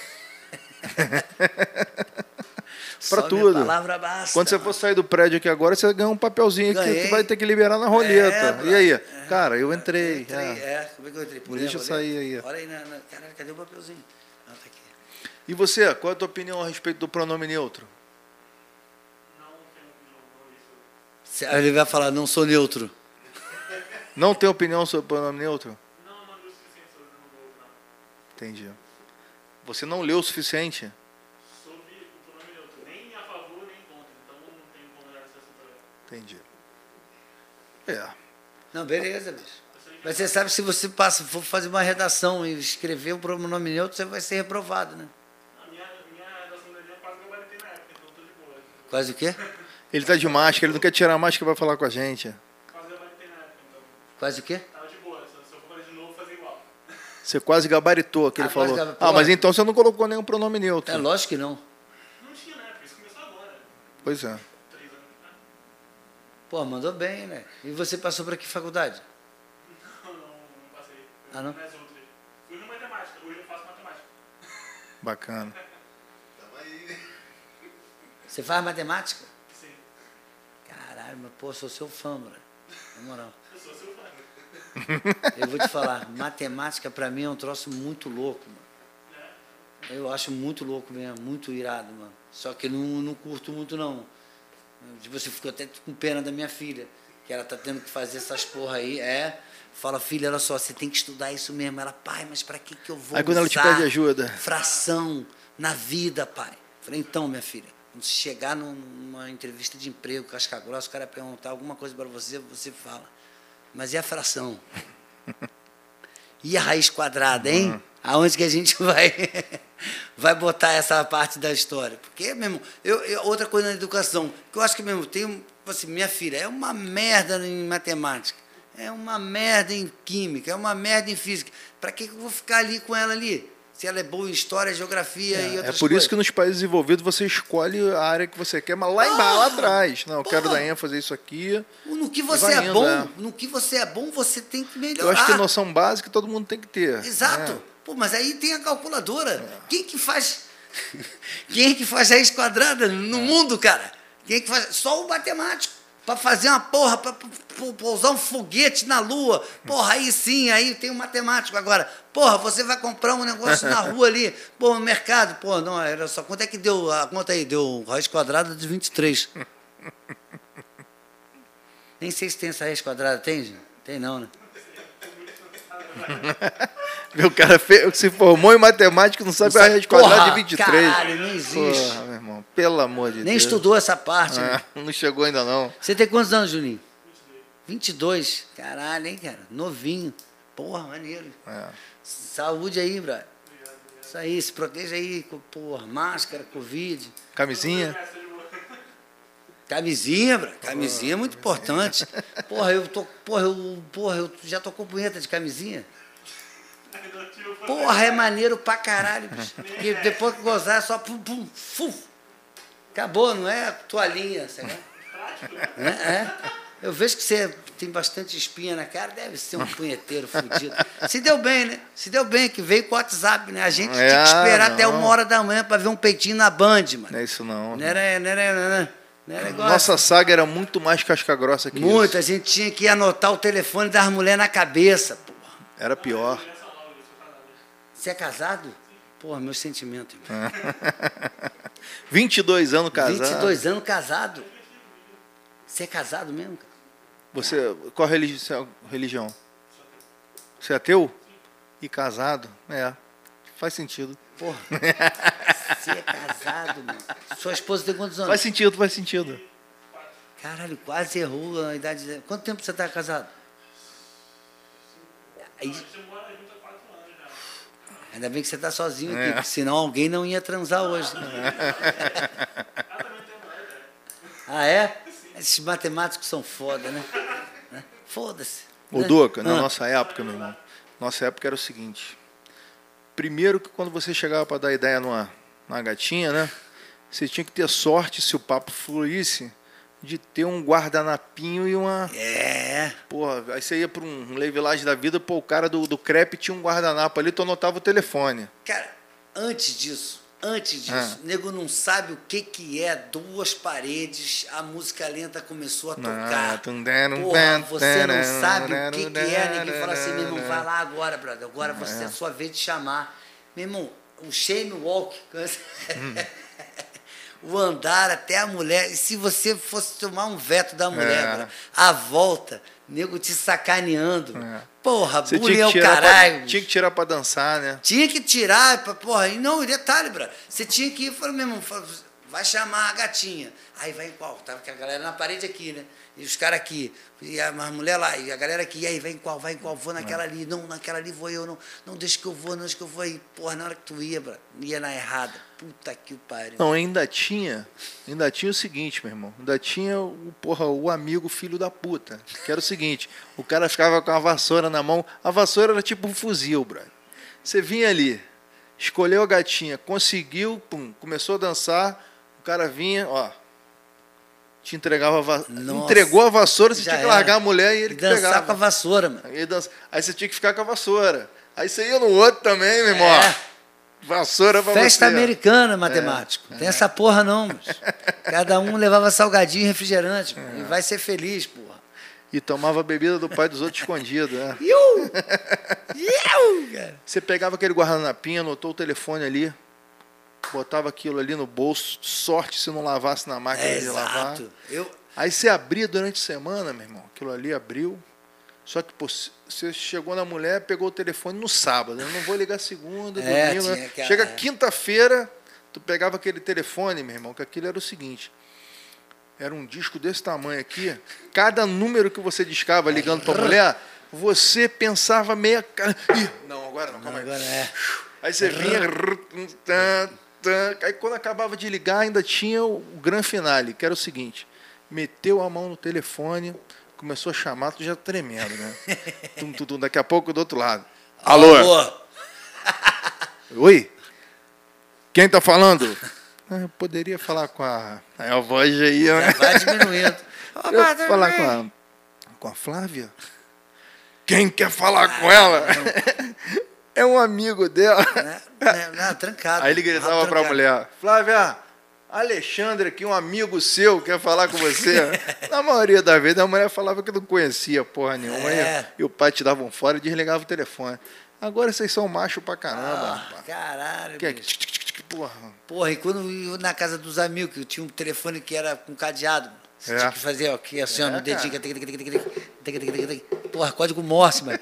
Só Pra minha tudo. palavra basta. Quando você for sair do prédio aqui agora, você ganha um papelzinho que Ganhei. tu vai ter que liberar na roleta. É, e aí? brother. Cara, eu entrei. Entrei, é. é. Como é que eu entrei? Por Deixa eu aí, sair aí. Olha aí, na, na, caralho, cadê o papelzinho? Ah, tá aqui. E você, qual é a tua opinião a respeito do pronome neutro? Não tenho opinião sobre isso. Cê- Aí ele vai falar, não sou neutro. Não tem opinião sobre o pronome neutro? Não, não li o suficiente sobre o Google, não. Entendi. Você não leu o suficiente? Sobre o pronome neutro. Nem a favor, nem contra. Então não tenho como olhar esse assunto agora. Entendi. É. Não, beleza, bicho. Eu sei que Mas você sabe, se você passa, for fazer uma redação e escrever o pronome neutro, você vai ser reprovado, né? a minha, minha redação da linha quase gabaritei na época, então tô de boa. Quase o quê? Ele tá de máscara, ele não quer tirar a máscara e vai falar com a gente. Quase gabaritei na época, então Quase o quê? tava de boa. Se, se eu for fazer de novo, fazer igual. Você quase gabaritou, que ele Ah, quase falou. gabaritou. Ah, mas então você não colocou nenhum pronome neutro. É lógico que não. Não tinha, né? Por isso começou agora. Pois é. Três anos. Ah, Pô, mandou bem, né? E você passou para que faculdade? Não, não, não passei. Ah, não? Nas outras. Fui no matemática. Hoje eu faço matemática. Bacana. Você faz matemática? Sim. Caralho, mas pô, sou seu fã, mano. Na moral. Eu sou seu fã. Eu vou te falar, matemática pra mim é um troço muito louco, mano. Eu acho muito louco mesmo, muito irado, mano. Só que não, não curto muito, não. Tipo, você ficou até com pena da minha filha, que ela tá tendo que fazer essas porra aí. É, fala, filha, olha só, você tem que estudar isso mesmo. Ela, pai, mas pra que que eu vou Aí quando ela te usar pede ajuda. fração na vida, pai? Falei, então, minha filha, quando você chegar num- numa entrevista de emprego, casca grossa, o cara perguntar alguma coisa para você, você fala, mas e a fração? E a raiz quadrada, hein? Uhum. Aonde que a gente vai, vai botar essa parte da história? Porque, mesmo, eu, eu- outra coisa na educação, que eu acho que mesmo tem, um- assim, minha filha é uma merda em matemática, é uma merda em química, é uma merda em física. Para que que eu vou ficar ali com ela ali? Se ela é boa em história, geografia e É, outras é por isso coisas. que nos países desenvolvidos você escolhe a área que você quer, mas lá embaixo, lá atrás. Não, eu quero Porra! dar ênfase a isso aqui. No que E você vai é indo, bom, é. no que você é bom, você tem que melhorar. Eu acho que noção básica todo mundo tem que ter. Exato. né? Pô, mas aí tem a calculadora. Quem que faz? Quem é que faz raiz quadrada no mundo, cara? Quem é que faz? Só o matemático. Para fazer uma porra, para pousar um foguete na lua. Porra, aí sim, aí tem um matemático. Agora, porra, você vai comprar um negócio na rua ali, pô, no mercado. Pô, não, era só. Quanto é que deu? A conta aí, deu raiz quadrada de vinte e três. Nem sei se tem essa raiz quadrada. Tem, gente? Tem não, né? Meu cara fe- se formou em matemática e não sabe Não a sabe- raiz quadrada Porra, de vinte e três. caralho, não existe. Porra, meu irmão, pelo amor de Nem Deus. estudou essa parte. né? É, não chegou ainda não. Você tem quantos anos, Juninho? vinte e dois. Caralho, hein, cara? Novinho. Porra, maneiro. É. Saúde aí, brother. Isso aí, se proteja aí, com, porra, máscara, Covid. Camisinha? Camisinha, brother. Camisinha é muito importante. Porra, eu tô. Porra, eu, porra, eu já tocou punheta de camisinha? Porra, é maneiro pra caralho, bicho. Porque depois que gozar é só pum, pum, fum. Acabou, não é toalhinha, sei lá. É, é. Eu vejo que você tem bastante espinha na cara, deve ser um punheteiro fudido. Se deu bem, né? Se deu bem, que veio com o WhatsApp, né? A gente É, tinha que esperar não. até uma hora da manhã para ver um peitinho na Band, mano. Não é isso não. Não era, não era, não era, não era igual. Nossa saga era muito mais casca grossa que Muito, isso. a gente tinha que anotar o telefone das mulheres na cabeça, porra. Era pior. Você é casado? Porra, meu sentimento, irmão. vinte e dois anos casado. vinte e dois anos casado. Você é casado mesmo, cara? Você, qual religi religião? Você é ateu? E casado? É, faz sentido. Porra, você é casado, mano. Sua esposa tem quantos anos? Faz sentido, faz sentido. Caralho, quase errou a idade. de- Quanto tempo você tá casado? Aí, ainda bem que você tá sozinho aqui, É. porque senão alguém não ia transar hoje. Ah, é? Esses matemáticos são foda, né? Né? Foda-se. Ô, né? Duca, na Ah. nossa época, meu irmão, nossa época era o seguinte. Primeiro que quando você chegava para dar ideia numa, numa gatinha, né? Você tinha que ter sorte, se o papo fluísse, de ter um guardanapinho e uma... É. Porra, aí você ia para um levelagem da vida, pô, o cara do, do crepe tinha um guardanapo ali, tu anotava o telefone. Cara, antes disso, antes disso, Ah. o nego não sabe o que que é duas paredes, a música lenta começou a tocar. Porra, você não sabe o que que é, ninguém fala assim, meu irmão, vai lá agora, brother, agora você é a sua vez de chamar. Meu irmão, o shame walk, o andar até a mulher, e se você fosse tomar um veto da mulher, É. brother, a volta, nego te sacaneando. É. Porra, Você bullying tinha é que o tirar caralho. pra, tinha que tirar pra dançar, né? Tinha que tirar, pra- porra, e não, e detalhe, bro, você tinha que ir, falou, meu irmão, fala, vai chamar a gatinha. Aí vai em qual? Tava com a galera na parede aqui, né? E os caras aqui, e a, a mulher lá, e a galera aqui, e aí vai em qual, vai em qual, vou naquela ali, não, naquela ali vou eu, não, não deixa que eu vou, não deixa que eu vou aí. Porra, na hora que tu ia, bro, ia na errada. Puta que o pariu. Não, ainda tinha, ainda tinha o seguinte, meu irmão, ainda tinha o, porra, o amigo filho da puta, que era o seguinte, o cara ficava com a vassoura na mão, a vassoura era tipo um fuzil, brother. Você vinha ali, escolheu a gatinha, conseguiu, pum, começou a dançar, o cara vinha, ó, te entregava a va- Nossa, entregou a vassoura, você já tinha que era. largar a mulher e ele E que dançar pegava. com a vassoura, mano. Aí, dança- aí você tinha que ficar com a vassoura. Aí você ia no outro também, meu irmão. É. ó. Vassoura pra Festa você. americana, matemático. Tem essa porra não, mas. Cada um levava salgadinho e refrigerante, mano, e vai ser feliz, porra. E tomava a bebida do pai dos outros escondido, né? Iu! Iu, cara. Você pegava aquele guardanapinho, anotou o telefone ali, botava aquilo ali no bolso, sorte se não lavasse na máquina É, de lavar. exato. Eu, Aí você abria durante a semana, meu irmão, aquilo ali abriu. Só que pô, você chegou na mulher, pegou o telefone no sábado. Eu não vou ligar segunda, É, domingo. tinha né? que- Chega é. quinta-feira, tu pegava aquele telefone, meu irmão, que aquilo era o seguinte. Era um disco desse tamanho aqui. Cada número que você discava ligando pra mulher, você pensava meia... ca- Ih, não, agora não, calma aí. agora é. Aí você vinha... tan, tan. Aí quando acabava de ligar, ainda tinha o gran finale, que era o seguinte. Meteu a mão no telefone, começou a chamar, tu já tremendo, né? Tum, tum, tum, daqui a pouco do outro lado. Alô? Alô? Oi? Quem tá falando? Ah, eu poderia falar com a... Aí a voz aí, Já né? vai diminuindo. Ô, Eu padre, falar com a, com a Flávia? Quem quer falar com ela? É um amigo dela. Né? Né? Não, trancado. Aí ele gritava Rabo pra trancado. mulher, Flávia, Alexandre aqui, um amigo seu, quer falar com você. Na maioria das vezes, a mulher falava que não conhecia porra nenhuma. É. E, e o pai te dava um fora e desligava o telefone. Agora vocês são macho pra caramba, Ah, rapaz. caralho, Que é bicho. que- Porra. Porra, e quando eu ia na casa dos amigos, que eu tinha um telefone que era com cadeado. Você É. tinha que fazer ó, aqui, assim, ó, É, no dedinho. cara. tic, tic, tic, tic, tic, tic, tic, tic, tic. Porra, código Morse, mano.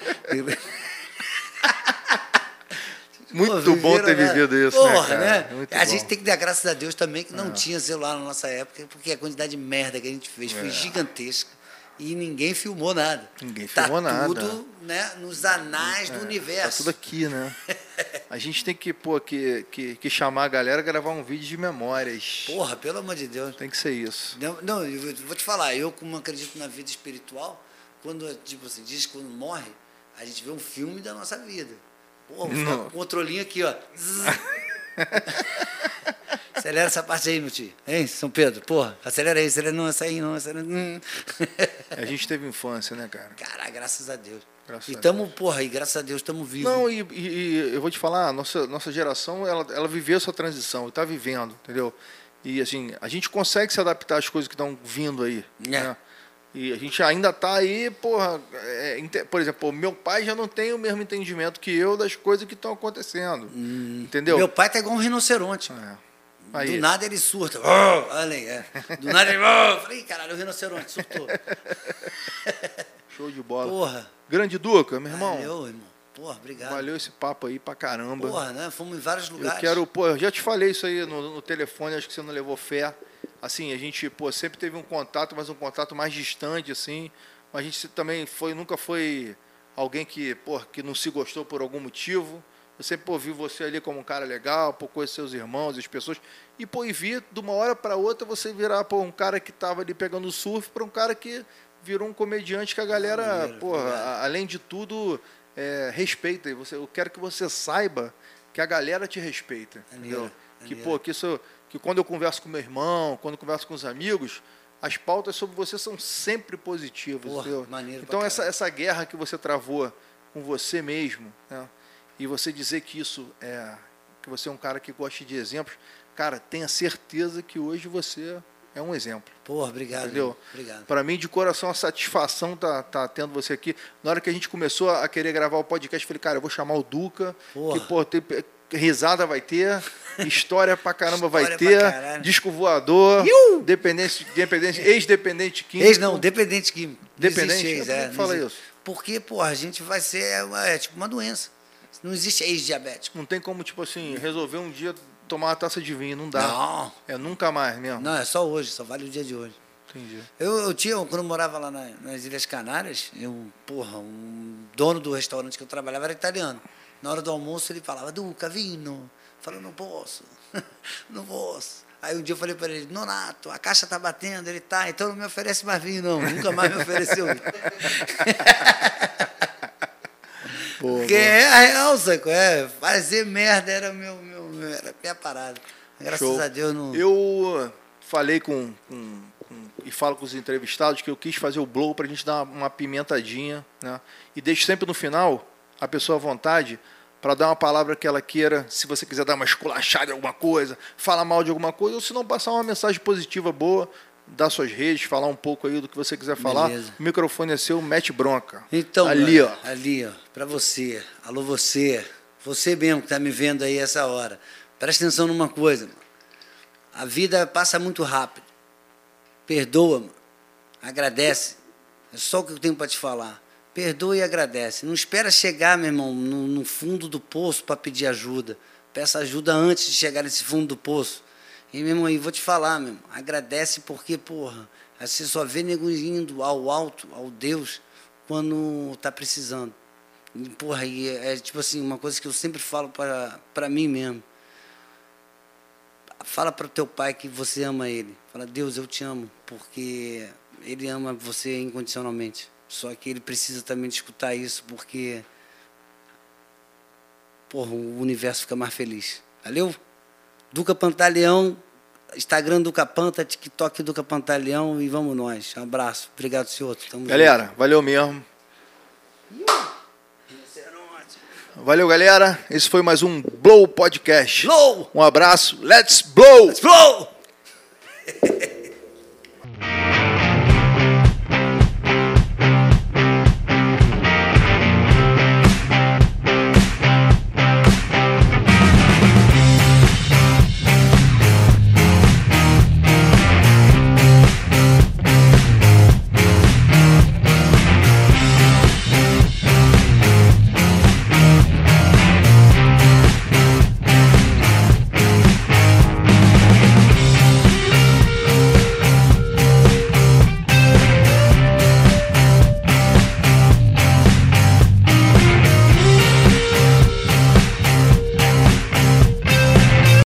Muito Pô, bom ter viveram, né? vivido isso, Porra, né, né? cara? Muito a bom. gente tem que dar graças a Deus também que não tinha celular na nossa época, porque a quantidade de merda que a gente fez foi É. gigantesca. E ninguém filmou nada. Ninguém tá filmou nada. tudo, né, nos anais do Tá universo. tudo aqui, né? A gente tem que, pô, que, que, que chamar a galera e gravar um vídeo de memórias. Porra, pelo amor de Deus. Tem que ser isso. Não, não, eu vou te falar, eu como acredito na vida espiritual, quando, tipo assim, diz que quando morre, a gente vê um filme da nossa vida. Porra, vou ficar Não. com o controlinho aqui, ó. Zzz. Você Acelera essa parte aí, meu tio. Hein, São Pedro? Porra, acelera aí, acelera não, essa aí não, acelera. Hum. A gente teve infância, né, cara? Cara, graças a Deus. Graças e a tamo, porra, e graças a Deus estamos vivos. Não, e, e, e eu vou te falar, a nossa, nossa geração, ela, ela viveu essa transição, e tá vivendo, entendeu? E, assim, a gente consegue se adaptar às coisas que estão vindo aí, É. né? E a gente ainda tá aí, porra, é, por exemplo, meu pai já não tem o mesmo entendimento que eu das coisas que estão acontecendo, hum, entendeu? Meu pai tá igual um rinoceronte. É. Aí. Do nada ele surta. Oh, olha aí, é. Do nada ele... Oh, falei, caralho, o rinoceronte surtou. Show de bola. Porra. Grande Duca, meu irmão. Valeu, irmão. Porra, obrigado. Valeu esse papo aí pra caramba. Porra, né? Fomos em vários lugares. Eu quero, pô, eu já te falei isso aí no, no telefone, acho que você não levou fé. Assim, a gente, pô, sempre teve um contato, mas um contato mais distante, assim. Mas a gente também foi, nunca foi alguém que, pô, que não se gostou por algum motivo. Eu sempre, pô, vi você ali como um cara legal, pô, conhecer seus irmãos, as pessoas. E, pô, e vi de uma hora para outra você virar, pô, um cara que tava ali pegando surf para um cara que virou um comediante que a galera, ah, pô, a, além de tudo, é, respeita. E você, eu quero que você saiba que a galera te respeita, entendeu? Que, pô, que isso... que quando eu converso com meu irmão, quando eu converso com os amigos, as pautas sobre você são sempre positivas. Porra, maneiro então, pra essa, essa guerra que você travou com você mesmo, né? E você dizer que isso é... que você é um cara que gosta de exemplos, cara, tenha certeza que hoje você é um exemplo. Porra, obrigado. Entendeu? Obrigado. Para mim, de coração, a satisfação tá, tá tendo você aqui. Na hora que a gente começou a querer gravar o podcast, eu falei, cara, eu vou chamar o Duca, Porra. que, pô, tem... risada vai ter, história pra caramba vai História ter, disco voador, Iu! dependência, dependência, ex-dependente químico. Ex não, dependente químico. Dependente? Ex, é, Fala existe. isso. Porque, porra, a gente vai ser, é, é tipo uma doença. Não existe ex-diabético. Não tem como, tipo assim, resolver um dia tomar uma taça de vinho, não dá. Não. É nunca mais mesmo. Não, é só hoje, só vale o dia de hoje. Entendi. Eu, eu tinha, quando eu morava lá na, nas Ilhas Canárias, eu, porra, um dono do restaurante que eu trabalhava era italiano. Na hora do almoço ele falava, Duca, vinho. Eu falei, não posso, não posso. Aí um dia eu falei para ele, Nonato, a caixa tá batendo, ele tá, então não me oferece mais vinho, não. Nunca mais me ofereceu vinho. Pô, Porque é a real, saco? É, fazer merda era meu, meu, meu era a minha parada. Graças show. a Deus não. Eu falei com, com, com e falo com os entrevistados que eu quis fazer o blow pra gente dar uma, uma pimentadinha, né? E deixo sempre no final a pessoa à vontade para dar uma palavra que ela queira, se você quiser dar uma esculachada em alguma coisa, falar mal de alguma coisa, ou se não passar uma mensagem positiva boa, dar suas redes, falar um pouco aí do que você quiser falar. Beleza. O microfone é seu, mete bronca. Então, ali, mano, ó. Ali, ó, para você. Alô, você. Você mesmo que tá me vendo aí essa hora. Presta atenção numa coisa, mano. A vida passa muito rápido. Perdoa, mano. Agradece. É só o que eu tenho para te falar. Perdoa e agradece. Não espera chegar, meu irmão, no, no fundo do poço para pedir ajuda. Peça ajuda antes de chegar nesse fundo do poço. E, meu irmão, aí vou te falar, meu irmão, agradece porque, porra, você só vê nego indo ao alto, ao Deus, quando tá precisando. E, porra, e é tipo assim, uma coisa que eu sempre falo para para mim mesmo. Fala para o teu pai que você ama ele. Fala, Deus, eu te amo, porque ele ama você incondicionalmente. Só que ele precisa também de escutar isso, porque, porra, o universo fica mais feliz. Valeu? Duca Pantaleão, Instagram Duca Panta, TikTok Duca Pantaleão e vamos nós. Um abraço. Obrigado, senhor. Tamo Galera, junto. valeu mesmo. Valeu, galera. Esse foi mais um Blow Podcast. Blow! Um abraço. Let's blow! Let's blow!